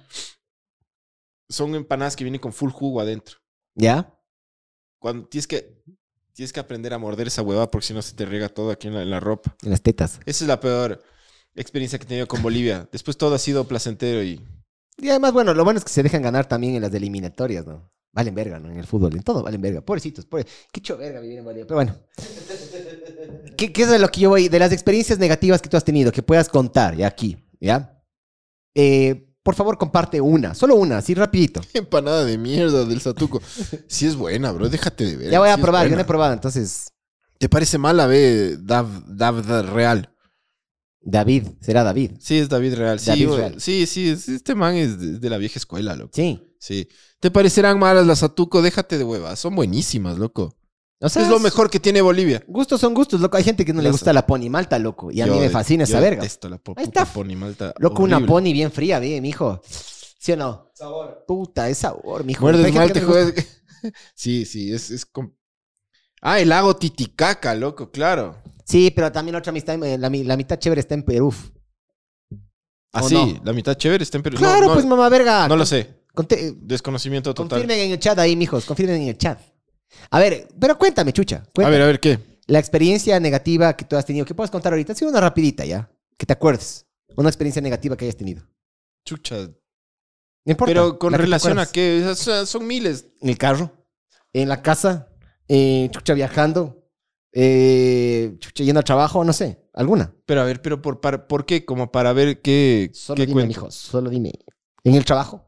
[SPEAKER 2] Son empanadas que vienen con full jugo adentro.
[SPEAKER 3] ¿Ya?
[SPEAKER 2] Cuando tienes que, tienes que aprender a morder esa hueva porque si no se te riega todo aquí en la, en la ropa.
[SPEAKER 3] En las tetas.
[SPEAKER 2] Esa es la peor experiencia que he tenido con Bolivia. Después todo ha sido placentero y...
[SPEAKER 3] Y además, bueno, lo bueno es que se dejan ganar también en las eliminatorias, ¿no? Valen verga, ¿no? En el fútbol, en todo valen verga. Pobrecitos, pobre... Qué hecho verga vivir en Bolivia. Pero bueno. ¿Qué, ¿Qué es de lo que yo voy? De las experiencias negativas que tú has tenido, que puedas contar, ya aquí, ¿ya? Eh, por favor, comparte una. Solo una, así rapidito.
[SPEAKER 2] Empanada de mierda del Satuco. Sí es buena, bro. Déjate de ver.
[SPEAKER 3] Ya voy a
[SPEAKER 2] Sí es
[SPEAKER 3] probar, yo no
[SPEAKER 2] buena.
[SPEAKER 3] he probado, entonces...
[SPEAKER 2] ¿Te parece mala, ve? Dav, Dav, Dav Real.
[SPEAKER 3] David, será David.
[SPEAKER 2] Sí, es David Real. Sí,
[SPEAKER 3] David
[SPEAKER 2] güey.
[SPEAKER 3] Real.
[SPEAKER 2] sí, sí, es- este man es de, de la vieja escuela, loco.
[SPEAKER 3] Sí.
[SPEAKER 2] Sí. ¿Te parecerán malas las Satuco? Déjate de huevas. Son buenísimas, loco.
[SPEAKER 3] O sea,
[SPEAKER 2] es lo mejor que tiene Bolivia.
[SPEAKER 3] Gustos son gustos, loco. Hay gente que no le
[SPEAKER 2] Las-
[SPEAKER 3] gusta la pony malta, loco. Y a mí
[SPEAKER 2] Yo
[SPEAKER 3] me
[SPEAKER 2] de-
[SPEAKER 3] fascina esa
[SPEAKER 2] yo
[SPEAKER 3] verga.
[SPEAKER 2] detesto la po-
[SPEAKER 3] Ahí
[SPEAKER 2] puta
[SPEAKER 3] está.
[SPEAKER 2] pony malta.
[SPEAKER 3] Loco, una
[SPEAKER 2] horrible.
[SPEAKER 3] pony bien fría, bien, mijo. ¿Sí o no?
[SPEAKER 4] Sabor.
[SPEAKER 3] Puta, es sabor, mijo.
[SPEAKER 2] Muerdes
[SPEAKER 3] Hay gente
[SPEAKER 2] mal,
[SPEAKER 3] que
[SPEAKER 2] te
[SPEAKER 3] no le gusta.
[SPEAKER 2] juegas. Sí, sí, es, es com- Ah, el lago Titicaca, loco, claro.
[SPEAKER 3] Sí, pero también otra amistad, eh, la, mi- la mitad chévere está en Perú.
[SPEAKER 2] Ah,
[SPEAKER 3] ¿O
[SPEAKER 2] sí,
[SPEAKER 3] no?
[SPEAKER 2] la mitad chévere está en Perú.
[SPEAKER 3] Claro,
[SPEAKER 2] no, no,
[SPEAKER 3] pues mamá verga.
[SPEAKER 2] no lo sé.
[SPEAKER 3] Conte- eh,
[SPEAKER 2] Desconocimiento total.
[SPEAKER 3] confirmen en el chat ahí, mijos. Confirmen en el chat. A ver, pero cuéntame, chucha.
[SPEAKER 2] A
[SPEAKER 3] Cuéntame.
[SPEAKER 2] ver, a ver, ¿qué?
[SPEAKER 3] La experiencia negativa que tú has tenido, que puedes contar ahorita. Ha sido una rapidita, ¿ya? Que te acuerdes. Una experiencia negativa que hayas tenido.
[SPEAKER 2] Chucha.
[SPEAKER 3] No importa.
[SPEAKER 2] Pero con
[SPEAKER 3] la que te
[SPEAKER 2] relación a
[SPEAKER 3] acuerdes.
[SPEAKER 2] qué, O sea, son miles.
[SPEAKER 3] En el carro, en la casa, eh, chucha viajando, eh, chucha yendo al trabajo, no sé, alguna.
[SPEAKER 2] Pero a ver, pero por, para- ¿por qué? Como para ver qué,
[SPEAKER 3] Solo
[SPEAKER 2] qué
[SPEAKER 3] dime,
[SPEAKER 2] cuento.
[SPEAKER 3] mijo, solo dime. ¿En el trabajo?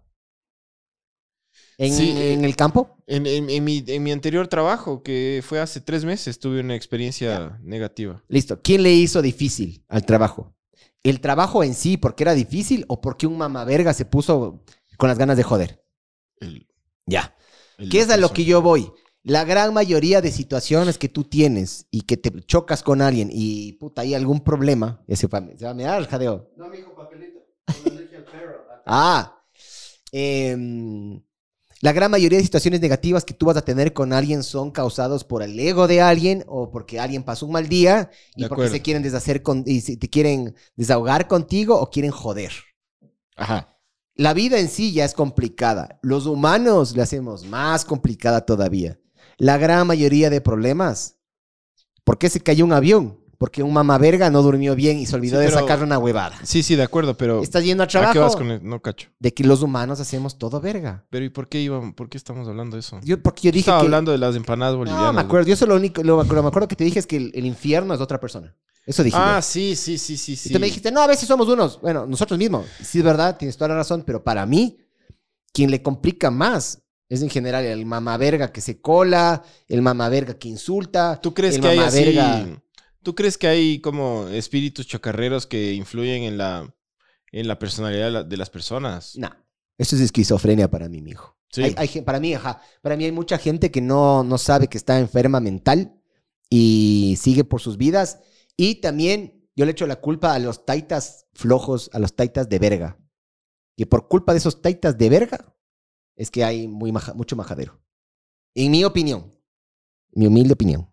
[SPEAKER 3] ¿En,
[SPEAKER 2] Sí, eh,
[SPEAKER 3] en el campo?
[SPEAKER 2] En, en- en mi, en mi anterior trabajo, que fue hace tres meses, tuve una experiencia negativa.
[SPEAKER 3] Listo. ¿Quién le hizo difícil al trabajo? ¿El trabajo en sí porque era difícil o porque un mamaverga se puso con las ganas de joder?
[SPEAKER 2] El-
[SPEAKER 3] Ya.
[SPEAKER 2] El-
[SPEAKER 3] ¿Qué es a lo
[SPEAKER 2] persona.
[SPEAKER 3] que yo voy? La gran mayoría de situaciones que tú tienes y que te chocas con alguien y puta, hay algún problema, ya se va, se va a mirar el jadeo.
[SPEAKER 4] No, mijo, papelito. Con alergia al perro.
[SPEAKER 3] Ah, em, la gran mayoría de situaciones negativas que tú vas a tener con alguien son causados por el ego de alguien o porque alguien pasó un mal día y
[SPEAKER 2] De
[SPEAKER 3] porque
[SPEAKER 2] acuerdo.
[SPEAKER 3] se quieren deshacer con, y se- te quieren desahogar contigo o quieren joder.
[SPEAKER 2] Ajá.
[SPEAKER 3] La vida en sí ya es complicada. Los humanos le hacemos más complicada todavía. La gran mayoría de problemas. ¿Por qué se cayó un avión? Porque un mamá verga no durmió bien y se olvidó
[SPEAKER 2] Sí,
[SPEAKER 3] de
[SPEAKER 2] pero-
[SPEAKER 3] sacar una huevada.
[SPEAKER 2] Sí, sí, de acuerdo, pero...
[SPEAKER 3] Estás yendo a
[SPEAKER 2] ¿A
[SPEAKER 3] trabajo
[SPEAKER 2] qué vas con el- No cacho.
[SPEAKER 3] de que los humanos hacemos todo verga.
[SPEAKER 2] Pero ¿y por qué iban, por qué estamos hablando de eso?
[SPEAKER 3] Yo, porque yo dije
[SPEAKER 2] Estaba
[SPEAKER 3] que...
[SPEAKER 2] hablando de las empanadas bolivianas.
[SPEAKER 3] No, me acuerdo. Yo solo único, lo, me acuerdo, me acuerdo que te dije es que el, el infierno es de otra persona. Eso dije
[SPEAKER 2] Ah,
[SPEAKER 3] yo.
[SPEAKER 2] sí, sí, sí, sí, sí.
[SPEAKER 3] Y tú me dijiste, no, a veces somos unos. Bueno, nosotros mismos. Sí, es verdad, tienes toda la razón, pero para mí, quien le complica más es en general el mamaverga que se cola, el mamaverga que insulta.
[SPEAKER 2] ¿Tú crees
[SPEAKER 3] el
[SPEAKER 2] que hay así...
[SPEAKER 3] mamaverga-
[SPEAKER 2] ¿Tú crees que hay como espíritus chocarreros que influyen en la, en la personalidad de, la- de las personas?
[SPEAKER 3] No, eso es esquizofrenia para mí, mijo.
[SPEAKER 2] Sí.
[SPEAKER 3] Hay, hay gen- para mí, ajá, para mí hay mucha gente que no, no sabe que está enferma mental y sigue por sus vidas. Y también yo le echo la culpa a los taitas flojos, a los taitas de verga. Que por culpa de esos taitas de verga es que hay muy maja- mucho majadero. En mi opinión. Mi humilde opinión.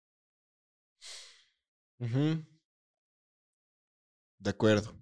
[SPEAKER 2] Ujú. De acuerdo.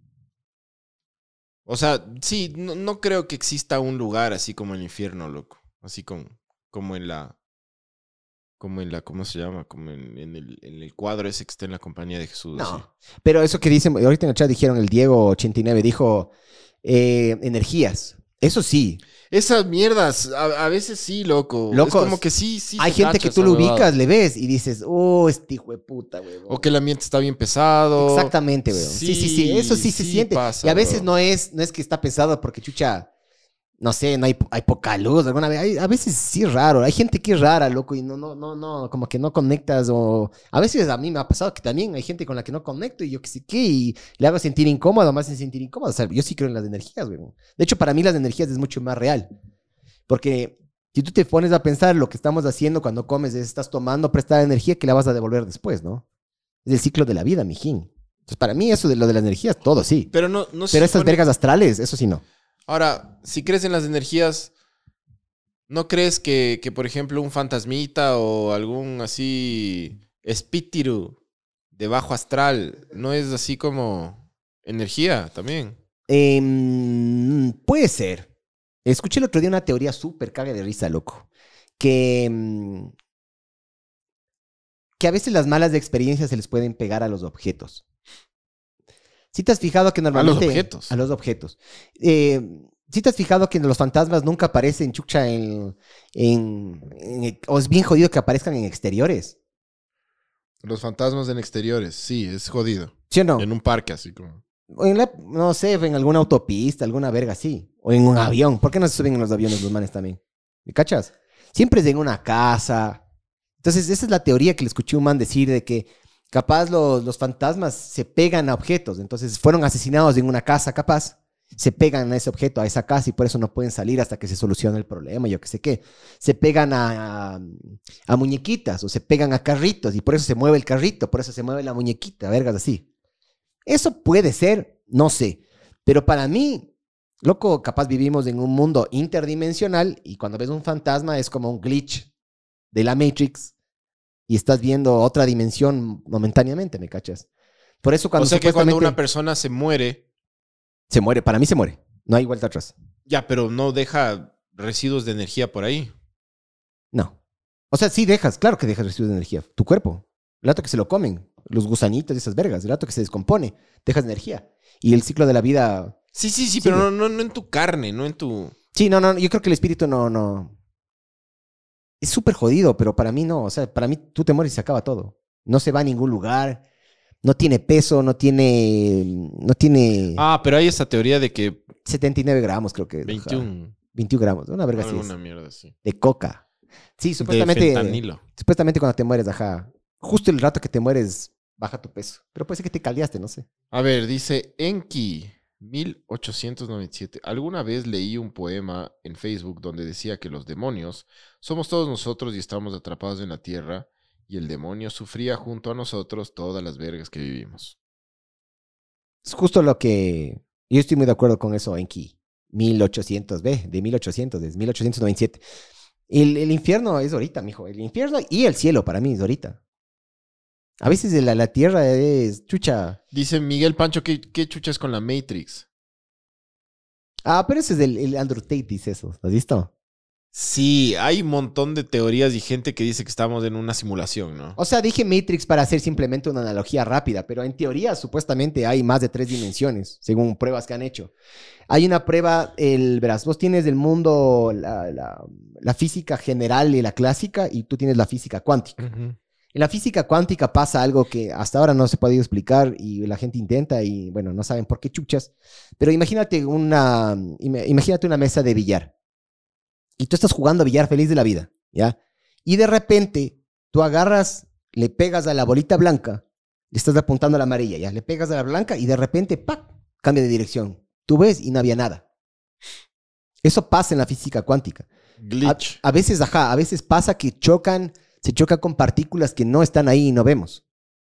[SPEAKER 2] O sea, sí, no, no creo que exista un lugar así como el infierno, loco. Así como, como en la... Como en la... ¿Cómo se llama? Como en, en el, en el cuadro ese que está en la compañía de Jesús. así.
[SPEAKER 3] No. Pero eso que dicen, ahorita en el chat dijeron, el Diego ochenta y nueve dijo eh, energías. Eso sí.
[SPEAKER 2] Esas mierdas, a, a veces sí, loco.
[SPEAKER 3] Locos.
[SPEAKER 2] Es como que sí, sí.
[SPEAKER 3] Hay
[SPEAKER 2] se
[SPEAKER 3] gente
[SPEAKER 2] cacha
[SPEAKER 3] que tú
[SPEAKER 2] esa
[SPEAKER 3] lo
[SPEAKER 2] huevada.
[SPEAKER 3] ubicas, le ves y dices, oh, este hijo de puta, güey.
[SPEAKER 2] O que el ambiente está bien pesado.
[SPEAKER 3] Exactamente, güey. Sí, sí, sí. Eso sí, se siente.
[SPEAKER 2] pasa,
[SPEAKER 3] y a veces
[SPEAKER 2] bro.
[SPEAKER 3] no es, no es que está pesado porque, chucha, no sé, no hay, hay poca luz alguna vez. Hay- a veces sí es raro. Hay gente que es rara, loco, y no, no, no, no, como que no conectas. O a veces a mí me ha pasado que también hay gente con la que no conecto y yo que sé qué, y le hago sentir incómodo, más en sentir incómodo. O sea, yo sí creo en las energías, güey. De hecho, para mí las energías es mucho más real. Porque si tú te pones a pensar lo que estamos haciendo cuando comes, es estás tomando prestada energía que la vas a devolver después, ¿no? Es el ciclo de la vida, mijín. Entonces, para mí eso de lo de las energías, todo sí.
[SPEAKER 2] Pero no, no se
[SPEAKER 3] Pero esas
[SPEAKER 2] supone-
[SPEAKER 3] vergas astrales, eso sí no.
[SPEAKER 2] Ahora, si crees en las energías, ¿no crees que, que, por ejemplo, un fantasmita o algún así espíritu de bajo astral no es así como energía también?
[SPEAKER 3] Em, puede ser. Escuché el otro día una teoría súper caga de risa, loco. Que, em, que a veces las malas experiencias se les pueden pegar a los objetos. ¿Sí te has fijado que normalmente...
[SPEAKER 2] objetos?
[SPEAKER 3] A los objetos. Eh, ¿sí te has fijado que los fantasmas nunca aparecen, chucha, en, en, en- o es bien jodido que aparezcan en exteriores?
[SPEAKER 2] Los fantasmas en exteriores, sí, es jodido.
[SPEAKER 3] ¿Sí o no?
[SPEAKER 2] En un parque, así como.
[SPEAKER 3] O en la- no sé, en alguna autopista, alguna verga así. O en un avión. ¿Por qué no se suben en los aviones los manes también? ¿Me cachas? Siempre es en una casa. Entonces, esa es la teoría que le escuché a un man decir de que capaz los, los fantasmas se pegan a objetos. Entonces, fueron asesinados en una casa, capaz. Se pegan a ese objeto, a esa casa, y por eso no pueden salir hasta que se solucione el problema, yo qué sé qué. Se pegan a, a, a muñequitas o se pegan a carritos y por eso se mueve el carrito, por eso se mueve la muñequita, vergas así. Eso puede ser, no sé. Pero para mí, loco, capaz vivimos en un mundo interdimensional y cuando ves un fantasma es como un glitch de la Matrix y estás viendo otra dimensión momentáneamente, ¿me cachas? Por eso cuando
[SPEAKER 2] O sea que cuando
[SPEAKER 3] supuestamente
[SPEAKER 2] una persona se muere,
[SPEAKER 3] se muere, para mí se muere. No hay vuelta atrás.
[SPEAKER 2] ya, pero no deja residuos de energía por ahí.
[SPEAKER 3] No. O sea, sí dejas, claro que dejas residuos de energía. Tu cuerpo. El rato que se lo comen, los gusanitos y esas vergas, el rato que se descompone, dejas energía. Y el ciclo de la vida...
[SPEAKER 2] Sí, sí, sí,
[SPEAKER 3] Sí,
[SPEAKER 2] pero
[SPEAKER 3] güey.
[SPEAKER 2] no, no, no en tu carne, no en tu...
[SPEAKER 3] Sí, no, no, yo creo que el espíritu no, no... Es súper jodido, pero para mí no. O sea, para mí tú te mueres y se acaba todo. No se va a ningún lugar, no tiene peso, no tiene... No tiene
[SPEAKER 2] Ah, pero hay esa teoría de que
[SPEAKER 3] setenta y nueve gramos, creo que. es. Ajá.
[SPEAKER 2] veintiún...
[SPEAKER 3] veintiún gramos, una verga así es.
[SPEAKER 2] Alguna mierda así.
[SPEAKER 3] De coca. Sí,
[SPEAKER 2] De
[SPEAKER 3] supuestamente...
[SPEAKER 2] fentanilo.
[SPEAKER 3] Supuestamente cuando te mueres, ajá. Justo el rato que te mueres, baja tu peso. Pero puede ser que te caldeaste, no sé.
[SPEAKER 2] A ver, dice Enki. mil ochocientos noventa y siete. Alguna vez leí un poema en Facebook donde decía que los demonios somos todos nosotros y estamos atrapados en la tierra y el demonio sufría junto a nosotros todas las vergas que vivimos.
[SPEAKER 3] Es justo lo que... Yo estoy muy de acuerdo con eso, Enki. mil ochocientos, ve, de mil ochocientos, desde mil ochocientos noventa y siete. El, el infierno es ahorita, mijo. El infierno y el cielo para mí es ahorita. A veces la, la tierra es chucha.
[SPEAKER 2] Dice Miguel Pancho, ¿qué, qué chucha es con la Matrix?
[SPEAKER 3] Ah, pero ese es el, el Andrew Tate, dice eso. ¿Lo has visto?
[SPEAKER 2] Sí, hay un montón de teorías y gente que dice que estamos en una simulación, ¿no?
[SPEAKER 3] O sea, dije Matrix para hacer simplemente una analogía rápida, pero en teoría supuestamente hay más de tres dimensiones, según pruebas que han hecho. Hay una prueba, el, verás, vos tienes el mundo, la, la, la física general y la clásica, y tú tienes la física cuántica.
[SPEAKER 2] Uh-huh.
[SPEAKER 3] En la física cuántica pasa algo que hasta ahora no se ha podido explicar y la gente intenta y, bueno, no saben por qué chuchas. Pero imagínate una, imagínate una mesa de billar. Y tú estás jugando billar feliz de la vida, ¿ya? Y de repente tú agarras, le pegas a la bolita blanca, le estás apuntando a la amarilla, ¿ya? Le pegas a la blanca y de repente, ¡pac!, cambia de dirección. Tú ves y no había nada. Eso pasa en la física cuántica.
[SPEAKER 2] Glitch.
[SPEAKER 3] A, a veces, ajá, a veces pasa que chocan, se choca con partículas que no están ahí y no vemos.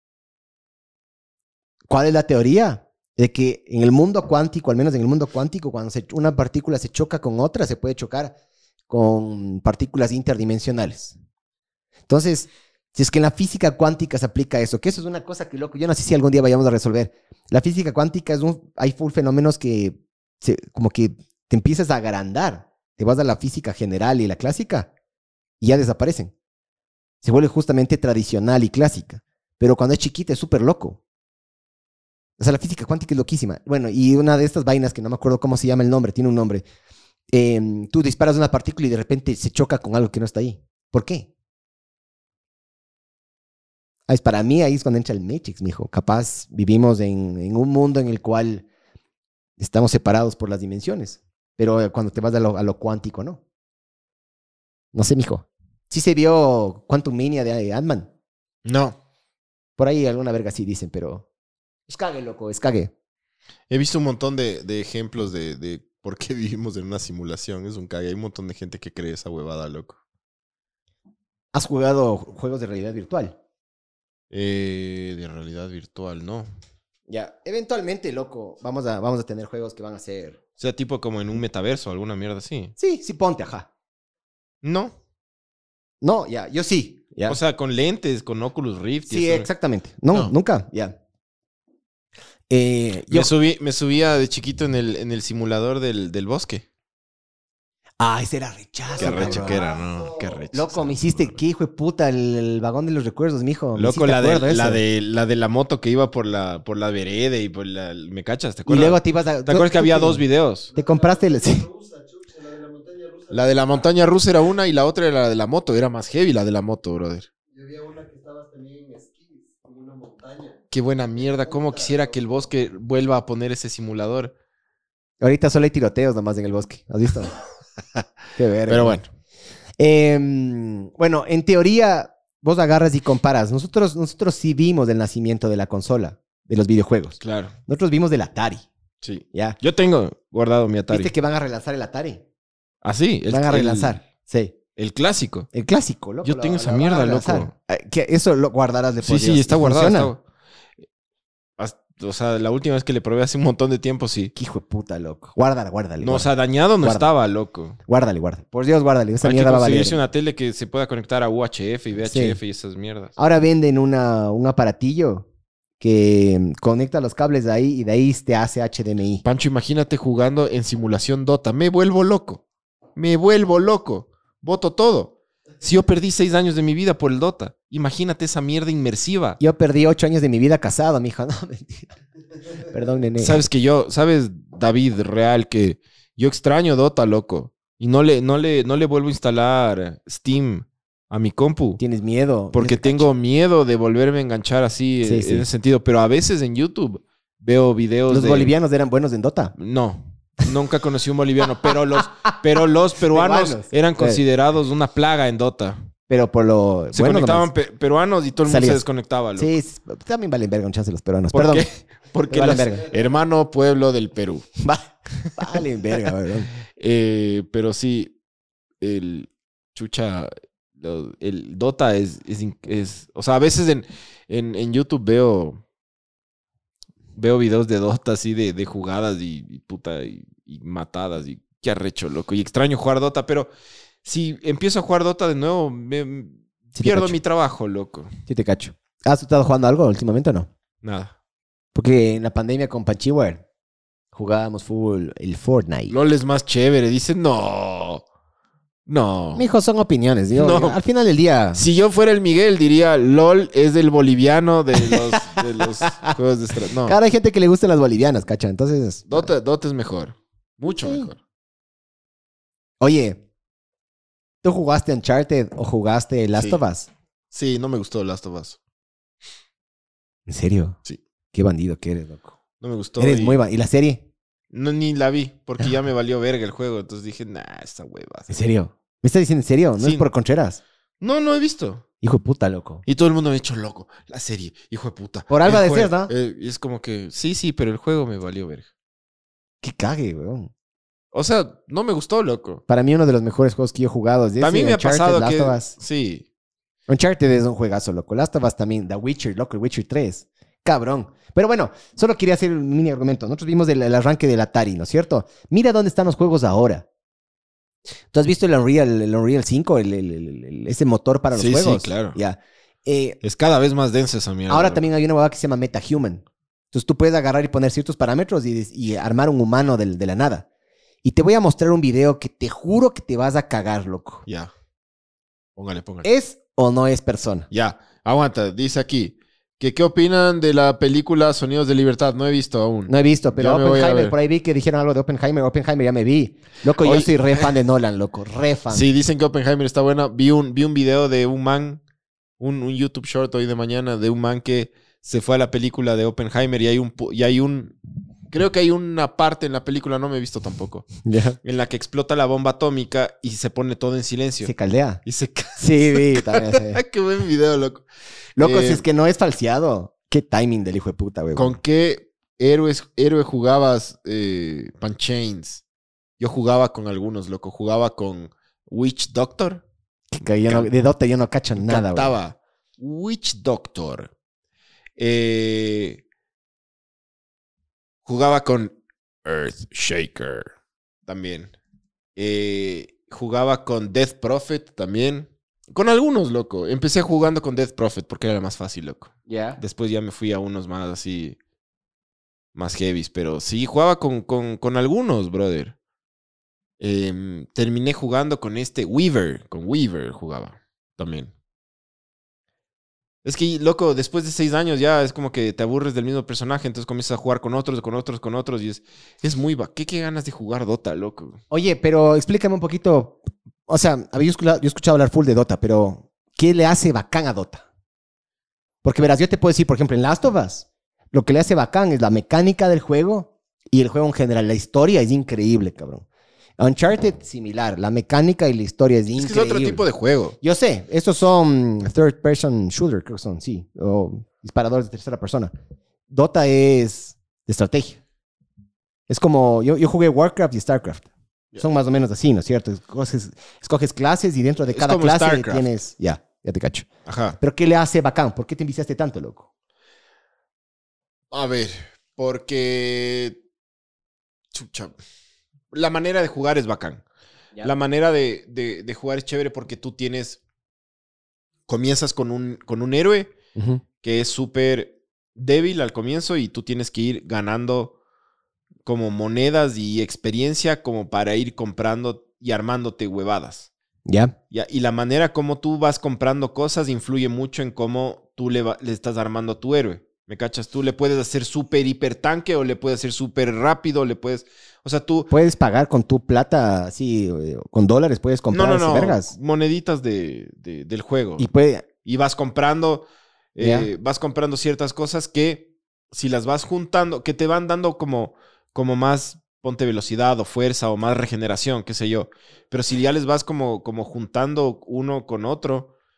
[SPEAKER 3] ¿Cuál es la teoría? De que en el mundo cuántico, al menos en el mundo cuántico, cuando se, una partícula se choca con otra, se puede chocar con partículas interdimensionales. Entonces, si es que en la física cuántica se aplica eso, que eso es una cosa que, loco, yo no sé si algún día vayamos a resolver. La física cuántica es un, hay full fenómenos que se, como que te empiezas a agrandar. Te vas a la física general y la clásica y ya desaparecen. Se vuelve justamente tradicional y clásica. Pero cuando es chiquita es súper loco. O sea, la física cuántica es loquísima. Bueno, y una de estas vainas que no me acuerdo cómo se llama el nombre, tiene un nombre. Eh, tú disparas una partícula y de repente se choca con algo que no está ahí. ¿Por qué? Ah, es para mí ahí es cuando entra el Matrix, mijo. Capaz vivimos en, en un mundo en el cual estamos separados por las dimensiones. Pero cuando te vas a lo, a lo cuántico, ¿no? No sé, mijo. Sí se vio Quantum Mania de Ant-Man.
[SPEAKER 2] No.
[SPEAKER 3] Por ahí alguna verga sí dicen, pero... Es cague, loco, es cague.
[SPEAKER 2] He visto un montón de, de ejemplos de, de por qué vivimos en una simulación. Es un cague. Hay un montón de gente que cree esa huevada, loco.
[SPEAKER 3] ¿Has jugado juegos de realidad virtual?
[SPEAKER 2] Eh, de realidad virtual, no.
[SPEAKER 3] Ya, eventualmente, loco, vamos a, vamos a tener juegos que van a ser...
[SPEAKER 2] O sea, tipo como en un metaverso, alguna mierda así.
[SPEAKER 3] Sí, sí, ponte, ajá.
[SPEAKER 2] No.
[SPEAKER 3] No, ya, yo sí. Ya.
[SPEAKER 2] O sea, con lentes, con Oculus Rift. Y
[SPEAKER 3] sí,
[SPEAKER 2] eso.
[SPEAKER 3] exactamente. No,
[SPEAKER 2] No.
[SPEAKER 3] nunca, ya. Eh, yo...
[SPEAKER 2] Me, subí, me subía de chiquito en el, en el simulador del, del bosque.
[SPEAKER 3] Ah, ese era rechazo.
[SPEAKER 2] Qué arrecho
[SPEAKER 3] cabrón.
[SPEAKER 2] que era, ¿no? Qué arrecho.
[SPEAKER 3] Loco, me hiciste, qué hijo de puta, el, el vagón de los recuerdos, mijo. Me
[SPEAKER 2] Loco,
[SPEAKER 3] hiciste
[SPEAKER 2] la de,
[SPEAKER 3] acuerdo
[SPEAKER 2] la,
[SPEAKER 3] eso.
[SPEAKER 2] de, la de la moto que iba por la, por la vereda y por la... ¿Me cachas? ¿Te
[SPEAKER 3] Y
[SPEAKER 2] acuerdas?
[SPEAKER 3] luego te ibas a...
[SPEAKER 2] ¿Te acuerdas que había dos videos?
[SPEAKER 3] Te compraste el... Sí.
[SPEAKER 2] La de la montaña rusa era una y la otra era la de la moto. Era más heavy la de la moto, brother.
[SPEAKER 4] Yo había una que estabas también en esquís, en una montaña.
[SPEAKER 2] Qué buena mierda. ¿Cómo quisiera que el bosque vuelva a poner ese simulador?
[SPEAKER 3] Ahorita solo hay tiroteos nomás en el bosque. ¿Has visto? Qué verga.
[SPEAKER 2] Pero bueno.
[SPEAKER 3] Eh, bueno, en teoría, vos agarras y comparas. Nosotros, nosotros sí vimos el nacimiento de la consola, de los videojuegos.
[SPEAKER 2] Claro.
[SPEAKER 3] Nosotros vimos del Atari.
[SPEAKER 2] Sí.
[SPEAKER 3] ¿Ya?
[SPEAKER 2] Yo tengo guardado mi Atari.
[SPEAKER 3] ¿Viste que van a relanzar el Atari?
[SPEAKER 2] ¿Ah, sí? El,
[SPEAKER 3] van a
[SPEAKER 2] el-
[SPEAKER 3] relanzar. Sí.
[SPEAKER 2] El clásico.
[SPEAKER 3] El clásico, loco.
[SPEAKER 2] Yo
[SPEAKER 3] lo-
[SPEAKER 2] tengo
[SPEAKER 3] lo
[SPEAKER 2] esa
[SPEAKER 3] van a
[SPEAKER 2] mierda,
[SPEAKER 3] relanzar.
[SPEAKER 2] loco.
[SPEAKER 3] Eh, que eso lo guardarás de por
[SPEAKER 2] Sí, sí,
[SPEAKER 3] Dios.
[SPEAKER 2] está
[SPEAKER 3] ¿Y
[SPEAKER 2] guardado.
[SPEAKER 3] funciona?
[SPEAKER 2] está- Hasta- O sea, la última vez que le probé hace un montón de tiempo, sí.
[SPEAKER 3] Qué hijo de puta, loco. Guárdale,
[SPEAKER 2] No, o
[SPEAKER 3] guárdale.
[SPEAKER 2] sea, dañado no
[SPEAKER 3] Guarda.
[SPEAKER 2] estaba, loco.
[SPEAKER 3] Guárdale, guárdale. Por Dios, guárdale. Esa
[SPEAKER 2] Hay que
[SPEAKER 3] mierda va a valer.
[SPEAKER 2] conseguirse una tele que se pueda conectar a U H F y V H F y esas mierdas.
[SPEAKER 3] Ahora venden una, un aparatillo que mm, conecta los cables de ahí y de ahí te hace H D M I.
[SPEAKER 2] Pancho, imagínate jugando en simulación Dota. Me vuelvo loco. Me vuelvo loco. Voto todo. Si yo perdí seis años de mi vida por el Dota, imagínate esa mierda inmersiva.
[SPEAKER 3] Yo perdí ocho años de mi vida casado, mijo. No, mentira. Perdón, nene.
[SPEAKER 2] Sabes que yo, sabes, David, real, que yo extraño Dota, loco. Y no le, no le, no le vuelvo a instalar Steam a mi compu.
[SPEAKER 3] Tienes miedo.
[SPEAKER 2] Porque
[SPEAKER 3] Tienes-
[SPEAKER 2] tengo miedo de volverme a enganchar así
[SPEAKER 3] Sí,
[SPEAKER 2] eh,
[SPEAKER 3] sí.
[SPEAKER 2] en ese sentido. Pero a veces en YouTube veo videos
[SPEAKER 3] Los
[SPEAKER 2] de...
[SPEAKER 3] bolivianos eran buenos en Dota.
[SPEAKER 2] No, nunca conocí un boliviano, pero los, pero los peruanos
[SPEAKER 3] Peruanos.
[SPEAKER 2] eran
[SPEAKER 3] Sí.
[SPEAKER 2] considerados una plaga en Dota.
[SPEAKER 3] Pero por lo
[SPEAKER 2] Se
[SPEAKER 3] bueno
[SPEAKER 2] conectaban
[SPEAKER 3] nomás.
[SPEAKER 2] pe- peruanos y todo el mundo
[SPEAKER 3] Salías.
[SPEAKER 2] se desconectaba, loco.
[SPEAKER 3] Sí, s- también valen verga un chance los peruanos.
[SPEAKER 2] ¿Por
[SPEAKER 3] Perdón.
[SPEAKER 2] qué? Porque
[SPEAKER 3] Valen
[SPEAKER 2] los-
[SPEAKER 3] verga.
[SPEAKER 2] hermano pueblo del Perú.
[SPEAKER 3] Va- Valen verga, weón.
[SPEAKER 2] Eh, pero sí, el chucha, lo- el Dota es, es, in- es- o sea, a veces en, en, en YouTube veo, veo videos de Dota así de, de jugadas y, y puta, y, y matadas y qué arrecho, loco. Y extraño jugar Dota, pero si empiezo a jugar Dota de nuevo, me
[SPEAKER 3] Sí te
[SPEAKER 2] pierdo
[SPEAKER 3] cacho.
[SPEAKER 2] mi trabajo, loco.
[SPEAKER 3] Sí te cacho. ¿Has estado jugando algo últimamente o no?
[SPEAKER 2] Nada.
[SPEAKER 3] Porque en la pandemia con Panchiware jugábamos full el Fortnite.
[SPEAKER 2] LOL es más chévere. Dicen, no. No.
[SPEAKER 3] Mijo, son opiniones. Digo,
[SPEAKER 2] No.
[SPEAKER 3] al final del día...
[SPEAKER 2] Si yo fuera el Miguel, diría, LOL es del boliviano de los, de los juegos de estrategia. No.
[SPEAKER 3] Claro, hay gente que le gustan las bolivianas, cacha. Entonces...
[SPEAKER 2] Dota, Dota es mejor. Mucho
[SPEAKER 3] Sí.
[SPEAKER 2] mejor.
[SPEAKER 3] Oye, ¿tú jugaste Uncharted o jugaste Last
[SPEAKER 2] Sí.
[SPEAKER 3] of Us?
[SPEAKER 2] Sí, no me gustó Last of Us.
[SPEAKER 3] ¿En serio?
[SPEAKER 2] Sí.
[SPEAKER 3] Qué bandido que eres, loco.
[SPEAKER 2] No me gustó.
[SPEAKER 3] Eres
[SPEAKER 2] y
[SPEAKER 3] muy bandido. ¿Y la serie?
[SPEAKER 2] No, ni la vi, porque ya me valió verga el juego. Entonces dije, nah, esta hueva.
[SPEAKER 3] ¿En serio? ¿Me estás diciendo en serio? ¿No
[SPEAKER 2] Sí.
[SPEAKER 3] es por Concheras?
[SPEAKER 2] No, no he visto.
[SPEAKER 3] Hijo de puta, loco.
[SPEAKER 2] Y todo el mundo me ha dicho, loco, la serie, hijo de puta.
[SPEAKER 3] Por algo
[SPEAKER 2] El
[SPEAKER 3] decías,
[SPEAKER 2] juego".
[SPEAKER 3] ¿no?
[SPEAKER 2] Eh, y es como que, sí, sí, pero el juego me valió verga.
[SPEAKER 3] Qué cague, weón.
[SPEAKER 2] O sea, no me gustó, loco.
[SPEAKER 3] Para mí uno de los mejores juegos que yo he jugado es ese,
[SPEAKER 2] También me ha
[SPEAKER 3] Uncharted,
[SPEAKER 2] pasado
[SPEAKER 3] Last
[SPEAKER 2] que...
[SPEAKER 3] of Us.
[SPEAKER 2] Sí.
[SPEAKER 3] Uncharted es un juegazo, loco. Last of Us también. The Witcher, loco. El Witcher tres. Cabrón. Pero bueno, solo quería hacer un mini argumento. Nosotros vimos el, el arranque del Atari, ¿no es cierto? Mira dónde están los juegos ahora. ¿Tú has visto el Unreal, el Unreal cinco? El, el- el- el- ese motor para los
[SPEAKER 2] Sí, sí,
[SPEAKER 3] juegos.
[SPEAKER 2] claro.
[SPEAKER 3] Ya. Eh,
[SPEAKER 2] Es cada vez más densa esa mierda.
[SPEAKER 3] ahora
[SPEAKER 2] loco.
[SPEAKER 3] también hay una hueá que se llama MetaHuman. Entonces tú puedes agarrar y poner ciertos parámetros y, y armar un humano del- de la nada. Y te voy a mostrar un video que te juro que te vas a cagar, loco.
[SPEAKER 2] Ya. Póngale, póngale.
[SPEAKER 3] ¿Es o no es persona?
[SPEAKER 2] Ya. Aguanta. Dice aquí. Que, ¿qué opinan de la película Sonidos de Libertad? No he visto aún.
[SPEAKER 3] No he visto, pero
[SPEAKER 2] Ya me voy a
[SPEAKER 3] Oppenheimer,
[SPEAKER 2] ver.
[SPEAKER 3] por ahí vi que dijeron algo de Oppenheimer. Oppenheimer ya me vi. Loco, yo
[SPEAKER 2] Oye.
[SPEAKER 3] soy re fan de Nolan, loco. Re fan.
[SPEAKER 2] Sí, dicen que Oppenheimer está buena. Vi un, vi un video de un man, un, un YouTube short hoy de mañana, de un man que se fue a la película de Oppenheimer y hay un, pu- y hay un, creo que hay una parte en la película, no me he visto tampoco,
[SPEAKER 3] Ya.
[SPEAKER 2] en la que explota la bomba atómica y se pone todo en silencio.
[SPEAKER 3] Se caldea.
[SPEAKER 2] Y se ca-
[SPEAKER 3] Sí, vi, también. sí.
[SPEAKER 2] Qué buen video, loco.
[SPEAKER 3] Loco,
[SPEAKER 2] Eh,
[SPEAKER 3] si es que no es falseado. Qué timing del hijo de puta, güey.
[SPEAKER 2] ¿Con qué héroes, héroe jugabas eh, Panchains? Yo jugaba con algunos, loco. Jugaba con Witch Doctor.
[SPEAKER 3] Que yo no- de Dota yo no cacho nada, güey.
[SPEAKER 2] Cantaba Witch Doctor. Eh, jugaba con Earth Shaker también. Eh, jugaba con Death Prophet también. Con algunos, loco. Empecé jugando con Death Prophet porque era más fácil, loco.
[SPEAKER 3] Ya.
[SPEAKER 2] Después ya me fui a unos más así, más heavies. Pero sí, jugaba con, con, con algunos, brother. Em, terminé jugando con este Weaver. Con Weaver jugaba también. Es que, loco, después de seis años ya es como que te aburres del mismo personaje, entonces comienzas a jugar con otros, con otros, con otros, y es, es muy... va- ¿Qué, qué ganas de jugar Dota, loco?
[SPEAKER 3] Oye, pero explícame un poquito. O sea, había escuchado, yo he escuchado hablar full de Dota, pero ¿qué le hace bacán a Dota? Porque verás, yo te puedo decir, por ejemplo, en Last of Us, lo que le hace bacán es la mecánica del juego y el juego en general. La historia es increíble, cabrón. Uncharted, similar. La mecánica y la historia es
[SPEAKER 2] Es
[SPEAKER 3] increíble.
[SPEAKER 2] que es otro tipo de juego.
[SPEAKER 3] Yo sé, estos son third person shooter, creo que son, sí. O disparadores de tercera persona. Dota es de estrategia. Es como, yo, yo jugué Warcraft y Starcraft. Son más o menos así, ¿no es cierto? Escoges, escoges clases y dentro de
[SPEAKER 2] Es
[SPEAKER 3] cada
[SPEAKER 2] como
[SPEAKER 3] clase
[SPEAKER 2] Starcraft.
[SPEAKER 3] tienes... Ya, ya te cacho.
[SPEAKER 2] Ajá.
[SPEAKER 3] Pero ¿qué le hace bacán? ¿Por qué te enviciaste tanto, loco?
[SPEAKER 2] A ver, porque... Chucha. La manera de jugar es bacán.
[SPEAKER 3] Ya.
[SPEAKER 2] La manera de, de- de jugar es chévere porque tú tienes... Comienzas con un, con un héroe
[SPEAKER 3] Ujú.
[SPEAKER 2] que es súper débil al comienzo y tú tienes que ir ganando como monedas y experiencia como para ir comprando y armándote huevadas.
[SPEAKER 3] Ya.
[SPEAKER 2] Ya, y la manera como tú vas comprando cosas influye mucho en cómo tú le, va- le estás armando a tu héroe. ¿Me cachas? Tú le puedes hacer súper hiper tanque o le puedes hacer súper rápido, le puedes... O sea, tú...
[SPEAKER 3] Puedes pagar con tu plata, así, eh, con dólares, puedes comprar
[SPEAKER 2] no, no,
[SPEAKER 3] esas
[SPEAKER 2] no.
[SPEAKER 3] vergas.
[SPEAKER 2] Moneditas de, de- del juego.
[SPEAKER 3] Y puede...
[SPEAKER 2] Y vas comprando, eh,
[SPEAKER 3] Ya.
[SPEAKER 2] vas comprando ciertas cosas que si las vas juntando, que te van dando como, como más, ponte velocidad o fuerza o más regeneración, qué sé yo. Pero si ya les vas como, como juntando uno con otro,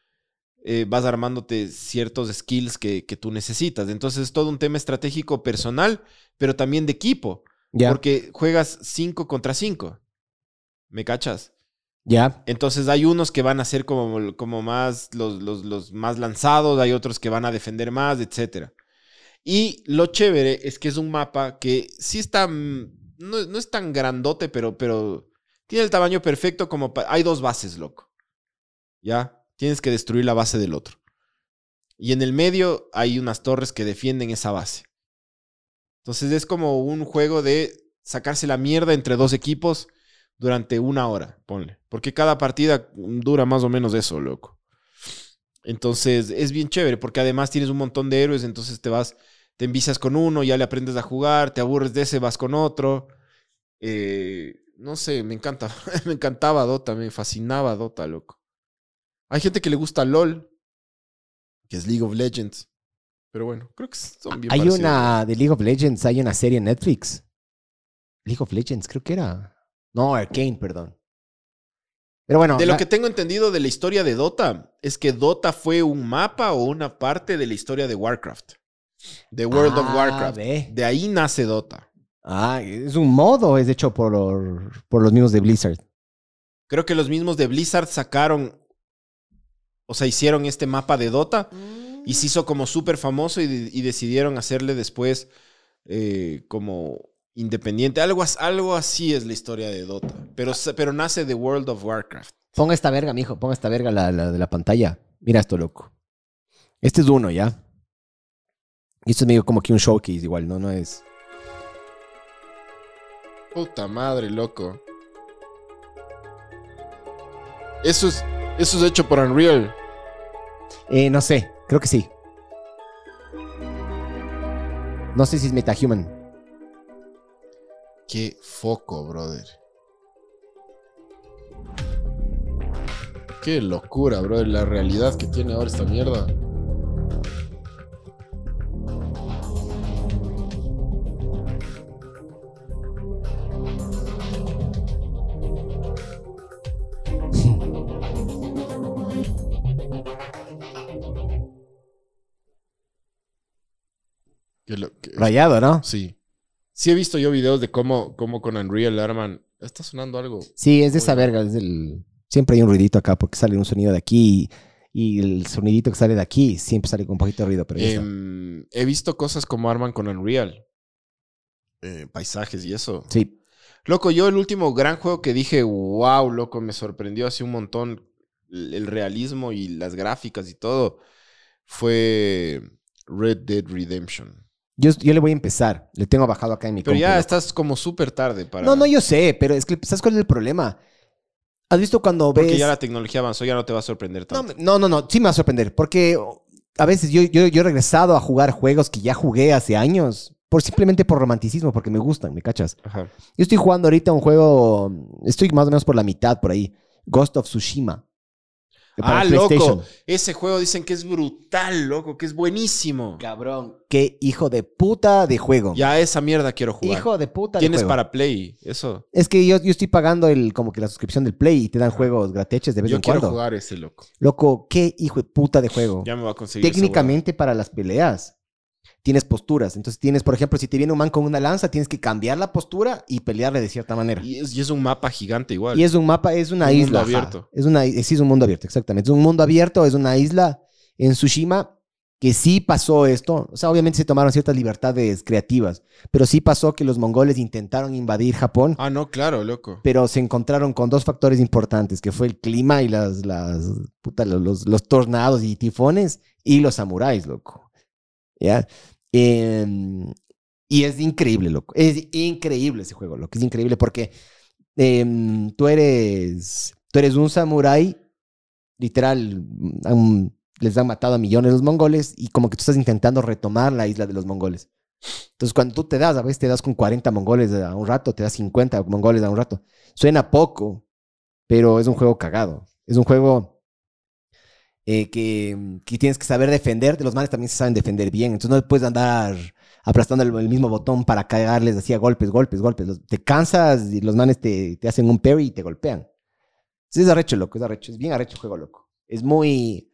[SPEAKER 2] eh, vas armándote ciertos skills que, que tú necesitas. Entonces es todo un tema estratégico personal, pero también de equipo.
[SPEAKER 3] Ya.
[SPEAKER 2] Porque juegas cinco contra cinco. ¿Me cachas?
[SPEAKER 3] Ya.
[SPEAKER 2] Entonces hay unos que van a ser como, como más los, los, los más lanzados, hay otros que van a defender más, etcétera. Y lo chévere es que es un mapa que sí está, no, no es tan grandote, pero, pero tiene el tamaño perfecto como para... Hay dos bases, loco. ¿Ya? Tienes que destruir la base del otro. Y en el medio hay unas torres que defienden esa base. Entonces es como un juego de sacarse la mierda entre dos equipos durante una hora, ponle. Porque cada partida dura más o menos eso, loco. Entonces es bien chévere, porque además tienes un montón de héroes, entonces te vas, te envicias con uno, ya le aprendes a jugar, te aburres de ese, vas con otro. Eh, no sé, me encanta. Me encantaba Dota, me fascinaba Dota, loco. Hay gente que le gusta LOL, que es League of Legends. Pero bueno, creo que son bien
[SPEAKER 3] Hay
[SPEAKER 2] parecidos.
[SPEAKER 3] una de League of Legends, hay una serie en Netflix. League of Legends, creo que era. No, Arcane, perdón. Pero bueno.
[SPEAKER 2] De
[SPEAKER 3] la...
[SPEAKER 2] lo que tengo entendido de la historia de Dota, es que Dota fue un mapa o una parte de la historia de Warcraft. De World
[SPEAKER 3] ah,
[SPEAKER 2] of Warcraft.
[SPEAKER 3] Ve.
[SPEAKER 2] De ahí nace Dota.
[SPEAKER 3] Ah, ¿es un modo o es hecho por, por los mismos de Blizzard?
[SPEAKER 2] Creo que los mismos de Blizzard sacaron, o sea, hicieron este mapa de Dota y se hizo como súper famoso y, y decidieron hacerle después eh, como independiente. Algo, algo así es la historia de Dota, pero, pero nace de World of Warcraft.
[SPEAKER 3] Ponga esta verga, mijo, ponga esta verga la, la de la pantalla. Mira esto, loco. Este es uno, ¿ya? Y esto es medio como que un showcase igual, ¿no? No es...
[SPEAKER 2] Puta madre, loco. Eso es, eso es hecho por Unreal.
[SPEAKER 3] Eh, no sé, creo que sí. No sé si es MetaHuman.
[SPEAKER 2] Qué foco, brother. Qué locura, brother. La realidad que tiene ahora esta mierda. Que lo, que,
[SPEAKER 3] Rayado, ¿no?
[SPEAKER 2] Sí. Sí he visto yo videos de cómo, cómo con Unreal arman. Está sonando algo.
[SPEAKER 3] Sí, es de esa verga. Es del... Siempre hay un ruidito acá porque sale un sonido de aquí y, y el sonidito que sale de aquí siempre sale con un poquito de ruido. Pero
[SPEAKER 2] eh, he visto cosas como arman con Unreal. Eh, paisajes y eso.
[SPEAKER 3] Sí.
[SPEAKER 2] Loco, yo el último gran juego que dije, wow, loco, me sorprendió así un montón el realismo y las gráficas y todo, fue Red Dead Redemption.
[SPEAKER 3] Yo, yo le voy a empezar. Le tengo bajado acá en mi
[SPEAKER 2] Pero
[SPEAKER 3] compu,
[SPEAKER 2] ya
[SPEAKER 3] loco.
[SPEAKER 2] estás como súper tarde para...
[SPEAKER 3] No, no, yo sé, pero es que ¿sabes cuál es el problema? ¿Has visto cuando ves...?
[SPEAKER 2] Porque ya la tecnología avanzó, ya no te va a sorprender tanto.
[SPEAKER 3] No, no, no, sí me va a sorprender. Porque a veces yo, yo, yo he regresado a jugar juegos que ya jugué hace años. Por, simplemente por romanticismo, porque me gustan, ¿me cachas?
[SPEAKER 2] Ajá.
[SPEAKER 3] Yo estoy jugando ahorita un juego... Estoy más o menos por la mitad, por ahí. Ghost of Tsushima. Para
[SPEAKER 2] Ah,
[SPEAKER 3] PlayStation.
[SPEAKER 2] loco. Ese juego dicen que es brutal, loco, que es buenísimo.
[SPEAKER 3] Cabrón. Qué hijo de puta de juego.
[SPEAKER 2] Ya esa mierda quiero jugar.
[SPEAKER 3] Hijo de puta de
[SPEAKER 2] Tienes
[SPEAKER 3] juego.
[SPEAKER 2] para Play, eso.
[SPEAKER 3] Es que yo, yo estoy pagando el como que la suscripción del Play y te dan juegos grateches de vez
[SPEAKER 2] Yo
[SPEAKER 3] en
[SPEAKER 2] quiero
[SPEAKER 3] cuando.
[SPEAKER 2] jugar ese, loco.
[SPEAKER 3] Loco, qué hijo de puta de juego.
[SPEAKER 2] Ya me va a conseguir esa
[SPEAKER 3] Técnicamente para las peleas tienes posturas. Entonces tienes, por ejemplo, si te viene un man con una lanza, tienes que cambiar la postura y pelearle de cierta manera.
[SPEAKER 2] Y es, y es un mapa gigante igual.
[SPEAKER 3] Y es un mapa, es una
[SPEAKER 2] Un mundo
[SPEAKER 3] isla. ajá.
[SPEAKER 2] abierto.
[SPEAKER 3] Es una, sí, es un mundo abierto, exactamente. Es un mundo abierto, es una isla en Tsushima que sí pasó esto. O sea, obviamente se tomaron ciertas libertades creativas, pero sí pasó que los mongoles intentaron invadir Japón,
[SPEAKER 2] Ah, no, claro, loco.
[SPEAKER 3] pero se encontraron con dos factores importantes, que fue el clima y las, las puta, los, los, los tornados y tifones y los samuráis, loco. ¿Ya? Eh, y es increíble, loco. Es increíble ese juego, loco. Es increíble porque eh, tú eres tú eres un samurái, literal, han- les han matado a millones los mongoles y como que tú estás intentando retomar la isla de los mongoles. Entonces, cuando tú te das, a veces te das con cuarenta mongoles a un rato, te das cincuenta mongoles a un rato. Suena poco, pero es un juego cagado. Es un juego eh, que, que tienes que saber defenderte. Los manes también se saben defender bien. Entonces no puedes andar aplastando el, el mismo botón para cagarles así a golpes, golpes, golpes. Los- te cansas y los manes te, te hacen un parry y te golpean. Entonces es arrecho, loco, es arrecho. Es bien arrecho el juego, loco. Es muy...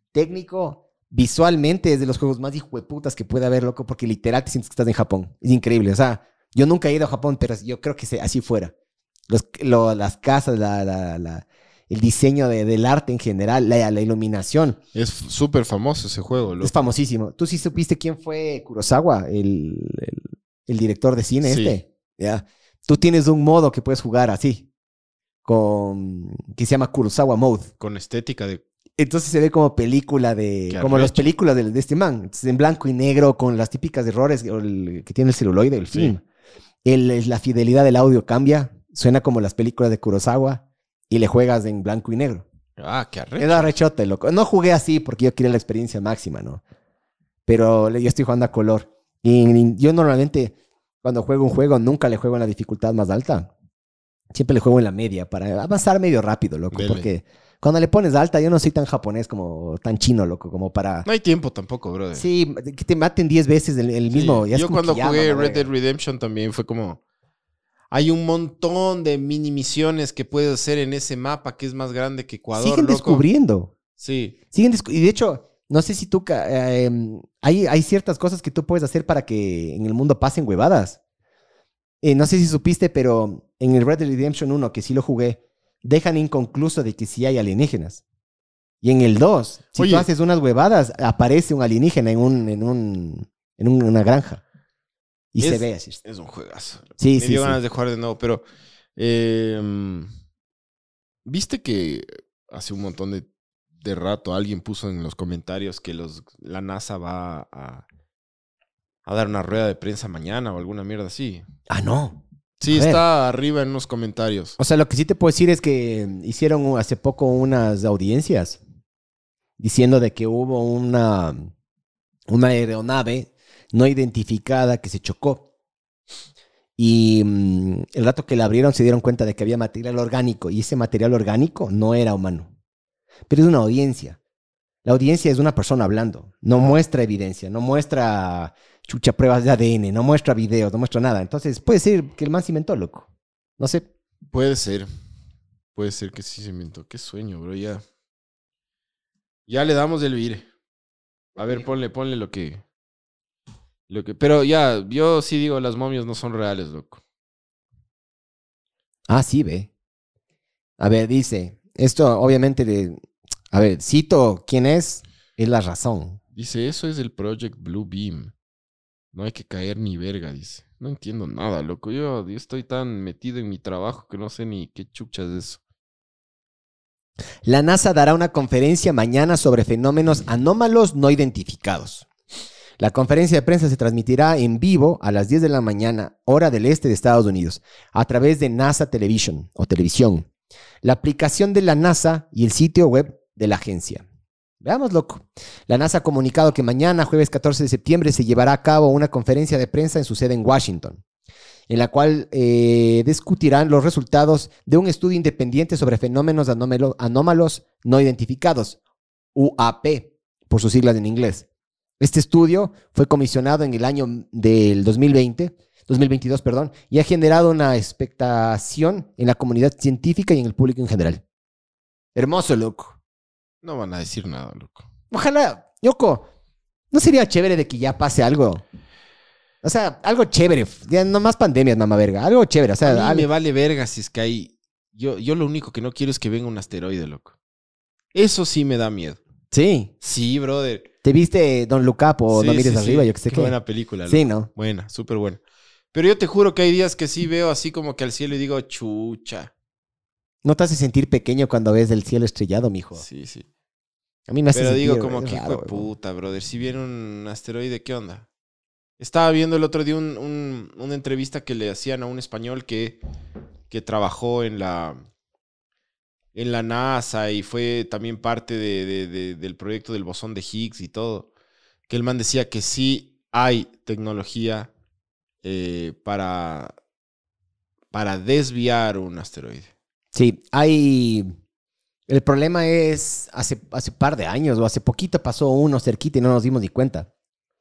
[SPEAKER 3] técnico, visualmente es de los juegos más hijueputas que puede haber, loco, porque literal te sientes que estás en Japón. Es increíble. O sea, yo nunca he ido a Japón, pero yo creo que se, así fuera. Los, lo, las casas, la, la, la, el diseño de, del arte en general, la, la iluminación.
[SPEAKER 2] Es súper famoso ese juego, loco.
[SPEAKER 3] Es famosísimo. ¿Tú sí supiste quién fue Kurosawa, el, el, el director de cine
[SPEAKER 2] Sí.
[SPEAKER 3] este? Ya. Tú tienes un modo que puedes jugar así, con que se llama Kurosawa Mode.
[SPEAKER 2] Con estética de...
[SPEAKER 3] Entonces se ve como película de...
[SPEAKER 2] Qué
[SPEAKER 3] Como las
[SPEAKER 2] arrecho.
[SPEAKER 3] películas de, de este man. Entonces, en blanco y negro, con las típicas errores o el- que tiene el celuloide, el
[SPEAKER 2] Sí.
[SPEAKER 3] film. El, es la fidelidad del audio cambia. Suena como las películas de Kurosawa y le juegas en blanco y negro.
[SPEAKER 2] Ah, qué arrecho.
[SPEAKER 3] Es arrechote, loco. No jugué así porque yo quería la experiencia máxima, ¿no? Pero le- yo estoy jugando a color. Y yo normalmente, cuando juego un juego, nunca le juego en la dificultad más alta. Siempre le juego en la media para avanzar medio rápido, loco.
[SPEAKER 2] Dele.
[SPEAKER 3] Porque cuando le pones alta, yo no soy tan japonés como tan chino, loco, como para...
[SPEAKER 2] No hay tiempo tampoco, brother.
[SPEAKER 3] Sí, que te maten diez veces el, el mismo.
[SPEAKER 2] Sí.
[SPEAKER 3] ya es
[SPEAKER 2] Yo
[SPEAKER 3] como
[SPEAKER 2] cuando
[SPEAKER 3] que ya,
[SPEAKER 2] jugué
[SPEAKER 3] mamá,
[SPEAKER 2] Red Dead
[SPEAKER 3] verga.
[SPEAKER 2] Redemption también fue como... Hay un montón de mini misiones que puedes hacer en ese mapa que es más grande que Ecuador,
[SPEAKER 3] Siguen
[SPEAKER 2] loco.
[SPEAKER 3] descubriendo.
[SPEAKER 2] Sí.
[SPEAKER 3] Siguen descu- y de hecho, no sé si tú... ca- eh, em, hay, hay ciertas cosas que tú puedes hacer para que en el mundo pasen huevadas. Eh, no sé si supiste, pero en el Red Dead Redemption uno, que sí lo jugué, dejan inconcluso de que sí hay alienígenas. Y en el dos, si
[SPEAKER 2] Oye.
[SPEAKER 3] tú haces unas huevadas, aparece un alienígena en, un, en, un, en un- una granja. Y
[SPEAKER 2] Es-
[SPEAKER 3] se ve así.
[SPEAKER 2] Es un juegazo.
[SPEAKER 3] Sí,
[SPEAKER 2] Me
[SPEAKER 3] sí,
[SPEAKER 2] dio
[SPEAKER 3] sí.
[SPEAKER 2] ganas de jugar de nuevo, pero... eh, ¿Viste que hace un montón de, de rato alguien puso en los comentarios que los, la NASA va a, a dar una rueda de prensa mañana o alguna mierda así?
[SPEAKER 3] Ah, no.
[SPEAKER 2] Sí,
[SPEAKER 3] A ver.
[SPEAKER 2] está arriba en unos comentarios.
[SPEAKER 3] O sea, lo que sí te puedo decir es que hicieron hace poco unas audiencias diciendo de que hubo una, una aeronave no identificada que se chocó. Y mm, el rato que la abrieron se dieron cuenta de que había material orgánico y ese material orgánico no era humano. Pero es una audiencia. La audiencia es una persona hablando. No muestra evidencia, no muestra chucha pruebas de A D N, no muestra videos, no muestra nada. Entonces puede ser que el man se inventó, loco. No sé.
[SPEAKER 2] Puede ser. Puede ser que sí se inventó. Qué sueño, bro. Ya. Ya le damos el vire. A ver, ponle, ponle lo que. Lo que. Pero ya, yo sí digo, las momias no son reales, loco.
[SPEAKER 3] Ah, sí, ve. A ver, dice, esto obviamente, de, a ver, cito quién es, es la razón.
[SPEAKER 2] Dice, eso es el Project Blue Beam. No hay que caer ni verga, dice. No entiendo nada, loco. Yo, yo estoy tan metido en mi trabajo que no sé ni qué chuchas es eso.
[SPEAKER 3] La NASA dará una conferencia mañana sobre fenómenos anómalos no identificados. La conferencia de prensa se transmitirá en vivo a las diez de la mañana, hora del este de Estados Unidos, a través de NASA Television o televisión, la aplicación de la NASA y el sitio web de la agencia. Veamos, loco. La NASA ha comunicado que mañana, jueves catorce de septiembre, se llevará a cabo una conferencia de prensa en su sede en Washington, en la cual eh, discutirán los resultados de un estudio independiente sobre fenómenos anómalo- anómalos no identificados, U A P, por sus siglas en inglés. Este estudio fue comisionado en el año del dos mil veinte, dos mil veintidós, perdón, y ha generado una expectación en la comunidad científica y en el público en general. Hermoso, loco.
[SPEAKER 2] No van a decir nada, loco.
[SPEAKER 3] Ojalá, Yoko, ¿no sería chévere de que ya pase algo? O sea, algo chévere. Ya no más pandemias, mamá verga. Algo chévere. O sea,
[SPEAKER 2] A mí
[SPEAKER 3] algo-
[SPEAKER 2] me vale verga si es que hay... Yo, yo lo único que no quiero es que venga un asteroide, loco. Eso sí me da miedo.
[SPEAKER 3] sí.
[SPEAKER 2] Sí, brother.
[SPEAKER 3] ¿Te viste Don't Look Up o
[SPEAKER 2] Sí,
[SPEAKER 3] No Mires
[SPEAKER 2] sí,
[SPEAKER 3] Arriba?
[SPEAKER 2] sí.
[SPEAKER 3] Yo que sé
[SPEAKER 2] Qué
[SPEAKER 3] qué.
[SPEAKER 2] buena película, loco.
[SPEAKER 3] Sí, ¿no?
[SPEAKER 2] Buena, súper buena. Pero yo te juro que hay días que sí veo así como que al cielo y digo, chucha.
[SPEAKER 3] ¿No te hace sentir pequeño cuando ves el cielo estrellado, mijo?
[SPEAKER 2] Sí, sí.
[SPEAKER 3] A mí me hace
[SPEAKER 2] Pero
[SPEAKER 3] sentir...
[SPEAKER 2] digo como
[SPEAKER 3] es
[SPEAKER 2] que hijo
[SPEAKER 3] raro,
[SPEAKER 2] de
[SPEAKER 3] weón.
[SPEAKER 2] puta, brother. Si viene un asteroide, ¿qué onda? Estaba viendo el otro día un- un- una entrevista que le hacían a un español que, que trabajó en la, en la NASA y fue también parte de- de- de- del proyecto del bosón de Higgs y todo. Que el man decía que sí hay tecnología eh, para, para desviar un asteroide.
[SPEAKER 3] Sí, hay... El problema es, hace, hace par de años o hace poquito pasó uno cerquita y no nos dimos ni cuenta.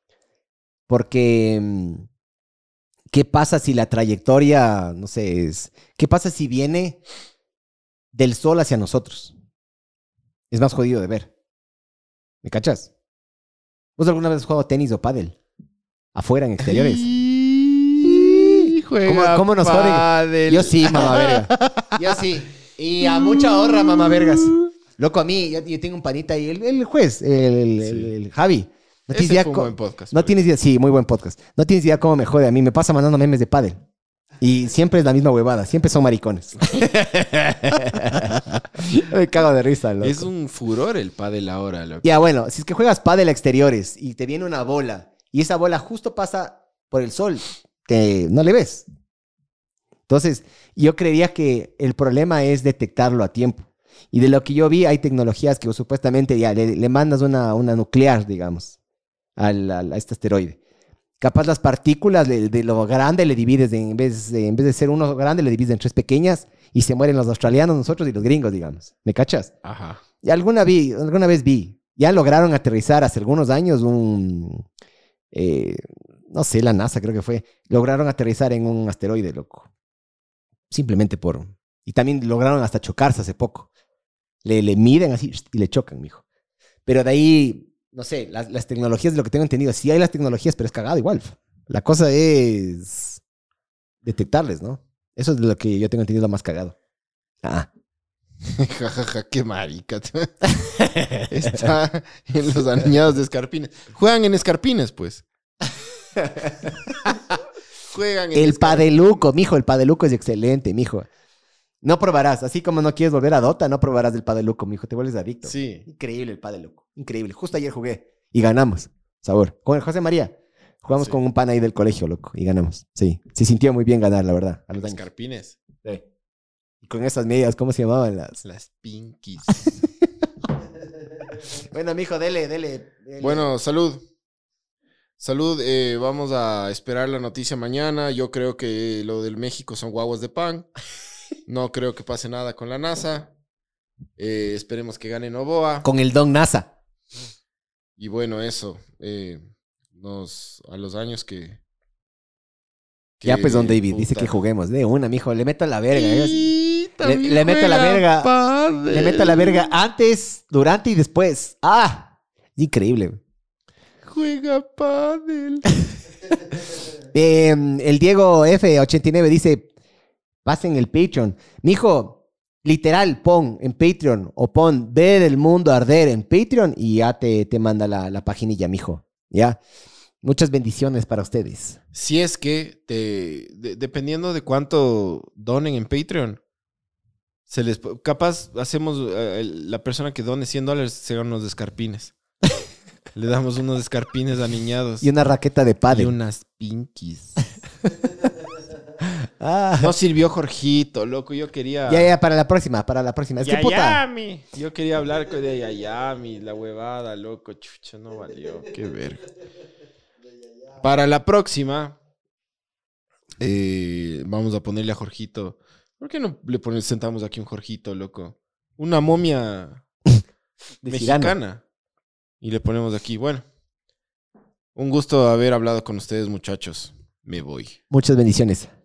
[SPEAKER 3] Porque, mm, ¿qué pasa si la trayectoria, no sé, es... ¿Qué pasa si viene del Sol hacia nosotros? Es más jodido de ver. ¿Me cachas? ¿Vos alguna vez has jugado tenis o pádel? Afuera, en exteriores.
[SPEAKER 2] Y juega
[SPEAKER 3] ¿Cómo, cómo nos joden?
[SPEAKER 2] pádel.
[SPEAKER 3] Yo sí, mamá verga. Yo sí. Y a mucha honra, mamá vergas. Loco, a mí, yo, yo tengo un panita ahí, el, el juez, el, el, el, el Javi. No tienes
[SPEAKER 2] Ese
[SPEAKER 3] idea
[SPEAKER 2] fue un
[SPEAKER 3] co-
[SPEAKER 2] buen podcast.
[SPEAKER 3] No
[SPEAKER 2] pues.
[SPEAKER 3] tienes idea, sí, muy buen podcast. No tienes idea cómo me jode a mí. Me pasa mandando memes de pádel. Y siempre es la misma huevada. Siempre son maricones. Me cago de risa, loco.
[SPEAKER 2] Es un furor el pádel ahora, loco.
[SPEAKER 3] Ya, bueno, si es que juegas pádel a exteriores y te viene una bola y esa bola justo pasa por el sol, te, no le ves. Entonces, yo creería que el problema es detectarlo a tiempo. Y de lo que yo vi, hay tecnologías que supuestamente ya le, le mandas una, una nuclear, digamos, al, al- a este asteroide. Capaz las partículas de, de lo grande le divides, en vez, de, en vez de ser uno grande, le divides en tres pequeñas y se mueren los australianos, nosotros y los gringos, digamos. ¿Me cachas?
[SPEAKER 2] Ajá.
[SPEAKER 3] Y alguna, vi, alguna vez vi, ya lograron aterrizar hace algunos años un, eh, no sé, la NASA creo que fue, lograron aterrizar en un asteroide, loco. Simplemente por... Y también lograron hasta chocarse hace poco. Le, le miden así y le chocan, mijo. Pero de ahí, no sé, las, las tecnologías, de lo que tengo entendido, sí hay las tecnologías, pero es cagado igual. La cosa es detectarles, ¿no? Eso es de lo que yo tengo entendido lo más cagado. Ah.
[SPEAKER 2] Jajaja, qué marica. Está en los aniñados de Escarpines. Juegan en Escarpines, pues. Juegan en
[SPEAKER 3] El
[SPEAKER 2] Escarpines.
[SPEAKER 3] padeluco, mijo, el padeluco es excelente, mijo. No probarás, así como no quieres volver a Dota, no probarás del padeluco, mijo, te vuelves adicto.
[SPEAKER 2] Sí.
[SPEAKER 3] Increíble el padeluco, increíble. Justo ayer jugué y ganamos, sabor. Con el José María. Jugamos
[SPEAKER 2] Sí.
[SPEAKER 3] con un pan ahí del colegio, loco, y ganamos. Sí, se sintió muy bien ganar, la verdad, a los años.
[SPEAKER 2] Escarpines.
[SPEAKER 3] Sí. Y con esas medias, ¿cómo se llamaban las?
[SPEAKER 2] Las pinkies.
[SPEAKER 3] Bueno, mijo, dele, dele. dele.
[SPEAKER 2] Bueno, salud. Salud, eh, vamos a esperar la noticia mañana. Yo creo que lo del México son guaguas de pan. No creo que pase nada con la NASA. Eh, esperemos que gane Novoa.
[SPEAKER 3] Con el Don NASA.
[SPEAKER 2] Y bueno, eso. eh, nos, a los años que...
[SPEAKER 3] Ya pues, Don
[SPEAKER 2] que,
[SPEAKER 3] David, dice
[SPEAKER 2] puta.
[SPEAKER 3] que juguemos. De una, mijo, le meto a la verga. ¿eh?
[SPEAKER 2] Y
[SPEAKER 3] Le,
[SPEAKER 2] también
[SPEAKER 3] le meto a la
[SPEAKER 2] juega
[SPEAKER 3] verga.
[SPEAKER 2] pádel.
[SPEAKER 3] Le meto a la verga antes, durante y después. ¡Ah! Increíble.
[SPEAKER 2] Juega pádel.
[SPEAKER 3] Eh, el Diego F ochenta y nueve dice, pasen el Patreon. Mijo, literal, pon en Patreon o pon Ver el Mundo Arder en Patreon y ya te, te manda la, la paginilla, mijo. ¿Ya? Muchas bendiciones para ustedes.
[SPEAKER 2] Si es que, te, de- dependiendo de cuánto donen en Patreon, se les capaz hacemos, eh, el- la persona que done cien dólares se gana unos escarpines. Le damos unos escarpines aniñados.
[SPEAKER 3] Y una raqueta de
[SPEAKER 2] Y
[SPEAKER 3] pádel.
[SPEAKER 2] unas pinkies.
[SPEAKER 3] Ah.
[SPEAKER 2] No sirvió Jorgito, loco. Yo quería...
[SPEAKER 3] Ya, ya, para la próxima, para la próxima. Es que puta.
[SPEAKER 2] Yayami. Yo quería hablar con de Yayami, la huevada, loco. Chucha, no valió. Qué verga. Para la próxima, eh, vamos a ponerle a Jorgito. ¿Por qué no le ponemos, sentamos aquí un Jorgito, loco? Una momia
[SPEAKER 3] De
[SPEAKER 2] mexicana. Y le ponemos aquí. Bueno, un gusto haber hablado con ustedes, muchachos. Me voy.
[SPEAKER 3] Muchas bendiciones.